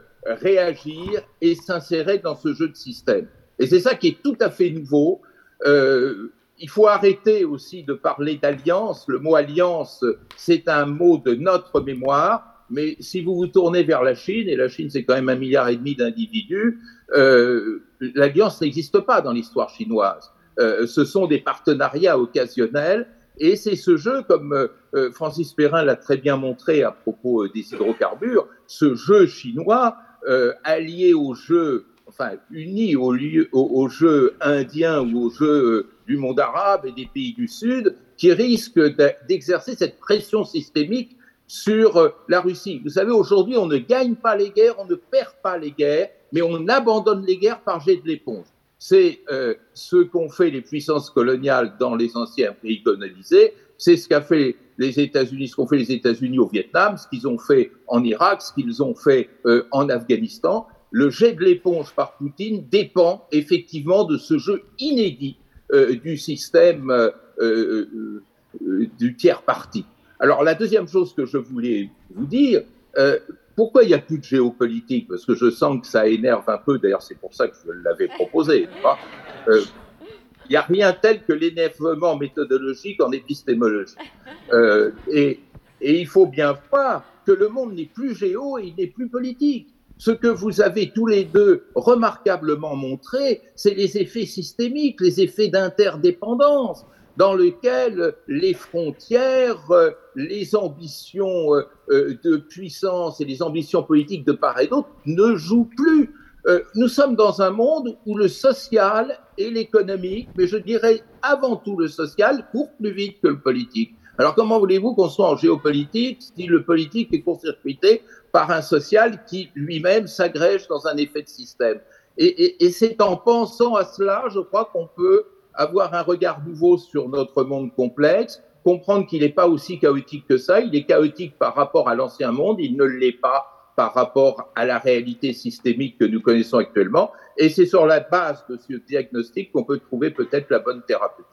réagir et s'insérer dans ce jeu de système. Et c'est ça qui est tout à fait nouveau. Euh, il faut arrêter aussi de parler d'alliance. Le mot alliance, c'est un mot de notre mémoire. Mais si vous vous tournez vers la Chine, et la Chine c'est quand même un milliard et demi d'individus, euh, l'alliance n'existe pas dans l'histoire chinoise. Euh, ce sont des partenariats occasionnels, et c'est ce jeu, comme euh, Francis Perrin l'a très bien montré à propos euh, des hydrocarbures, ce jeu chinois euh, allié au jeu, enfin uni au, lieu, au, au jeu indien ou au jeu euh, du monde arabe et des pays du Sud, qui risque d'exercer cette pression systémique sur la Russie. Vous savez, aujourd'hui, on ne gagne pas les guerres, on ne perd pas les guerres, mais on abandonne les guerres par jet de l'éponge. C'est euh, ce qu'ont fait les puissances coloniales dans les anciens pays colonisés, c'est ce qu'a fait les États-Unis, ce qu'ont fait les États-Unis au Vietnam, ce qu'ils ont fait en Irak, ce qu'ils ont fait euh, en Afghanistan. Le jet de l'éponge par Poutine dépend effectivement de ce jeu inédit euh, du système euh, euh, euh, du tiers parti. Alors, la deuxième chose que je voulais vous dire, euh, pourquoi il n'y a plus de géopolitique? Parce que je sens que ça énerve un peu, d'ailleurs c'est pour ça que je l'avais proposé. Euh, il n'y a rien tel que l'énervement méthodologique en épistémologie. Euh, et, et il faut bien voir que le monde n'est plus géo et il n'est plus politique. Ce que vous avez tous les deux remarquablement montré, c'est les effets systémiques, les effets d'interdépendance, dans lequel les frontières, euh, les ambitions euh, de puissance et les ambitions politiques de part et d'autre ne jouent plus. Euh, nous sommes dans un monde où le social et l'économique, mais je dirais avant tout le social, courent plus vite que le politique. Alors comment voulez-vous qu'on soit en géopolitique si le politique est court-circuité par un social qui lui-même s'agrège dans un effet de système? Et, et, et c'est en pensant à cela, je crois qu'on peut avoir un regard nouveau sur notre monde complexe, comprendre qu'il n'est pas aussi chaotique que ça, il est chaotique par rapport à l'ancien monde, il ne l'est pas par rapport à la réalité systémique que nous connaissons actuellement, et c'est sur la base de ce diagnostic qu'on peut trouver peut-être la bonne thérapeutique.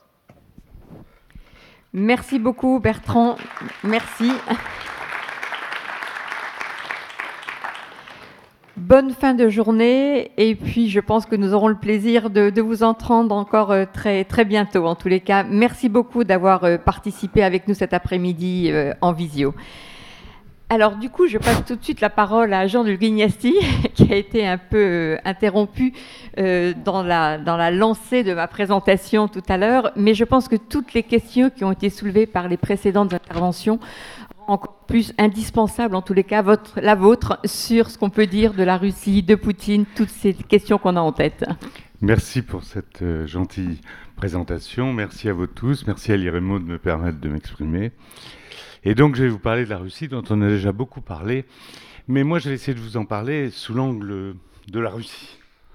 Merci beaucoup Bertrand, merci. Bonne fin de journée, et puis je pense que nous aurons le plaisir de, de vous entendre encore très, très bientôt. En tous les cas, merci beaucoup d'avoir participé avec nous cet après-midi euh, en visio. Alors du coup, je passe tout de suite la parole à Jean de Guignasti, qui a été un peu euh, interrompu euh, dans, la, dans la lancée de ma présentation tout à l'heure, mais je pense que toutes les questions qui ont été soulevées par les précédentes interventions encore plus indispensable, en tous les cas, votre, la vôtre, sur ce qu'on peut dire de la Russie, de Poutine, toutes ces questions qu'on a en tête.
Merci pour cette euh, gentille présentation. Merci à vous tous. Merci à l'IREMO de me permettre de m'exprimer. Et donc, je vais vous parler de la Russie, dont on a déjà beaucoup parlé. Mais moi, je vais essayer de vous en parler sous l'angle de la Russie.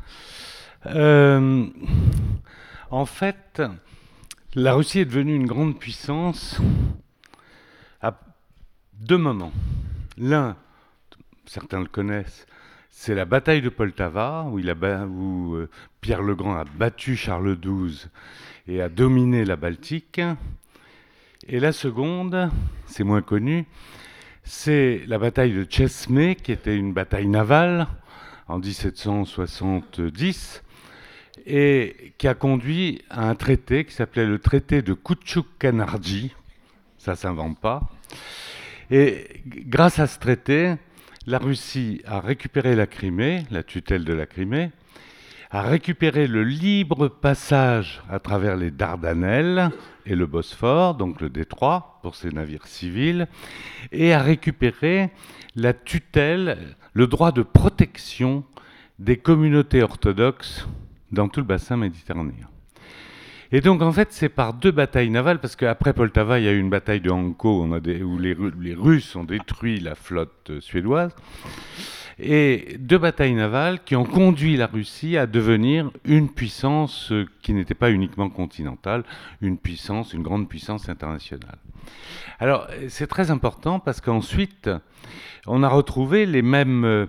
Euh, en fait, la Russie est devenue une grande puissance à deux moments. L'un, certains le connaissent, c'est la bataille de Poltava, où, il a, où euh, Pierre le Grand a battu Charles douze et a dominé la Baltique. Et la seconde, c'est moins connu, c'est la bataille de Tchesmé, qui était une bataille navale en dix-sept cent soixante-dix, et qui a conduit à un traité qui s'appelait le traité de Kutchuk-Kanarji. Ça ne s'invente pas. Et grâce à ce traité, la Russie a récupéré la Crimée, la tutelle de la Crimée, a récupéré le libre passage à travers les Dardanelles et le Bosphore, donc le détroit pour ses navires civils, et a récupéré la tutelle, le droit de protection des communautés orthodoxes dans tout le bassin méditerranéen. Et donc, en fait, c'est par deux batailles navales, parce qu'après Poltava, il y a eu une bataille de Hanko on a des, où les, les Russes ont détruit la flotte suédoise, et deux batailles navales qui ont conduit la Russie à devenir une puissance qui n'était pas uniquement continentale, une puissance, une grande puissance internationale. Alors, c'est très important parce qu'ensuite, on a retrouvé les mêmes,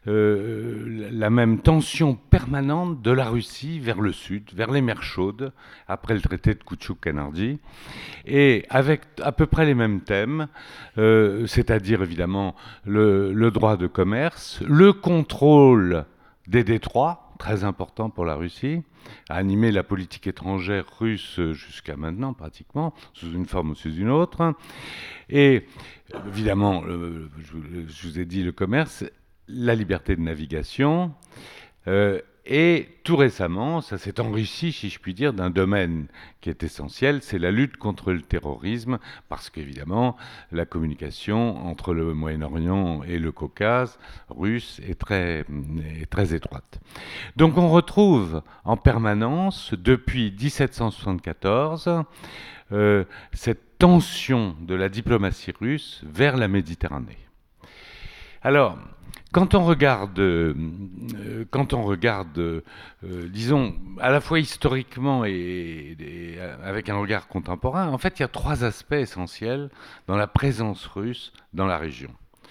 euh, la même tension permanente de la Russie vers le sud, vers les mers chaudes, après le traité de Koutchouk-Kanardi, et avec à peu près les mêmes thèmes, euh, c'est-à-dire évidemment le, le droit de commerce, le contrôle des détroits, très important pour la Russie, a animé la politique étrangère russe jusqu'à maintenant pratiquement, sous une forme ou sous une autre. Et évidemment, euh, je, je vous ai dit le commerce, la liberté de navigation, euh, et tout récemment, ça s'est enrichi, si je puis dire, d'un domaine qui est essentiel, c'est la lutte contre le terrorisme, parce qu'évidemment, la communication entre le Moyen-Orient et le Caucase russe est très, est très étroite. Donc on retrouve en permanence, depuis dix-sept cent soixante-quatorze, euh, cette tension de la diplomatie russe vers la Méditerranée. Alors, quand on regarde, euh, quand on regarde euh, disons, à la fois historiquement et, et avec un regard contemporain, en fait, il y a trois aspects essentiels dans la présence russe dans la région.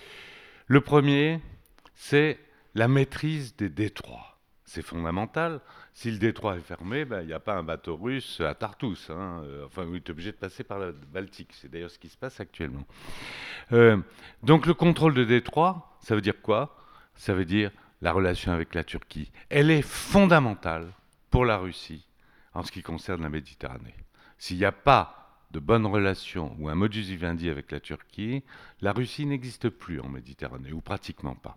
Le premier, c'est la maîtrise des détroits. C'est fondamental. Si le détroit est fermé, ben, il n'y a pas un bateau russe à Tartous. Hein. Enfin, vous êtes obligé de passer par la Baltique. C'est d'ailleurs ce qui se passe actuellement. Euh, donc le contrôle de détroit, ça veut dire quoi? Ça veut dire la relation avec la Turquie. Elle est fondamentale pour la Russie en ce qui concerne la Méditerranée. S'il n'y a pas de bonnes relations ou un modus vivendi avec la Turquie, la Russie n'existe plus en Méditerranée, ou pratiquement pas.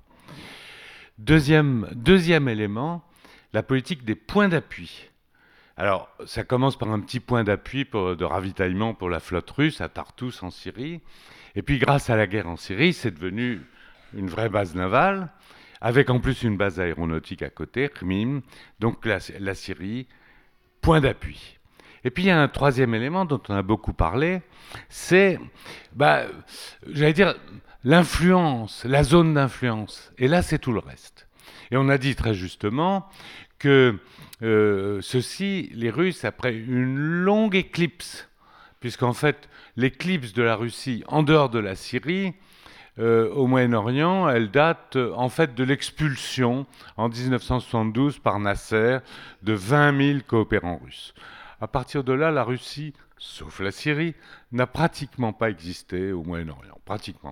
Deuxième, deuxième élément, la politique des points d'appui. Alors, ça commence par un petit point d'appui pour, de ravitaillement pour la flotte russe à Tartous en Syrie. Et puis, grâce à la guerre en Syrie, c'est devenu une vraie base navale, avec en plus une base aéronautique à côté, Khmim, donc la, la Syrie, point d'appui. Et puis, il y a un troisième élément dont on a beaucoup parlé, c'est, bah, j'allais dire, l'influence, la zone d'influence. Et là, c'est tout le reste. Et on a dit très justement que euh, ceci, les Russes, après une longue éclipse, puisqu'en fait, l'éclipse de la Russie en dehors de la Syrie, euh, au Moyen-Orient, elle date euh, en fait de l'expulsion en dix-neuf cent soixante-douze par Nasser de vingt mille coopérants russes. À partir de là, la Russie, sauf la Syrie, n'a pratiquement pas existé au Moyen-Orient, pratiquement.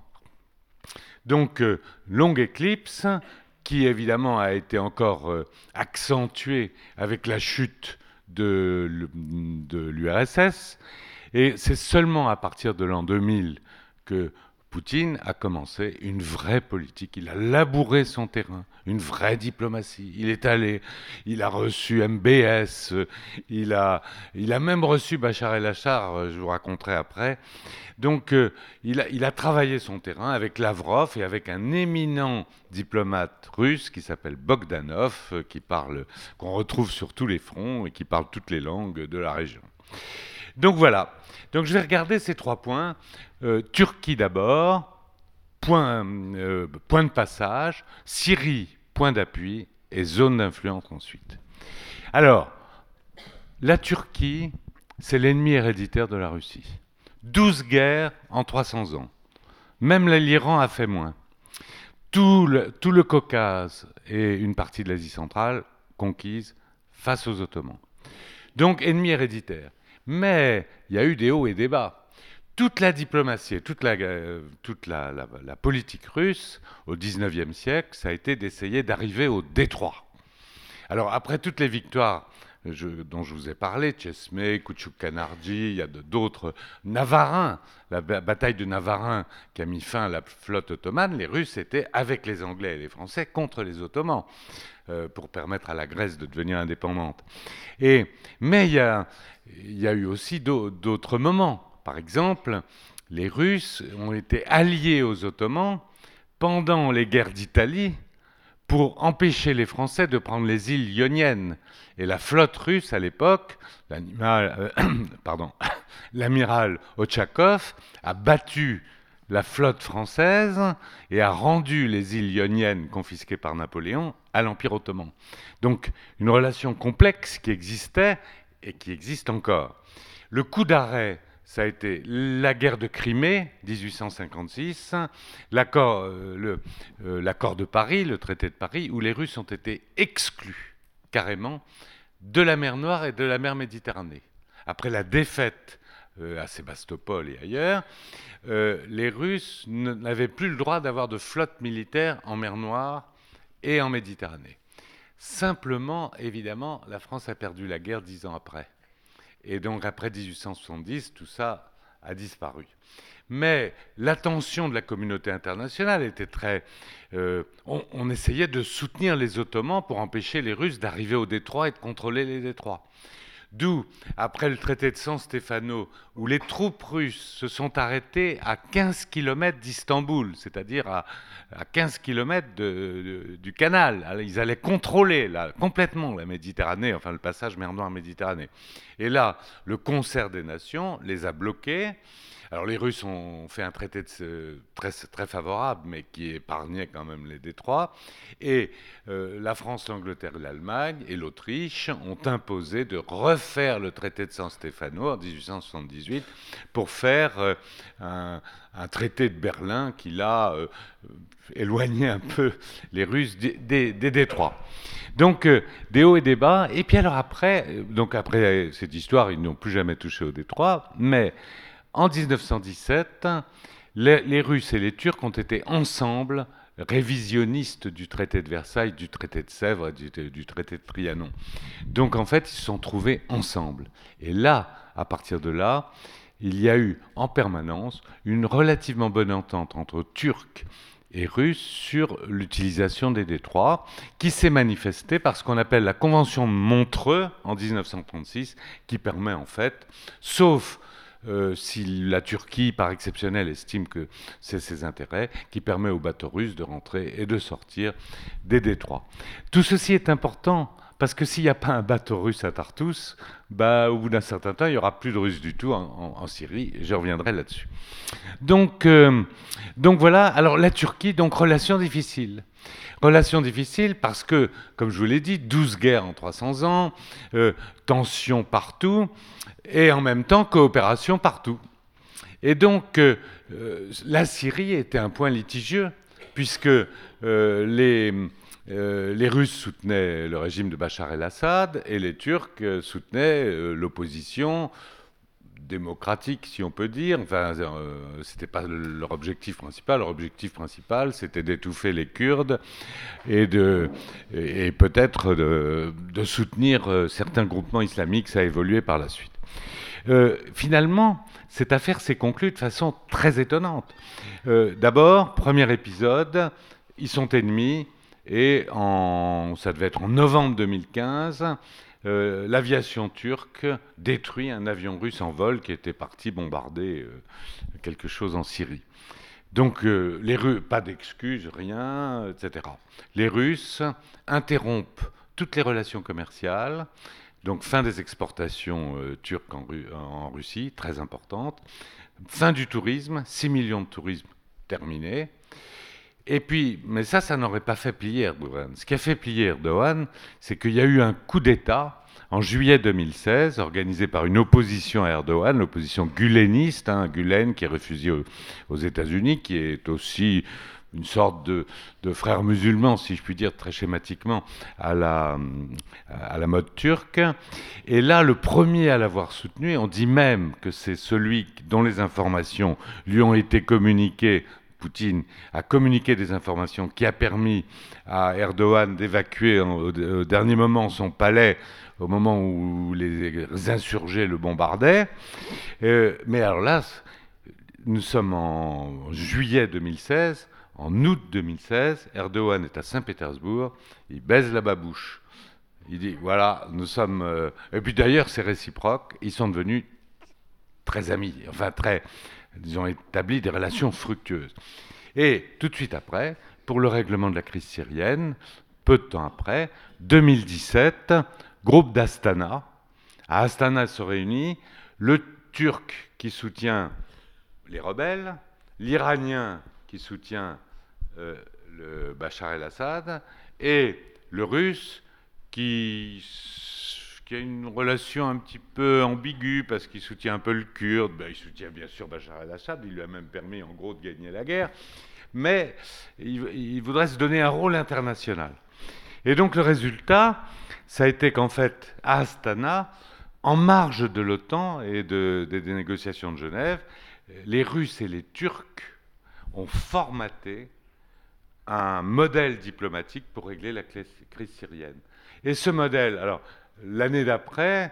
Donc, euh, longue éclipse qui évidemment a été encore euh, accentuée avec la chute de, de l'U R S S. Et c'est seulement à partir de l'an deux mille que Poutine a commencé une vraie politique. Il a labouré son terrain, une vraie diplomatie. Il est allé, il a reçu M B S, il a, il a même reçu Bachar el-Assad, je vous raconterai après. Donc, euh, il, a, il a travaillé son terrain avec Lavrov et avec un éminent diplomate russe qui s'appelle Bogdanov, euh, qui parle, qu'on retrouve sur tous les fronts et qui parle toutes les langues de la région. Donc voilà. Donc je vais regarder ces trois points. Euh, Turquie d'abord, point, euh, point de passage, Syrie, point d'appui, et zone d'influence ensuite. Alors, la Turquie, c'est l'ennemi héréditaire de la Russie. douze guerres en trois cents ans. Même l'Iran a fait moins. Tout le, tout le Caucase et une partie de l'Asie centrale conquise face aux Ottomans. Donc, ennemi héréditaire. Mais il y a eu des hauts et des bas. Toute la diplomatie, toute la, euh, toute la, la, la politique russe au dix-neuvième siècle, ça a été d'essayer d'arriver au détroit. Alors, après toutes les victoires je, dont je vous ai parlé, Chesme, Koutchouk-Kanardi, il y a d'autres, Navarin, la bataille de Navarin qui a mis fin à la flotte ottomane, les Russes étaient avec les Anglais et les Français contre les Ottomans euh, pour permettre à la Grèce de devenir indépendante. Et, mais il y a, il y a eu aussi d'autres moments. Par exemple, les Russes ont été alliés aux Ottomans pendant les guerres d'Italie pour empêcher les Français de prendre les îles ioniennes. Et la flotte russe, à l'époque, l'amiral euh, Ochakov, a battu la flotte française et a rendu les îles ioniennes confisquées par Napoléon à l'Empire ottoman. Donc, une relation complexe qui existait et qui existe encore. Le coup d'arrêt, ça a été la guerre de Crimée, dix-huit cent cinquante-six, l'accord, euh, le, euh, l'accord de Paris, le traité de Paris, où les Russes ont été exclus carrément de la mer Noire et de la mer Méditerranée. Après la défaite euh, à Sébastopol et ailleurs, euh, les Russes n'avaient plus le droit d'avoir de flotte militaire en mer Noire et en Méditerranée. Simplement, évidemment, la France a perdu la guerre dix ans après. Et donc, après dix-huit cent soixante-dix, tout ça a disparu. Mais l'attention de la communauté internationale était très... Euh, on, on essayait de soutenir les Ottomans pour empêcher les Russes d'arriver au détroit et de contrôler les détroits. D'où, après le traité de San Stefano, où les troupes russes se sont arrêtées à quinze kilomètres d'Istanbul, c'est-à-dire à, à quinze kilomètres de, de, du canal. Alors, ils allaient contrôler là, complètement la Méditerranée, enfin le passage mer Noire-Méditerranée. Et là, le concert des nations les a bloqués. Alors les Russes ont fait un traité de ce, très, très favorable, mais qui épargnait quand même les détroits. Et euh, la France, l'Angleterre, l'Allemagne et l'Autriche ont imposé de refaire le traité de San Stefano en dix-huit cent soixante-dix-huit pour faire euh, un, un traité de Berlin qui l'a euh, éloigné un peu les Russes des, des, des détroits. Donc euh, des hauts et des bas. Et puis alors après, donc après cette histoire, ils n'ont plus jamais touché au détroit, mais en dix-neuf cent dix-sept, les, les Russes et les Turcs ont été ensemble révisionnistes du traité de Versailles, du traité de Sèvres, du, du traité de Trianon. Donc en fait, ils se sont trouvés ensemble. Et là, à partir de là, il y a eu en permanence une relativement bonne entente entre Turcs et Russes sur l'utilisation des détroits, qui s'est manifestée par ce qu'on appelle la Convention de Montreux en dix-neuf cent trente-six, qui permet en fait, sauf Euh, si la Turquie, par exceptionnel, estime que c'est ses intérêts, qui permet aux bateaux russes de rentrer et de sortir des détroits. Tout ceci est important, parce que s'il n'y a pas un bateau russe à Tartous, bah, au bout d'un certain temps, il n'y aura plus de Russes du tout en, en, en Syrie, et je reviendrai là-dessus. Donc, euh, donc voilà, alors la Turquie, donc relation difficile. Relation difficile parce que, comme je vous l'ai dit, douze guerres en trois cents ans, euh, tensions partout, et en même temps coopération partout. Et donc, euh, la Syrie était un point litigieux, puisque euh, les, euh, les Russes soutenaient le régime de Bachar el-Assad, et les Turcs euh, soutenaient euh, l'opposition démocratique, si on peut dire. Enfin, euh, c'était pas leur objectif principal. Leur objectif principal, c'était d'étouffer les Kurdes et, de, et, et peut-être de, de soutenir euh, certains groupements islamiques. Ça a évolué par la suite. Euh, finalement, cette affaire s'est conclue de façon très étonnante. Euh, d'abord, premier épisode, ils sont ennemis, et en, ça devait être en novembre deux mille quinze, Euh, l'aviation turque détruit un avion russe en vol qui était parti bombarder euh, quelque chose en Syrie. Donc, euh, les Russes, pas d'excuses, rien, et cetera. Les Russes interrompent toutes les relations commerciales, donc fin des exportations euh, turques en, Ru- en Russie, très importante, fin du tourisme, six millions de tourisme terminés. Et puis, mais ça, ça n'aurait pas fait plier Erdogan. Ce qui a fait plier Erdogan, c'est qu'il y a eu un coup d'État en juillet deux mille seize, organisé par une opposition à Erdogan, l'opposition guleniste, hein, Gülen, qui est réfugié aux, aux États-Unis, qui est aussi une sorte de, de frère musulman, si je puis dire très schématiquement, à la, à la mode turque. Et là, le premier à l'avoir soutenu, on dit même que c'est celui dont les informations lui ont été communiquées. Poutine a communiqué des informations qui a permis à Erdogan d'évacuer au, au dernier moment son palais au moment où les insurgés le bombardaient. Euh, mais alors là, nous sommes en juillet deux mille seize, en août deux mille seize, Erdogan est à Saint-Pétersbourg, il baise la babouche. Il dit, voilà, nous sommes... Euh... Et puis d'ailleurs, c'est réciproque, ils sont devenus très amis, enfin très... Ils ont établi des relations fructueuses. Et tout de suite après, pour le règlement de la crise syrienne, peu de temps après, deux mille dix-sept, groupe d'Astana. À Astana se réunit le Turc qui soutient les rebelles, l'Iranien qui soutient euh, le Bachar el-Assad, et le Russe qui, qui a une relation un petit peu ambiguë, parce qu'il soutient un peu le Kurde, ben, il soutient bien sûr Bachar el-Assad, il lui a même permis en gros de gagner la guerre, mais il, il voudrait se donner un rôle international. Et donc le résultat, ça a été qu'en fait, à Astana, en marge de l'OTAN et de, de, des négociations de Genève, les Russes et les Turcs ont formaté un modèle diplomatique pour régler la crise syrienne. Et ce modèle, alors l'année d'après,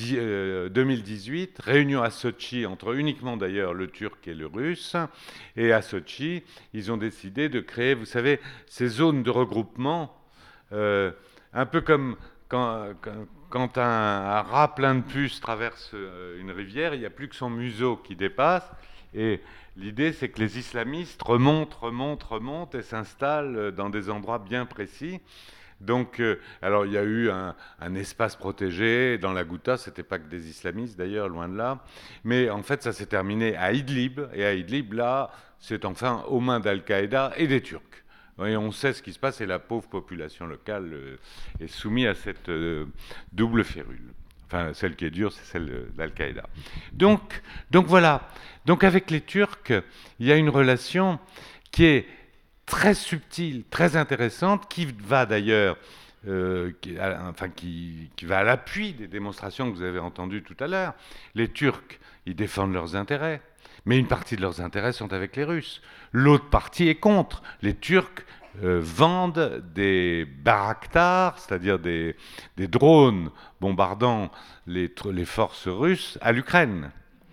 deux mille dix-huit, réunion à Sotchi entre uniquement d'ailleurs le Turc et le Russe, et à Sotchi, ils ont décidé de créer, vous savez, ces zones de regroupement, euh, un peu comme quand, quand, quand un, un rat plein de puces traverse une rivière, il n'y a plus que son museau qui dépasse, et l'idée, c'est que les islamistes remontent, remontent, remontent et s'installent dans des endroits bien précis. Donc, euh, alors il y a eu un, un espace protégé dans la Ghouta, c'était pas que des islamistes d'ailleurs, loin de là. Mais en fait, ça s'est terminé à Idlib. Et à Idlib, là, c'est enfin aux mains d'Al-Qaïda et des Turcs. Et on sait ce qui se passe et la pauvre population locale euh, est soumise à cette euh, double férule. Enfin, celle qui est dure, c'est celle d'Al-Qaïda. Donc, donc voilà. Donc avec les Turcs, il y a une relation qui est très subtile, très intéressante, qui va d'ailleurs, euh, qui, enfin, qui, qui va à l'appui des démonstrations que vous avez entendues tout à l'heure. Les Turcs, ils défendent leurs intérêts, mais une partie de leurs intérêts sont avec les Russes. L'autre partie est contre. Les Turcs euh, vendent des Bayraktar, c'est-à-dire des, des drones bombardant les, les forces russes à l'Ukraine.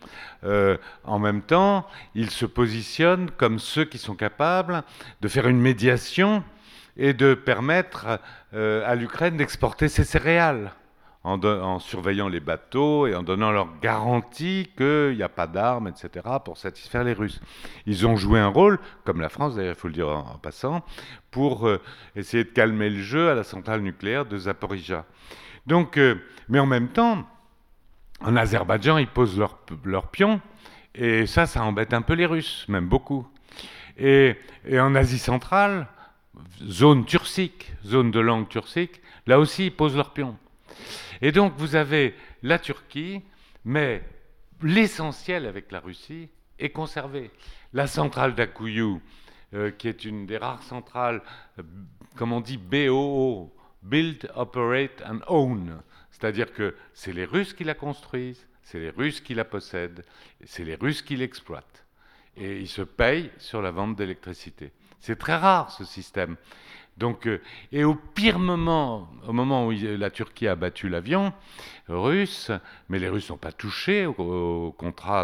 Euh, en même temps, ils se positionnent comme ceux qui sont capables de faire une médiation et de permettre euh, à l'Ukraine d'exporter ses céréales en, de, en surveillant les bateaux et en donnant leur garantie qu'il n'y a pas d'armes, et cetera, pour satisfaire les Russes. Ils ont joué un rôle, comme la France d'ailleurs, il faut le dire en, en passant, pour euh, essayer de calmer le jeu à la centrale nucléaire de Zaporijia. Donc, euh, mais en même temps, en Azerbaïdjan, ils posent leur, leur pion, et ça, ça embête un peu les Russes, même beaucoup. Et, et en Asie centrale, zone turcique, zone de langue turcique, là aussi, ils posent leur pion. Et donc, vous avez la Turquie, mais l'essentiel avec la Russie est conservé. La centrale d'Akuyu, euh, qui est une des rares centrales, euh, comme on dit, B O O, Build, Operate and Own. C'est-à-dire que c'est les Russes qui la construisent, c'est les Russes qui la possèdent, c'est les Russes qui l'exploitent. Et ils se payent sur la vente d'électricité. C'est très rare, ce système. Donc, euh, et au pire moment, au moment où la Turquie a battu l'avion russe, mais les Russes n'ont pas touché au, au contrat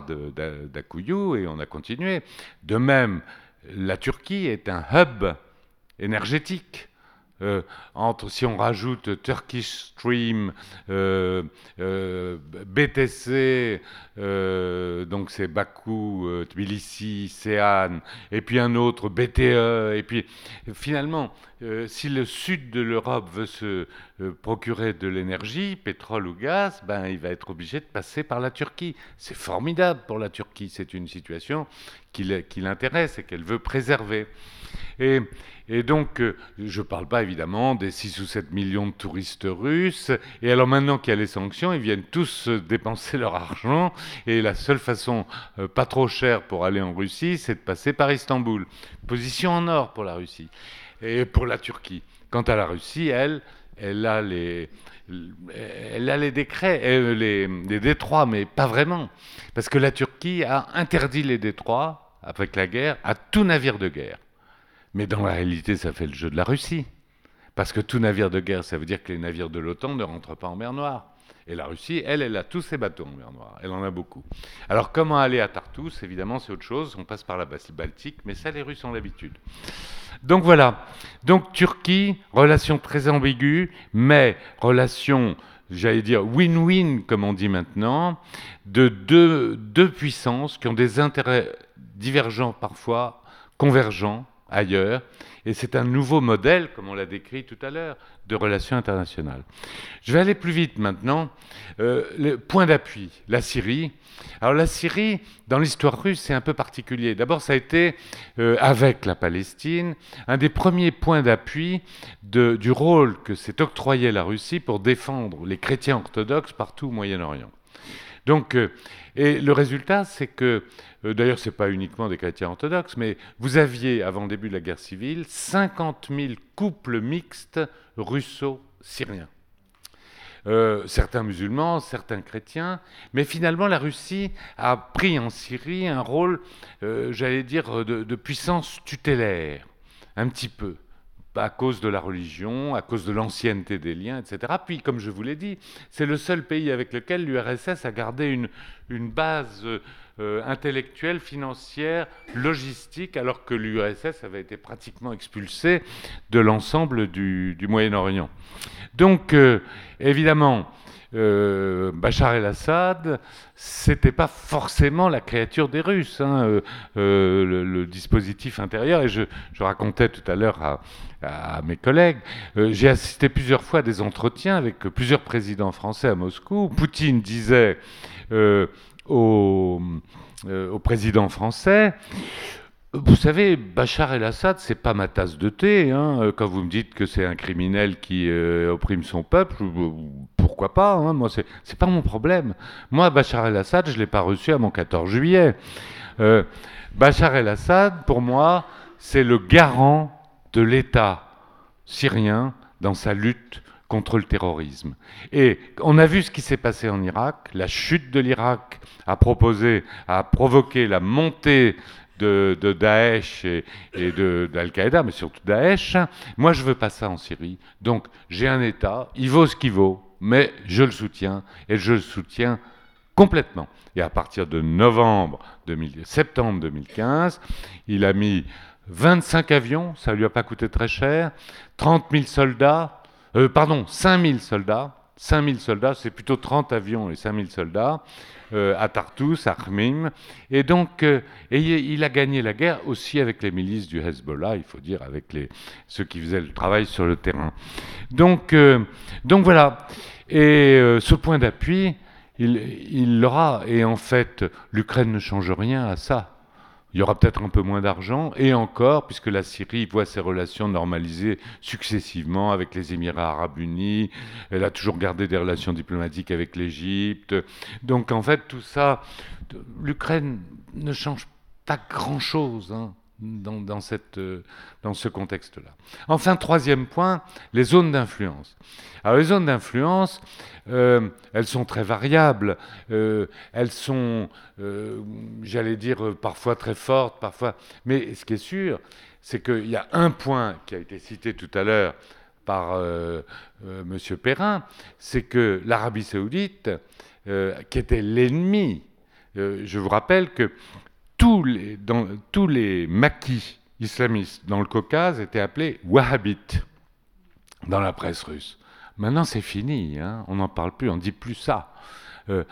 d'Akuyu et on a continué. De même, la Turquie est un hub énergétique. Euh, entre, si on rajoute Turkish Stream, euh, euh, B T C, euh, donc c'est Bakou, euh, Tbilissi, Céane, et puis un autre B T E, et puis finalement, euh, si le sud de l'Europe veut se euh, procurer de l'énergie, pétrole ou gaz, ben, il va être obligé de passer par la Turquie. C'est formidable pour la Turquie, c'est une situation qui, qui l'intéresse et qu'elle veut préserver. Et, et donc, euh, je ne parle pas évidemment des six ou sept millions de touristes russes. Et alors maintenant qu'il y a les sanctions, ils viennent tous dépenser leur argent. Et la seule façon euh, pas trop chère pour aller en Russie, c'est de passer par Istanbul. Position en or pour la Russie et pour la Turquie. Quant à la Russie, elle, elle a les, elle a les décrets, euh, les, les détroits, mais pas vraiment. Parce que la Turquie a interdit les détroits, avec la guerre, à tout navire de guerre. Mais dans la réalité, ça fait le jeu de la Russie. Parce que tout navire de guerre, ça veut dire que les navires de l'OTAN ne rentrent pas en mer Noire. Et la Russie, elle, elle a tous ses bateaux en mer Noire. Elle en a beaucoup. Alors, comment aller à Tartous ? Évidemment, c'est autre chose. On passe par la Baltique, mais ça, les Russes ont l'habitude. Donc voilà. Donc, Turquie, relation très ambiguë, mais relation, j'allais dire, win-win, comme on dit maintenant, de deux, deux puissances qui ont des intérêts divergents parfois, convergents, ailleurs. Et c'est un nouveau modèle, comme on l'a décrit tout à l'heure, de relations internationales. Je vais aller plus vite maintenant. Euh, le point d'appui, la Syrie. Alors la Syrie, dans l'histoire russe, c'est un peu particulier. D'abord, ça a été, euh, avec la Palestine, un des premiers points d'appui de, du rôle que s'est octroyé la Russie pour défendre les chrétiens orthodoxes partout au Moyen-Orient. Donc, euh, et le résultat, c'est que, euh, d'ailleurs, ce n'est pas uniquement des chrétiens orthodoxes, mais vous aviez, avant le début de la guerre civile, cinquante mille couples mixtes russo-syriens. Euh, certains musulmans, certains chrétiens, mais finalement la Russie a pris en Syrie un rôle, euh, j'allais dire, de, de puissance tutélaire, un petit peu, à cause de la religion, à cause de l'ancienneté des liens, et cetera. Puis, comme je vous l'ai dit, c'est le seul pays avec lequel l'U R S S a gardé une, une base euh, intellectuelle, financière, logistique, alors que l'U R S S avait été pratiquement expulsé de l'ensemble du, du Moyen-Orient. Donc, euh, évidemment, euh, Bachar el-Assad, c'était pas forcément la créature des Russes, hein, euh, euh, le, le dispositif intérieur. Et je, je racontais tout à l'heure à, à mes collègues, euh, j'ai assisté plusieurs fois à des entretiens avec plusieurs présidents français à Moscou. Poutine disait euh, au, euh, au président français: vous savez, Bachar el-Assad, c'est pas ma tasse de thé. Hein. Quand vous me dites que c'est un criminel qui euh, opprime son peuple, pourquoi pas, hein. Moi, c'est, c'est pas mon problème. Moi, Bachar el-Assad, je l'ai pas reçu à mon quatorze juillet. Euh, Bachar el-Assad, pour moi, c'est le garant de l'État syrien dans sa lutte contre le terrorisme. Et on a vu ce qui s'est passé en Irak. La chute de l'Irak a proposé, a provoqué la montée De, de Daesh et, et de, d'Al-Qaïda, mais surtout Daesh. Moi, je ne veux pas ça en Syrie. Donc, j'ai un État, il vaut ce qu'il vaut, mais je le soutiens, et je le soutiens complètement. Et à partir de novembre deux mille, septembre deux mille quinze, il a mis vingt-cinq avions, ça ne lui a pas coûté très cher, trente mille soldats, euh, pardon, cinq mille soldats, cinq mille soldats, c'est plutôt trente avions et cinq mille soldats, Euh, à Tartus, à Khmim, et donc euh, et il a gagné la guerre aussi avec les milices du Hezbollah, il faut dire, avec les, ceux qui faisaient le travail sur le terrain. Donc, euh, donc voilà, et euh, ce point d'appui, il, il l'aura, et en fait, l'Ukraine ne change rien à ça. Il y aura peut-être un peu moins d'argent, et encore, puisque la Syrie voit ses relations normalisées successivement avec les Émirats arabes unis, elle a toujours gardé des relations diplomatiques avec l'Égypte. Donc en fait, tout ça, l'Ukraine ne change pas grand-chose, hein, dans, dans, cette, dans ce contexte-là. Enfin, troisième point, les zones d'influence. Alors les zones d'influence, euh, elles sont très variables, euh, elles sont, euh, j'allais dire, parfois très fortes, parfois... Mais ce qui est sûr, c'est qu'il y a un point qui a été cité tout à l'heure par euh, euh, M. Perrin, c'est que l'Arabie saoudite, euh, qui était l'ennemi, euh, je vous rappelle que tous les, dans, tous les maquis islamistes dans le Caucase étaient appelés wahhabites dans la presse russe. Maintenant, c'est fini, hein, on n'en parle plus, on ne dit plus ça. Euh,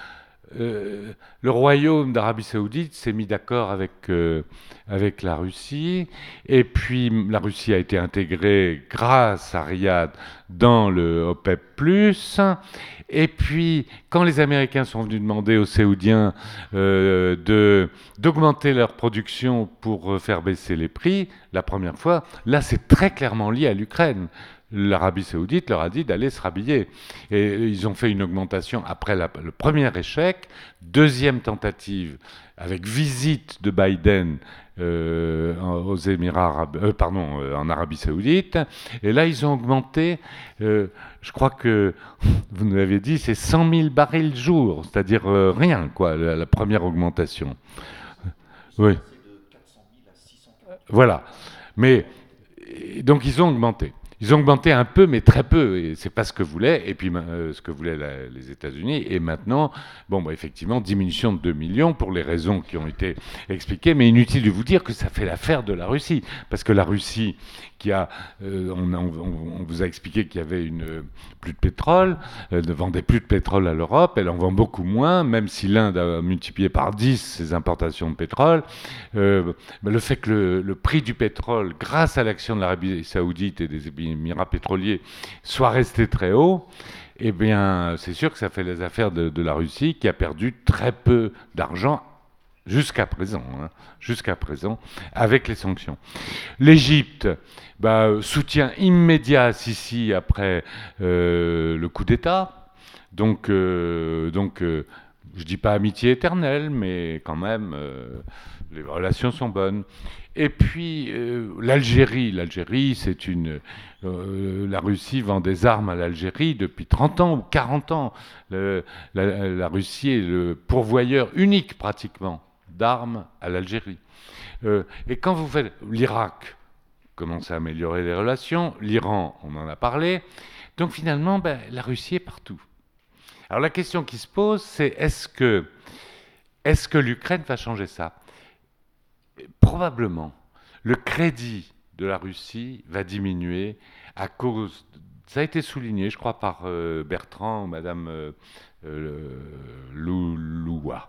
euh, le royaume d'Arabie saoudite s'est mis d'accord avec, euh, avec la Russie, et puis la Russie a été intégrée grâce à Riyad dans le OPEP plus, et puis quand les Américains sont venus demander aux Saoudiens euh, de, d'augmenter leur production pour faire baisser les prix, la première fois, là c'est très clairement lié à l'Ukraine. L'Arabie saoudite leur a dit d'aller se rhabiller. Et ils ont fait une augmentation après la, le premier échec. Deuxième tentative, avec visite de Biden euh, aux Émirats arabes, euh, pardon, euh, en Arabie saoudite. Et là, ils ont augmenté, euh, je crois que, vous nous l'avez dit, c'est cent mille barils jour, c'est-à-dire euh, rien, quoi, la, la première augmentation. Oui. Voilà. Mais, donc, ils ont augmenté. Ils ont augmenté un peu, mais très peu, et c'est pas ce que voulaient, et puis euh, ce que voulaient la, les États-Unis. Et maintenant, bon, bah, effectivement, diminution de deux millions pour les raisons qui ont été expliquées, mais inutile de vous dire que ça fait l'affaire de la Russie, parce que la Russie, qui a, euh, on, on, on vous a expliqué qu'il y avait une euh, plus de pétrole, euh, ne vendait plus de pétrole à l'Europe, elle en vend beaucoup moins, même si l'Inde a multiplié par dix ses importations de pétrole. Euh, bah, le fait que le, le prix du pétrole, grâce à l'action de l'Arabie Saoudite et des Émirats pétroliers, soit resté très haut, eh bien, c'est sûr que ça fait les affaires de, de la Russie, qui a perdu très peu d'argent jusqu'à présent, hein, jusqu'à présent, avec les sanctions. L'Égypte, bah, soutien immédiat à Sisi après euh, le coup d'État. Donc, euh, donc euh, je ne dis pas amitié éternelle, mais quand même, euh, les relations sont bonnes. Et puis, euh, l'Algérie. L'Algérie, c'est une... Euh, la Russie vend des armes à l'Algérie depuis trente ans ou quarante ans. Le, la, la Russie est le pourvoyeur unique, pratiquement, d'armes à l'Algérie. Euh, et quand vous faites... L'Irak commence à améliorer les relations. L'Iran, on en a parlé. Donc, finalement, ben, la Russie est partout. Alors, la question qui se pose, c'est est-ce que, est-ce que l'Ukraine va changer ça ? Probablement. Le crédit de la Russie va diminuer à cause, ça a été souligné, je crois, par euh, Bertrand ou Madame euh, euh, Louloua.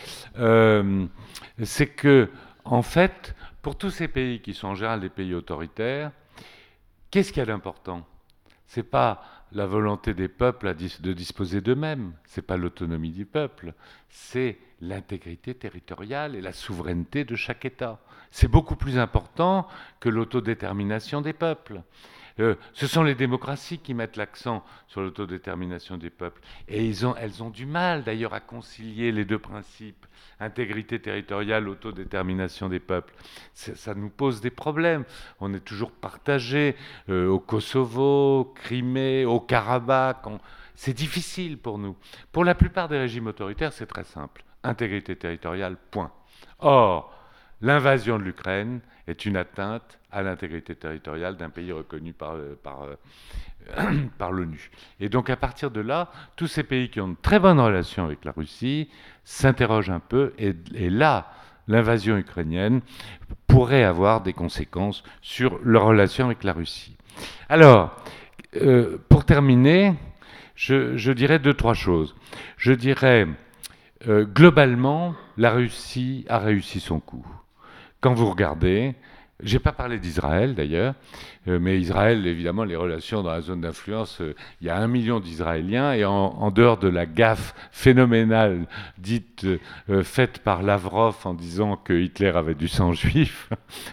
Euh, c'est que, en fait, pour tous ces pays qui sont en général des pays autoritaires, qu'est-ce qu'il y a d'important ? C'est pas la volonté des peuples à dis- de disposer d'eux-mêmes, c'est pas l'autonomie du peuple, c'est l'intégrité territoriale et la souveraineté de chaque État. C'est beaucoup plus important que l'autodétermination des peuples. Euh, ce sont les démocraties qui mettent l'accent sur l'autodétermination des peuples. Et ils ont, elles ont du mal d'ailleurs à concilier les deux principes, intégrité territoriale, autodétermination des peuples. C'est, ça nous pose des problèmes. On est toujours partagé euh, au Kosovo, Crimée, au Karabakh. On... C'est difficile pour nous. Pour la plupart des régimes autoritaires, c'est très simple. Intégrité territoriale, point. Or, l'invasion de l'Ukraine est une atteinte à l'intégrité territoriale d'un pays reconnu par, par, euh, par l'ONU. Et donc à partir de là, tous ces pays qui ont une très bonne relation avec la Russie s'interrogent un peu, et, et là, l'invasion ukrainienne pourrait avoir des conséquences sur leur relation avec la Russie. Alors, euh, pour terminer, je, je dirais deux, trois choses. Je dirais, euh, globalement, la Russie a réussi son coup. Quand vous regardez, je n'ai pas parlé d'Israël d'ailleurs, euh, mais Israël, évidemment, les relations dans la zone d'influence, euh, il y a un million d'Israéliens, et en, en dehors de la gaffe phénoménale dite euh, faite par Lavrov en disant que Hitler avait du sang juif,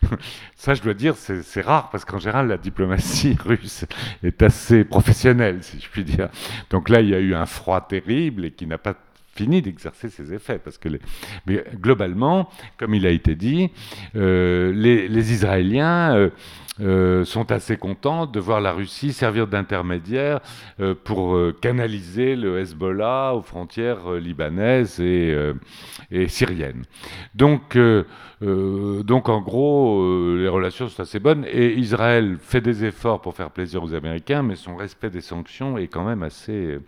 ça je dois dire, c'est, c'est rare, parce qu'en général, la diplomatie russe est assez professionnelle, si je puis dire. Donc là, il y a eu un froid terrible et qui n'a pas fini d'exercer ses effets, parce que les... mais globalement, comme il a été dit, euh, les, les Israéliens euh, euh, sont assez contents de voir la Russie servir d'intermédiaire euh, pour euh, canaliser le Hezbollah aux frontières euh, libanaises et, euh, et syriennes. Donc, euh, euh, donc en gros, euh, les relations sont assez bonnes, et Israël fait des efforts pour faire plaisir aux Américains, mais son respect des sanctions est quand même assez... Euh,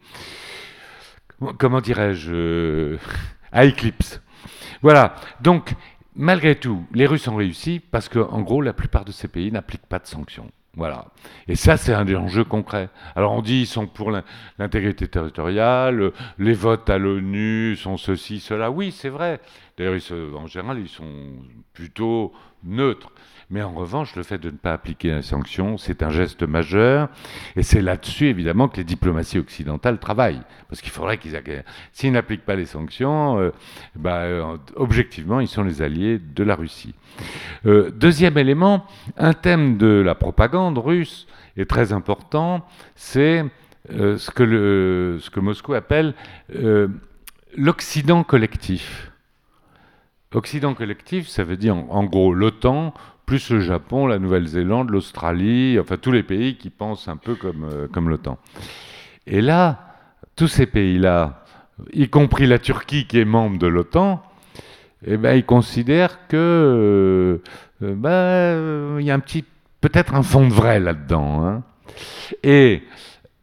comment dirais-je, euh, à éclipse. Voilà, donc, malgré tout, les Russes ont réussi parce qu'en gros, la plupart de ces pays n'appliquent pas de sanctions. Voilà. Et ça, c'est un des enjeux concrets. Alors, on dit qu'ils sont pour l'intégrité territoriale, les votes à l'ONU sont ceci, cela. Oui, c'est vrai. D'ailleurs, ils se, en général, ils sont plutôt neutres. Mais en revanche, le fait de ne pas appliquer les sanctions, c'est un geste majeur. Et c'est là-dessus, évidemment, que les diplomaties occidentales travaillent. Parce qu'il faudrait qu'ils... S'ils n'appliquent pas les sanctions, euh, bah, euh, objectivement, ils sont les alliés de la Russie. Euh, deuxième élément, un thème de la propagande russe est très important, c'est euh, ce, que le, ce que Moscou appelle euh, l'Occident collectif. Occident collectif, ça veut dire en, en gros l'OTAN, plus le Japon, la Nouvelle-Zélande, l'Australie, enfin tous les pays qui pensent un peu comme, euh, comme l'OTAN. Et là, tous ces pays-là, y compris la Turquie qui est membre de l'OTAN, eh ben, ils considèrent que euh, ben, y a un petit, peut-être un fond de vrai là-dedans. Hein. Et,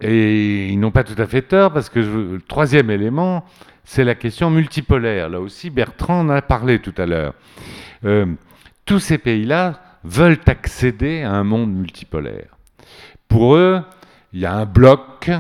et ils n'ont pas tout à fait tort, parce que je, le troisième élément, c'est la question multipolaire. Là aussi, Bertrand en a parlé tout à l'heure. Euh, tous ces pays-là veulent accéder à un monde multipolaire. Pour eux, il y a un bloc,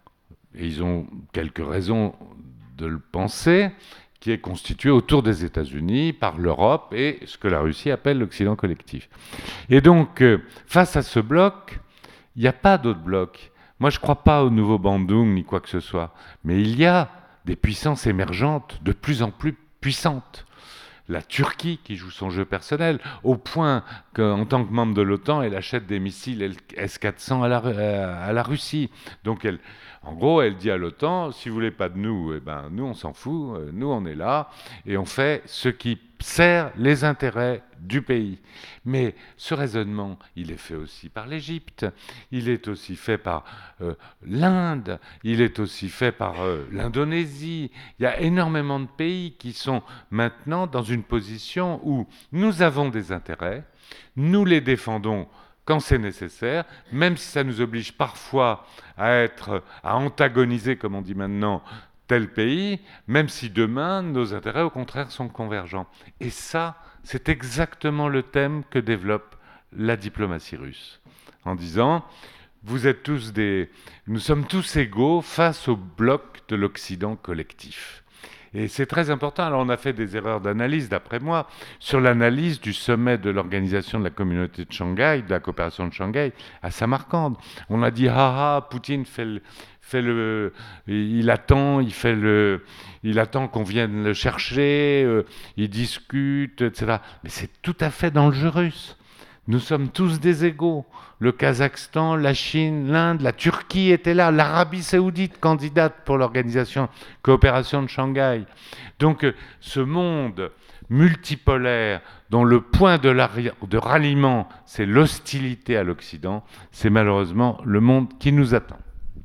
et ils ont quelques raisons de le penser, qui est constitué autour des États-Unis, par l'Europe et ce que la Russie appelle l'Occident collectif. Et donc, euh, face à ce bloc, il n'y a pas d'autre bloc. Moi, je ne crois pas au nouveau Bandung ni quoi que ce soit, mais il y a des puissances émergentes de plus en plus puissantes. La Turquie qui joue son jeu personnel, au point qu'en tant que membre de l'OTAN, elle achète des missiles S quatre cents à la, à la Russie. Donc, elle, en gros, elle dit à l'OTAN, si vous voulez pas de nous, eh ben, nous, on s'en fout, nous, on est là, et on fait ce qui sert les intérêts du pays. Mais ce raisonnement, il est fait aussi par l'Égypte, il est aussi fait par euh, l'Inde, il est aussi fait par euh, l'Indonésie. Il y a énormément de pays qui sont maintenant dans une position où nous avons des intérêts, nous les défendons quand c'est nécessaire, même si ça nous oblige parfois à être, à antagoniser, comme on dit maintenant, tel pays, même si demain, nos intérêts, au contraire, sont convergents. Et ça, c'est exactement le thème que développe la diplomatie russe, en disant, vous êtes tous des, nous sommes tous égaux face au bloc de l'Occident collectif. Et c'est très important. Alors, on a fait des erreurs d'analyse, d'après moi, sur l'analyse du sommet de l'organisation de la communauté de Shanghai, de la coopération de Shanghai, à Samarcande. On a dit, ah ah, Poutine fait le, fait le, il attend, il fait le, il attend qu'on vienne le chercher, euh, il discute, et cetera. Mais c'est tout à fait dans le jeu russe. Nous sommes tous des égaux. Le Kazakhstan, la Chine, l'Inde, la Turquie étaient là, l'Arabie saoudite candidate pour l'organisation coopération de Shanghai. Donc ce monde multipolaire dont le point de, de ralliement, c'est l'hostilité à l'Occident, c'est malheureusement le monde qui nous attend.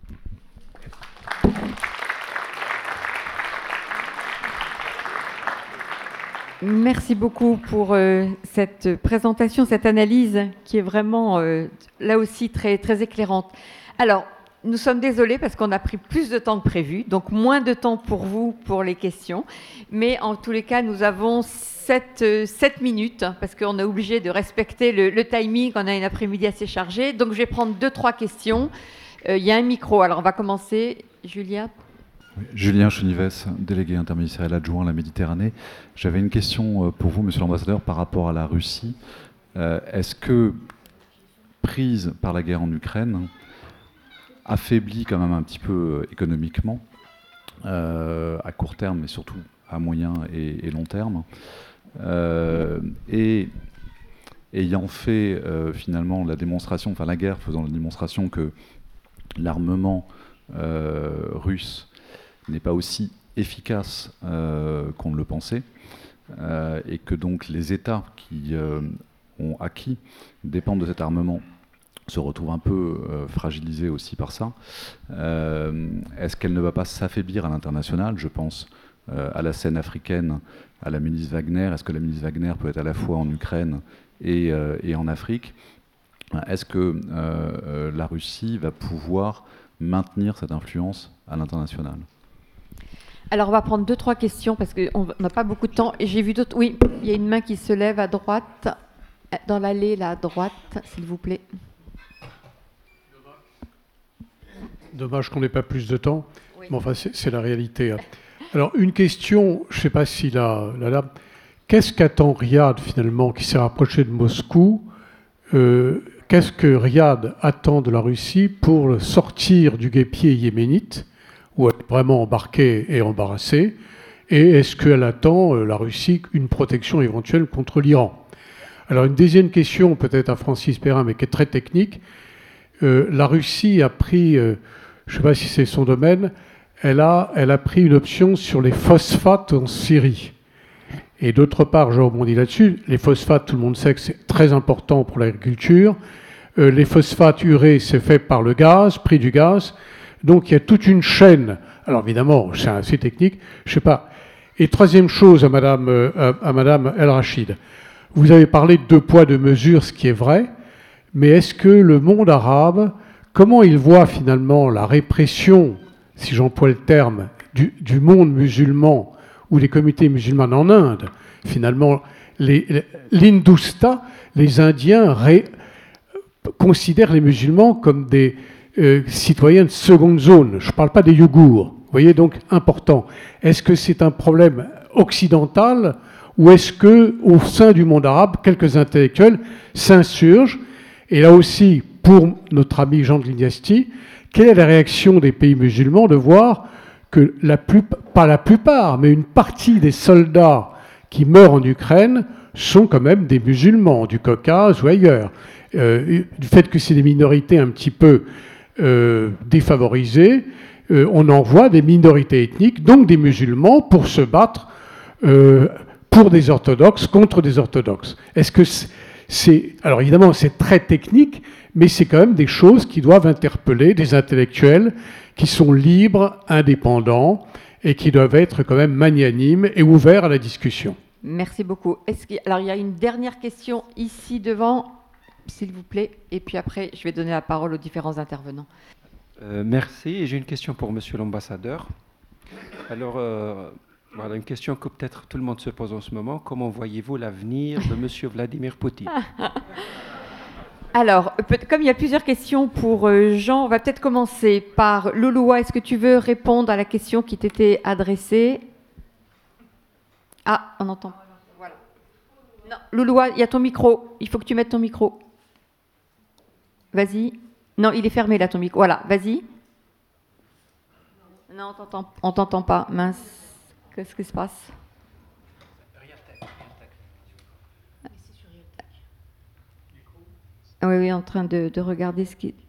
Merci beaucoup pour euh, cette présentation, cette analyse qui est vraiment euh, là aussi très, très éclairante. Alors, nous sommes désolés parce qu'on a pris plus de temps que prévu, donc moins de temps pour vous pour les questions. Mais en tous les cas, nous avons sept minutes parce qu'on est obligé de respecter le, le timing. On a une après-midi assez chargée. Donc, je vais prendre deux, trois questions. Euh, il y a un micro. Alors, on va commencer. Julia.
Julien Chenives, délégué interministériel adjoint à la Méditerranée. J'avais une question pour vous, monsieur l'ambassadeur, par rapport à la Russie. Euh, est-ce que, prise par la guerre en Ukraine, affaiblit quand même un petit peu économiquement, euh, à court terme, mais surtout à moyen et, et long terme, euh, et ayant fait euh, finalement la démonstration, enfin la guerre faisant la démonstration que l'armement euh, russe n'est pas aussi efficace euh, qu'on ne le pensait, euh, et que donc les États qui euh, ont acquis, dépendent de cet armement, se retrouvent un peu euh, fragilisés aussi par ça. Euh, est-ce qu'elle ne va pas s'affaiblir à l'international? Je pense euh, à la scène africaine, à la milice Wagner. Est-ce que la milice Wagner peut être à la fois en Ukraine et, euh, et en Afrique? Est-ce que euh, euh, la Russie va pouvoir maintenir cette influence à l'international?
Alors, on va prendre deux, trois questions parce qu'on n'a pas beaucoup de temps. Et j'ai vu d'autres. Oui, il y a une main qui se lève à droite, dans l'allée, là, à droite, s'il vous plaît.
Dommage qu'on n'ait pas plus de temps. Oui. Mais enfin, c'est la réalité. Alors, une question, je ne sais pas si là, là, là qu'est-ce qu'attend Riyad, finalement, qui s'est rapproché de Moscou? euh, Qu'est-ce que Riyad attend de la Russie pour sortir du guêpier yéménite, où elle est vraiment embarquée et embarrassée? Et est-ce qu'elle attend, la Russie, une protection éventuelle contre l'Iran? Alors une deuxième question, peut-être à Francis Perrin, mais qui est très technique. Euh, la Russie a pris, euh, je ne sais pas si c'est son domaine, elle a, elle a pris une option sur les phosphates en Syrie. Et d'autre part, je rebondis là-dessus, les phosphates, tout le monde sait que c'est très important pour l'agriculture. Euh, les phosphates urée, c'est fait par le gaz, prix du gaz. Donc il y a toute une chaîne. Alors évidemment, c'est assez technique, je ne sais pas. Et troisième chose à Madame, euh, à Madame El Rachid, vous avez parlé de deux poids, deux mesures, ce qui est vrai, mais est-ce que le monde arabe comment il voit finalement la répression, si j'emploie le terme, du, du monde musulman ou des communautés musulmanes en Inde. Finalement, l'Hindustan, les Indiens ré, considèrent les musulmans comme des euh, citoyens de seconde zone. Je ne parle pas des Ouïghours. Vous voyez, donc, important. Est-ce que c'est un problème occidental ou est-ce qu'au sein du monde arabe, quelques intellectuels s'insurgent? Et là aussi, pour notre ami Jean de Lignasti, quelle est la réaction des pays musulmans de voir que, la plus, pas la plupart, mais une partie des soldats qui meurent en Ukraine sont quand même des musulmans, du Caucase ou ailleurs. Euh, du fait que c'est des minorités un petit peu euh, défavorisées, euh, on envoie des minorités ethniques, donc des musulmans, pour se battre euh, pour des orthodoxes contre des orthodoxes. Est-ce que c'est... Alors évidemment, c'est très technique, mais c'est quand même des choses qui doivent interpeller des intellectuels qui sont libres, indépendants, et qui doivent être quand même magnanimes et ouverts à la discussion.
Merci beaucoup. Est-ce qu'il... Alors, il y a une dernière question ici devant, s'il vous plaît, et puis après, je vais donner la parole aux différents intervenants.
Euh, merci, et j'ai une question pour Monsieur l'ambassadeur. Alors, euh, voilà une question que peut-être tout le monde se pose en ce moment. Comment voyez-vous l'avenir de Monsieur Vladimir Poutine?
Alors, comme il y a plusieurs questions pour Jean, on va peut-être commencer par Louloua. Est-ce que tu veux répondre à la question qui t'était adressée? Ah, on entend. Voilà. Non, Louloua, il y a ton micro. Il faut que tu mettes ton micro. Vas-y. Non, il est fermé là, ton micro. Voilà, vas-y. Non, on t'entend, on t'entend pas. Mince. Qu'est-ce qui se passe? Oui, oui, en train de, de regarder ce qui...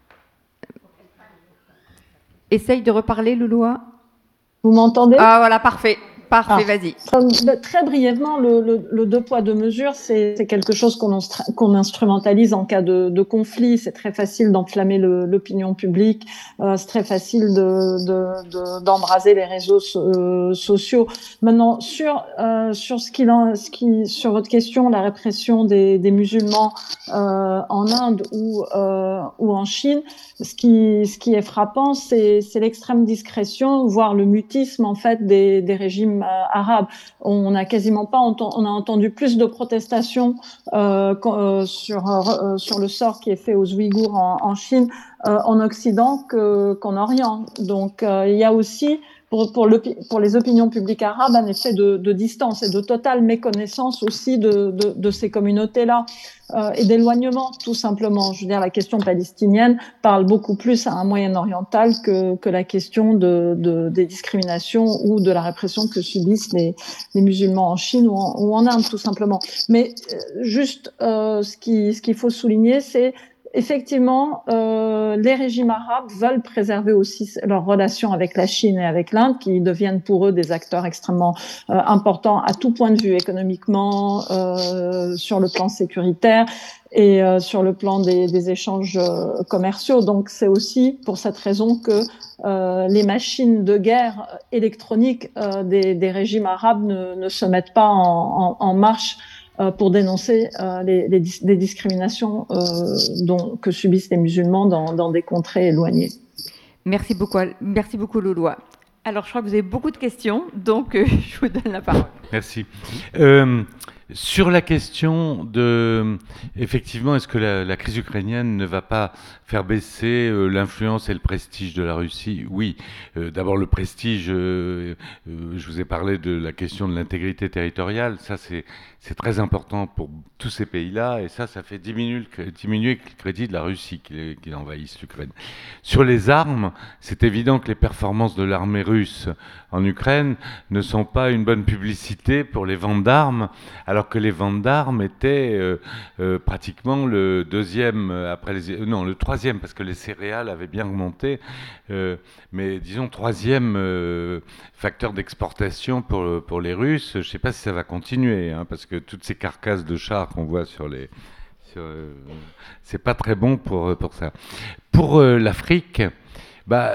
Essaye de reparler, Louloua.
Vous m'entendez?
Ah, voilà, parfait. Parfait,
ah,
vas-y.
Très brièvement, le, le, le deux poids, deux mesures, c'est quelque chose qu'on qu'on instrumentalise en cas de, de conflit. C'est très facile d'enflammer l'opinion publique. Euh, c'est très facile de, de, de, d'embraser les réseaux so, sociaux. Maintenant, sur, euh, sur, ce qu'il en, ce qui, sur votre question, la répression des, des musulmans euh, en Inde ou, euh, ou en Chine, ce qui, ce qui est frappant, c'est l'extrême discrétion, voire le mutisme en fait des, des régimes arabe. On n'a quasiment pas entendu, on a entendu plus de protestations euh, euh, sur euh, sur le sort qui est fait aux Ouïghours en, en Chine, euh, en Occident que qu'en Orient. Donc euh, il y a aussi pour pour, pour les opinions publiques arabes un effet de, de distance et de totale méconnaissance aussi de de, de ces communautés-là. Euh, et d'éloignement, tout simplement. Je veux dire, la question palestinienne parle beaucoup plus à un Moyen-Oriental que, que la question de, de, des discriminations ou de la répression que subissent les, les musulmans en Chine ou en, ou en Inde, tout simplement. Mais euh, juste, euh, ce qui, ce qu'il faut souligner, c'est effectivement, euh, les régimes arabes veulent préserver aussi leurs relations avec la Chine et avec l'Inde, qui deviennent pour eux des acteurs extrêmement euh, importants à tout point de vue, économiquement, euh, sur le plan sécuritaire et euh, sur le plan des, des échanges euh, commerciaux. Donc c'est aussi pour cette raison que euh, les machines de guerre électroniques euh, des, des régimes arabes ne, ne se mettent pas en, en, en marche pour dénoncer euh, les, les, les discriminations euh, dont, que subissent les musulmans dans, dans des contrées éloignées.
Merci beaucoup, merci beaucoup Louloua. Alors, je crois que vous avez beaucoup de questions, donc euh, je vous donne la parole.
Merci. Euh, sur la question de, effectivement, est-ce que la, la crise ukrainienne ne va pas faire baisser euh, l'influence et le prestige de la Russie? Oui. Euh, D'abord, le prestige, euh, euh, je vous ai parlé de la question de l'intégrité territoriale. Ça, c'est c'est très important pour tous ces pays-là. Et ça, ça fait diminuer le, diminuer le crédit de la Russie qui, qui envahisse l'Ukraine. Sur les armes, c'est évident que les performances de l'armée russe en Ukraine ne sont pas une bonne publicité pour les ventes d'armes, alors que les ventes d'armes étaient euh, euh, pratiquement le deuxième, après les, euh, non, le troisième, parce que les céréales avaient bien augmenté, euh, mais disons troisième euh, facteur d'exportation pour, pour les Russes. Je ne sais pas si ça va continuer, hein, parce que toutes ces carcasses de chars qu'on voit sur les... Euh, c'est pas très bon pour, pour ça. Pour euh, l'Afrique, bah,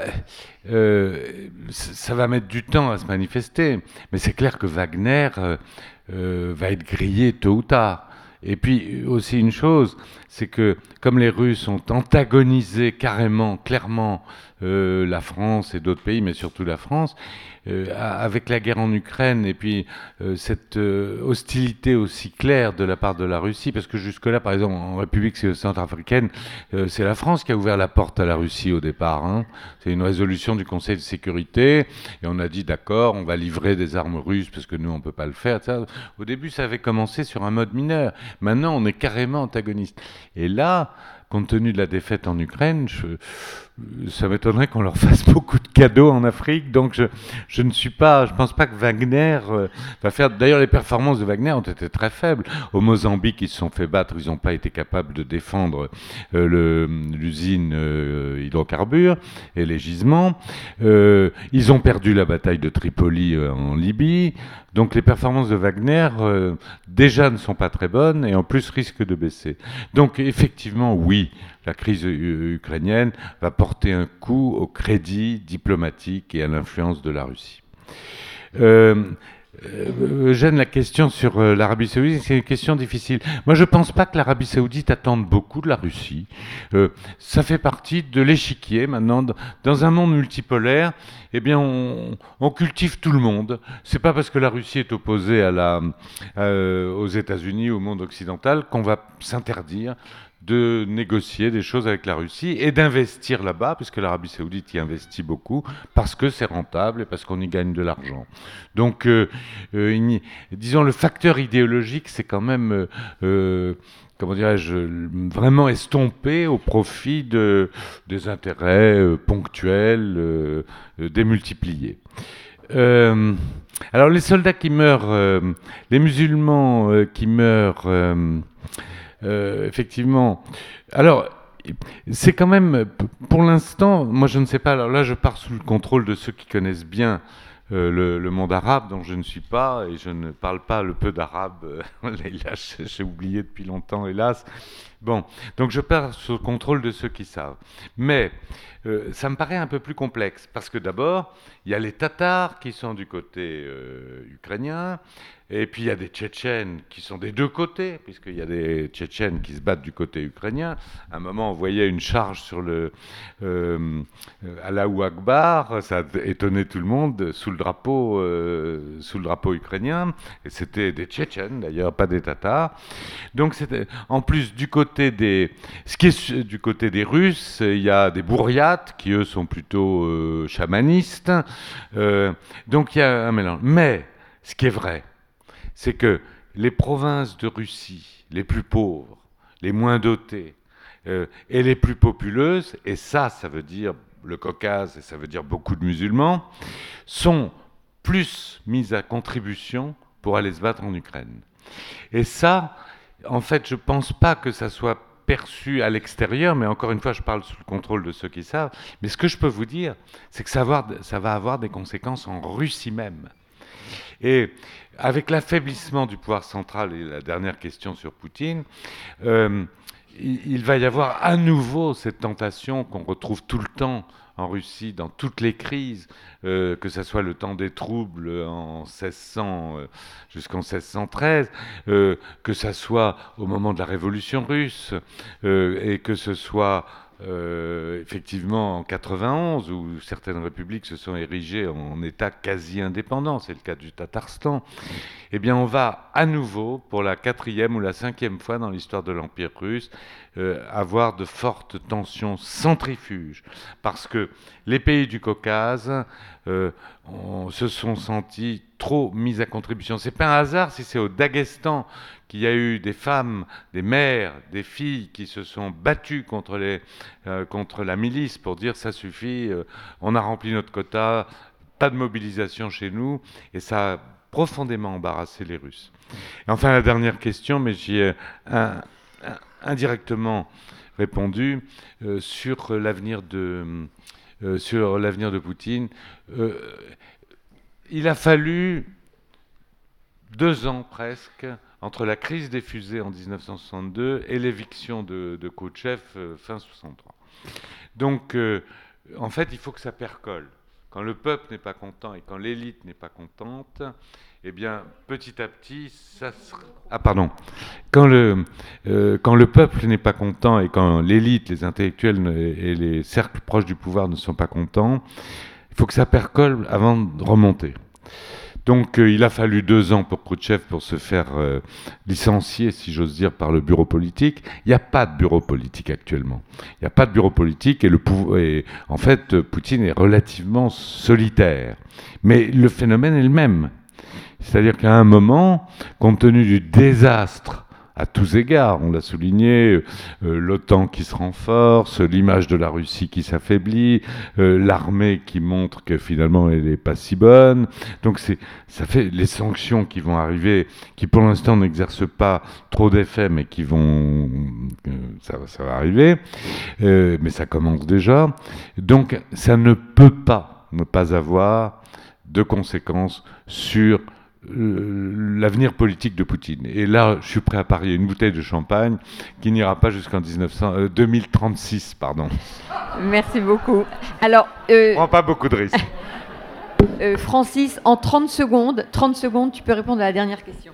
euh, ça va mettre du temps à se manifester, mais c'est clair que Wagner euh, euh, va être grillé tôt ou tard. Et puis aussi une chose, c'est que comme les Russes ont antagonisé carrément, clairement, euh, la France et d'autres pays, mais surtout la France, euh, avec la guerre en Ukraine et puis euh, cette euh, hostilité aussi claire de la part de la Russie, parce que jusque-là, par exemple, en République centrafricaine, euh, c'est la France qui a ouvert la porte à la Russie au départ. Hein. C'est une résolution du Conseil de sécurité, et on a dit d'accord, on va livrer des armes russes parce que nous, on ne peut pas le faire. Ça, au début, ça avait commencé sur un mode mineur. Maintenant, on est carrément antagoniste. Et là, compte tenu de la défaite en Ukraine, je, ça m'étonnerait qu'on leur fasse beaucoup de cadeaux en Afrique. Donc, je, je ne suis pas, je pense pas que Wagner euh, va faire. D'ailleurs, les performances de Wagner ont été très faibles. Au Mozambique, ils se sont fait battre. Ils n'ont pas été capables de défendre euh, le, l'usine euh, hydrocarbures et les gisements. Euh, ils ont perdu la bataille de Tripoli euh, en Libye. Donc, les performances de Wagner euh, déjà ne sont pas très bonnes et en plus risquent de baisser. Donc, effectivement, oui, la crise ukrainienne va porter un coup au crédit diplomatique et à l'influence de la Russie. Euh, euh, Eugène, la question sur euh, l'Arabie Saoudite, c'est une question difficile. Moi, je ne pense pas que l'Arabie Saoudite attende beaucoup de la Russie. Euh, ça fait partie de l'échiquier maintenant. Dans un monde multipolaire, eh bien, on, on cultive tout le monde. C'est pas parce que la Russie est opposée à la, euh, aux États-Unis, au monde occidental, qu'on va s'interdire de négocier des choses avec la Russie et d'investir là-bas, puisque l'Arabie Saoudite y investit beaucoup, parce que c'est rentable et parce qu'on y gagne de l'argent. Donc, euh, euh, disons, le facteur idéologique, c'est quand même, euh, comment dirais-je, vraiment estompé au profit de, des intérêts euh, ponctuels, euh, démultipliés. Euh, alors, les soldats qui meurent, euh, les musulmans euh, qui meurent... Euh, Euh, effectivement. Alors, c'est quand même, pour l'instant, moi je ne sais pas, alors là je pars sous le contrôle de ceux qui connaissent bien euh, le, le monde arabe, dont je ne suis pas, et je ne parle pas le peu d'arabe, euh, là j'ai oublié depuis longtemps, hélas. Bon, donc je pars sous le contrôle de ceux qui savent. Mais euh, ça me paraît un peu plus complexe, parce que d'abord, il y a les Tatars qui sont du côté euh, ukrainien, et puis il y a des Tchétchènes qui sont des deux côtés, puisqu'il y a des Tchétchènes qui se battent du côté ukrainien. À un moment, on voyait une charge sur le euh, Allahu Akbar, ça a étonné tout le monde, sous le drapeau, euh, sous le drapeau ukrainien, et c'était des Tchétchènes d'ailleurs, pas des Tatars. Donc c'était, en plus du côté des, ce qui est du côté des Russes, il y a des Bouriates qui eux sont plutôt euh, chamanistes. Euh, donc il y a un mélange. Mais ce qui est vrai, c'est que les provinces de Russie, les plus pauvres, les moins dotées, euh, et les plus populeuses, et ça, ça veut dire le Caucase, et ça veut dire beaucoup de musulmans, sont plus mises à contribution pour aller se battre en Ukraine. Et ça, en fait, je ne pense pas que ça soit perçu à l'extérieur, mais encore une fois, je parle sous le contrôle de ceux qui savent. Mais ce que je peux vous dire, c'est que ça va avoir, ça va avoir des conséquences en Russie même. Et avec l'affaiblissement du pouvoir central, et la dernière question sur Poutine, euh, il, il va y avoir à nouveau cette tentation qu'on retrouve tout le temps en Russie, dans toutes les crises, euh, que ce soit le temps des troubles en seize cents euh, jusqu'en seize cent treize, euh, que ce soit au moment de la Révolution russe, euh, et que ce soit Euh, effectivement en quatre-vingt-onze, où certaines républiques se sont érigées en État quasi indépendant, c'est le cas du Tatarstan, eh bien on va à nouveau, pour la quatrième ou la cinquième fois dans l'histoire de l'Empire russe, euh, avoir de fortes tensions centrifuges, parce que les pays du Caucase euh, on, se sont sentis trop mis à contribution. C'est pas un hasard si c'est au Daghestan qu'il y a eu des femmes, des mères, des filles qui se sont battues contre, les, euh, contre la milice pour dire ça suffit, euh, on a rempli notre quota, pas de mobilisation chez nous, et ça a profondément embarrassé les Russes. Et enfin, la dernière question, mais j'y ai un, un, indirectement répondu, euh, sur l'avenir de, euh, sur l'avenir de Poutine. Euh, il a fallu deux ans presque entre la crise des fusées en dix-neuf cent soixante-deux et l'éviction de, de Khrouchtchev euh, fin soixante-trois. Donc, euh, en fait, il faut que ça percole. quand le peuple n'est pas content et quand l'élite n'est pas contente, eh bien, petit à petit, ça sera... Ah, pardon. Quand le, euh, quand le peuple n'est pas content et quand l'élite, les intellectuels et les cercles proches du pouvoir ne sont pas contents, il faut que ça percole avant de remonter. Donc, euh, il a fallu deux ans pour Khrouchtchev pour se faire euh, licencier, si j'ose dire, par le bureau politique. Il n'y a pas de bureau politique actuellement. Il n'y a pas de bureau politique et, le pouvoir, et en fait, Poutine est relativement solitaire. Mais le phénomène est le même. C'est-à-dire qu'à un moment, compte tenu du désastre à tous égards, on l'a souligné, euh, l'OTAN qui se renforce, l'image de la Russie qui s'affaiblit, euh, l'armée qui montre que finalement elle n'est pas si bonne. Donc c'est, ça fait les sanctions qui vont arriver, qui pour l'instant n'exercent pas trop d'effets, mais qui vont, euh, ça, ça va arriver, euh, mais ça commence déjà. Donc ça ne peut pas ne pas avoir de conséquences sur l'avenir politique de Poutine. Et là, je suis prêt à parier une bouteille de champagne qui n'ira pas jusqu'en euh, deux mille trente-six. Pardon.
Merci beaucoup. Alors, euh,
prends pas beaucoup de risques.
euh, Francis, en trente secondes, trente secondes, tu peux répondre à la dernière question.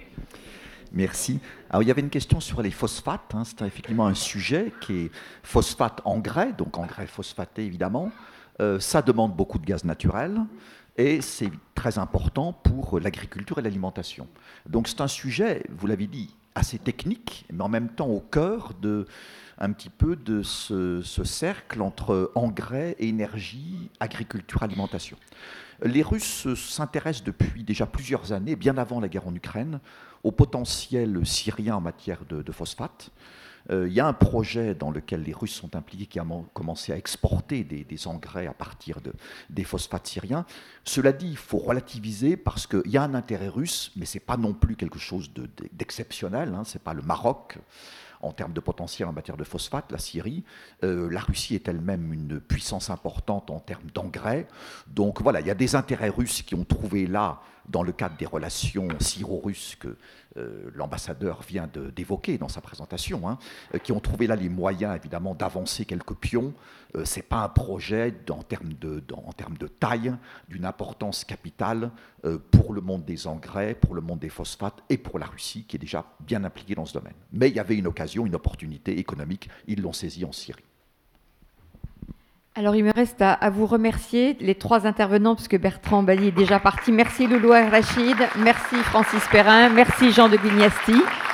Merci. Alors, il y avait une question sur les phosphates. Hein. C'est effectivement un sujet qui est phosphate engrais, donc engrais phosphaté évidemment. Euh, ça demande beaucoup de gaz naturel. Et c'est très important pour l'agriculture et l'alimentation. Donc c'est un sujet, vous l'avez dit, assez technique, mais en même temps au cœur de, un petit peu de ce, ce cercle entre engrais, énergie, agriculture, alimentation. Les Russes s'intéressent depuis déjà plusieurs années, bien avant la guerre en Ukraine, au potentiel syrien en matière de, de phosphate. Euh, il y a un projet dans lequel les Russes sont impliqués qui a commencé à exporter des, des engrais à partir de, des phosphates syriens. Cela dit, il faut relativiser parce qu'il y a un intérêt russe, mais ce n'est pas non plus quelque chose de, de, d'exceptionnel. Hein, ce n'est pas le Maroc en termes de potentiel en matière de phosphate, la Syrie. Euh, la Russie est elle-même une puissance importante en termes d'engrais. Donc voilà, il y a des intérêts russes qui ont trouvé là, dans le cadre des relations syro-russes que euh, l'ambassadeur vient de, d'évoquer dans sa présentation, hein, euh, qui ont trouvé là les moyens, évidemment, d'avancer quelques pions. Euh, ce n'est pas un projet, en termes de, dans, en termes de taille, d'une importance capitale euh, pour le monde des engrais, pour le monde des phosphates et pour la Russie, qui est déjà bien impliquée dans ce domaine. Mais il y avait une occasion, une opportunité économique. Ils l'ont saisie en Syrie.
Alors, il me reste à, à vous remercier, les trois intervenants, parce que Bertrand Bali est déjà parti. Merci Loulou El Rachid, merci Francis Perrin, merci Jean de Guignasti.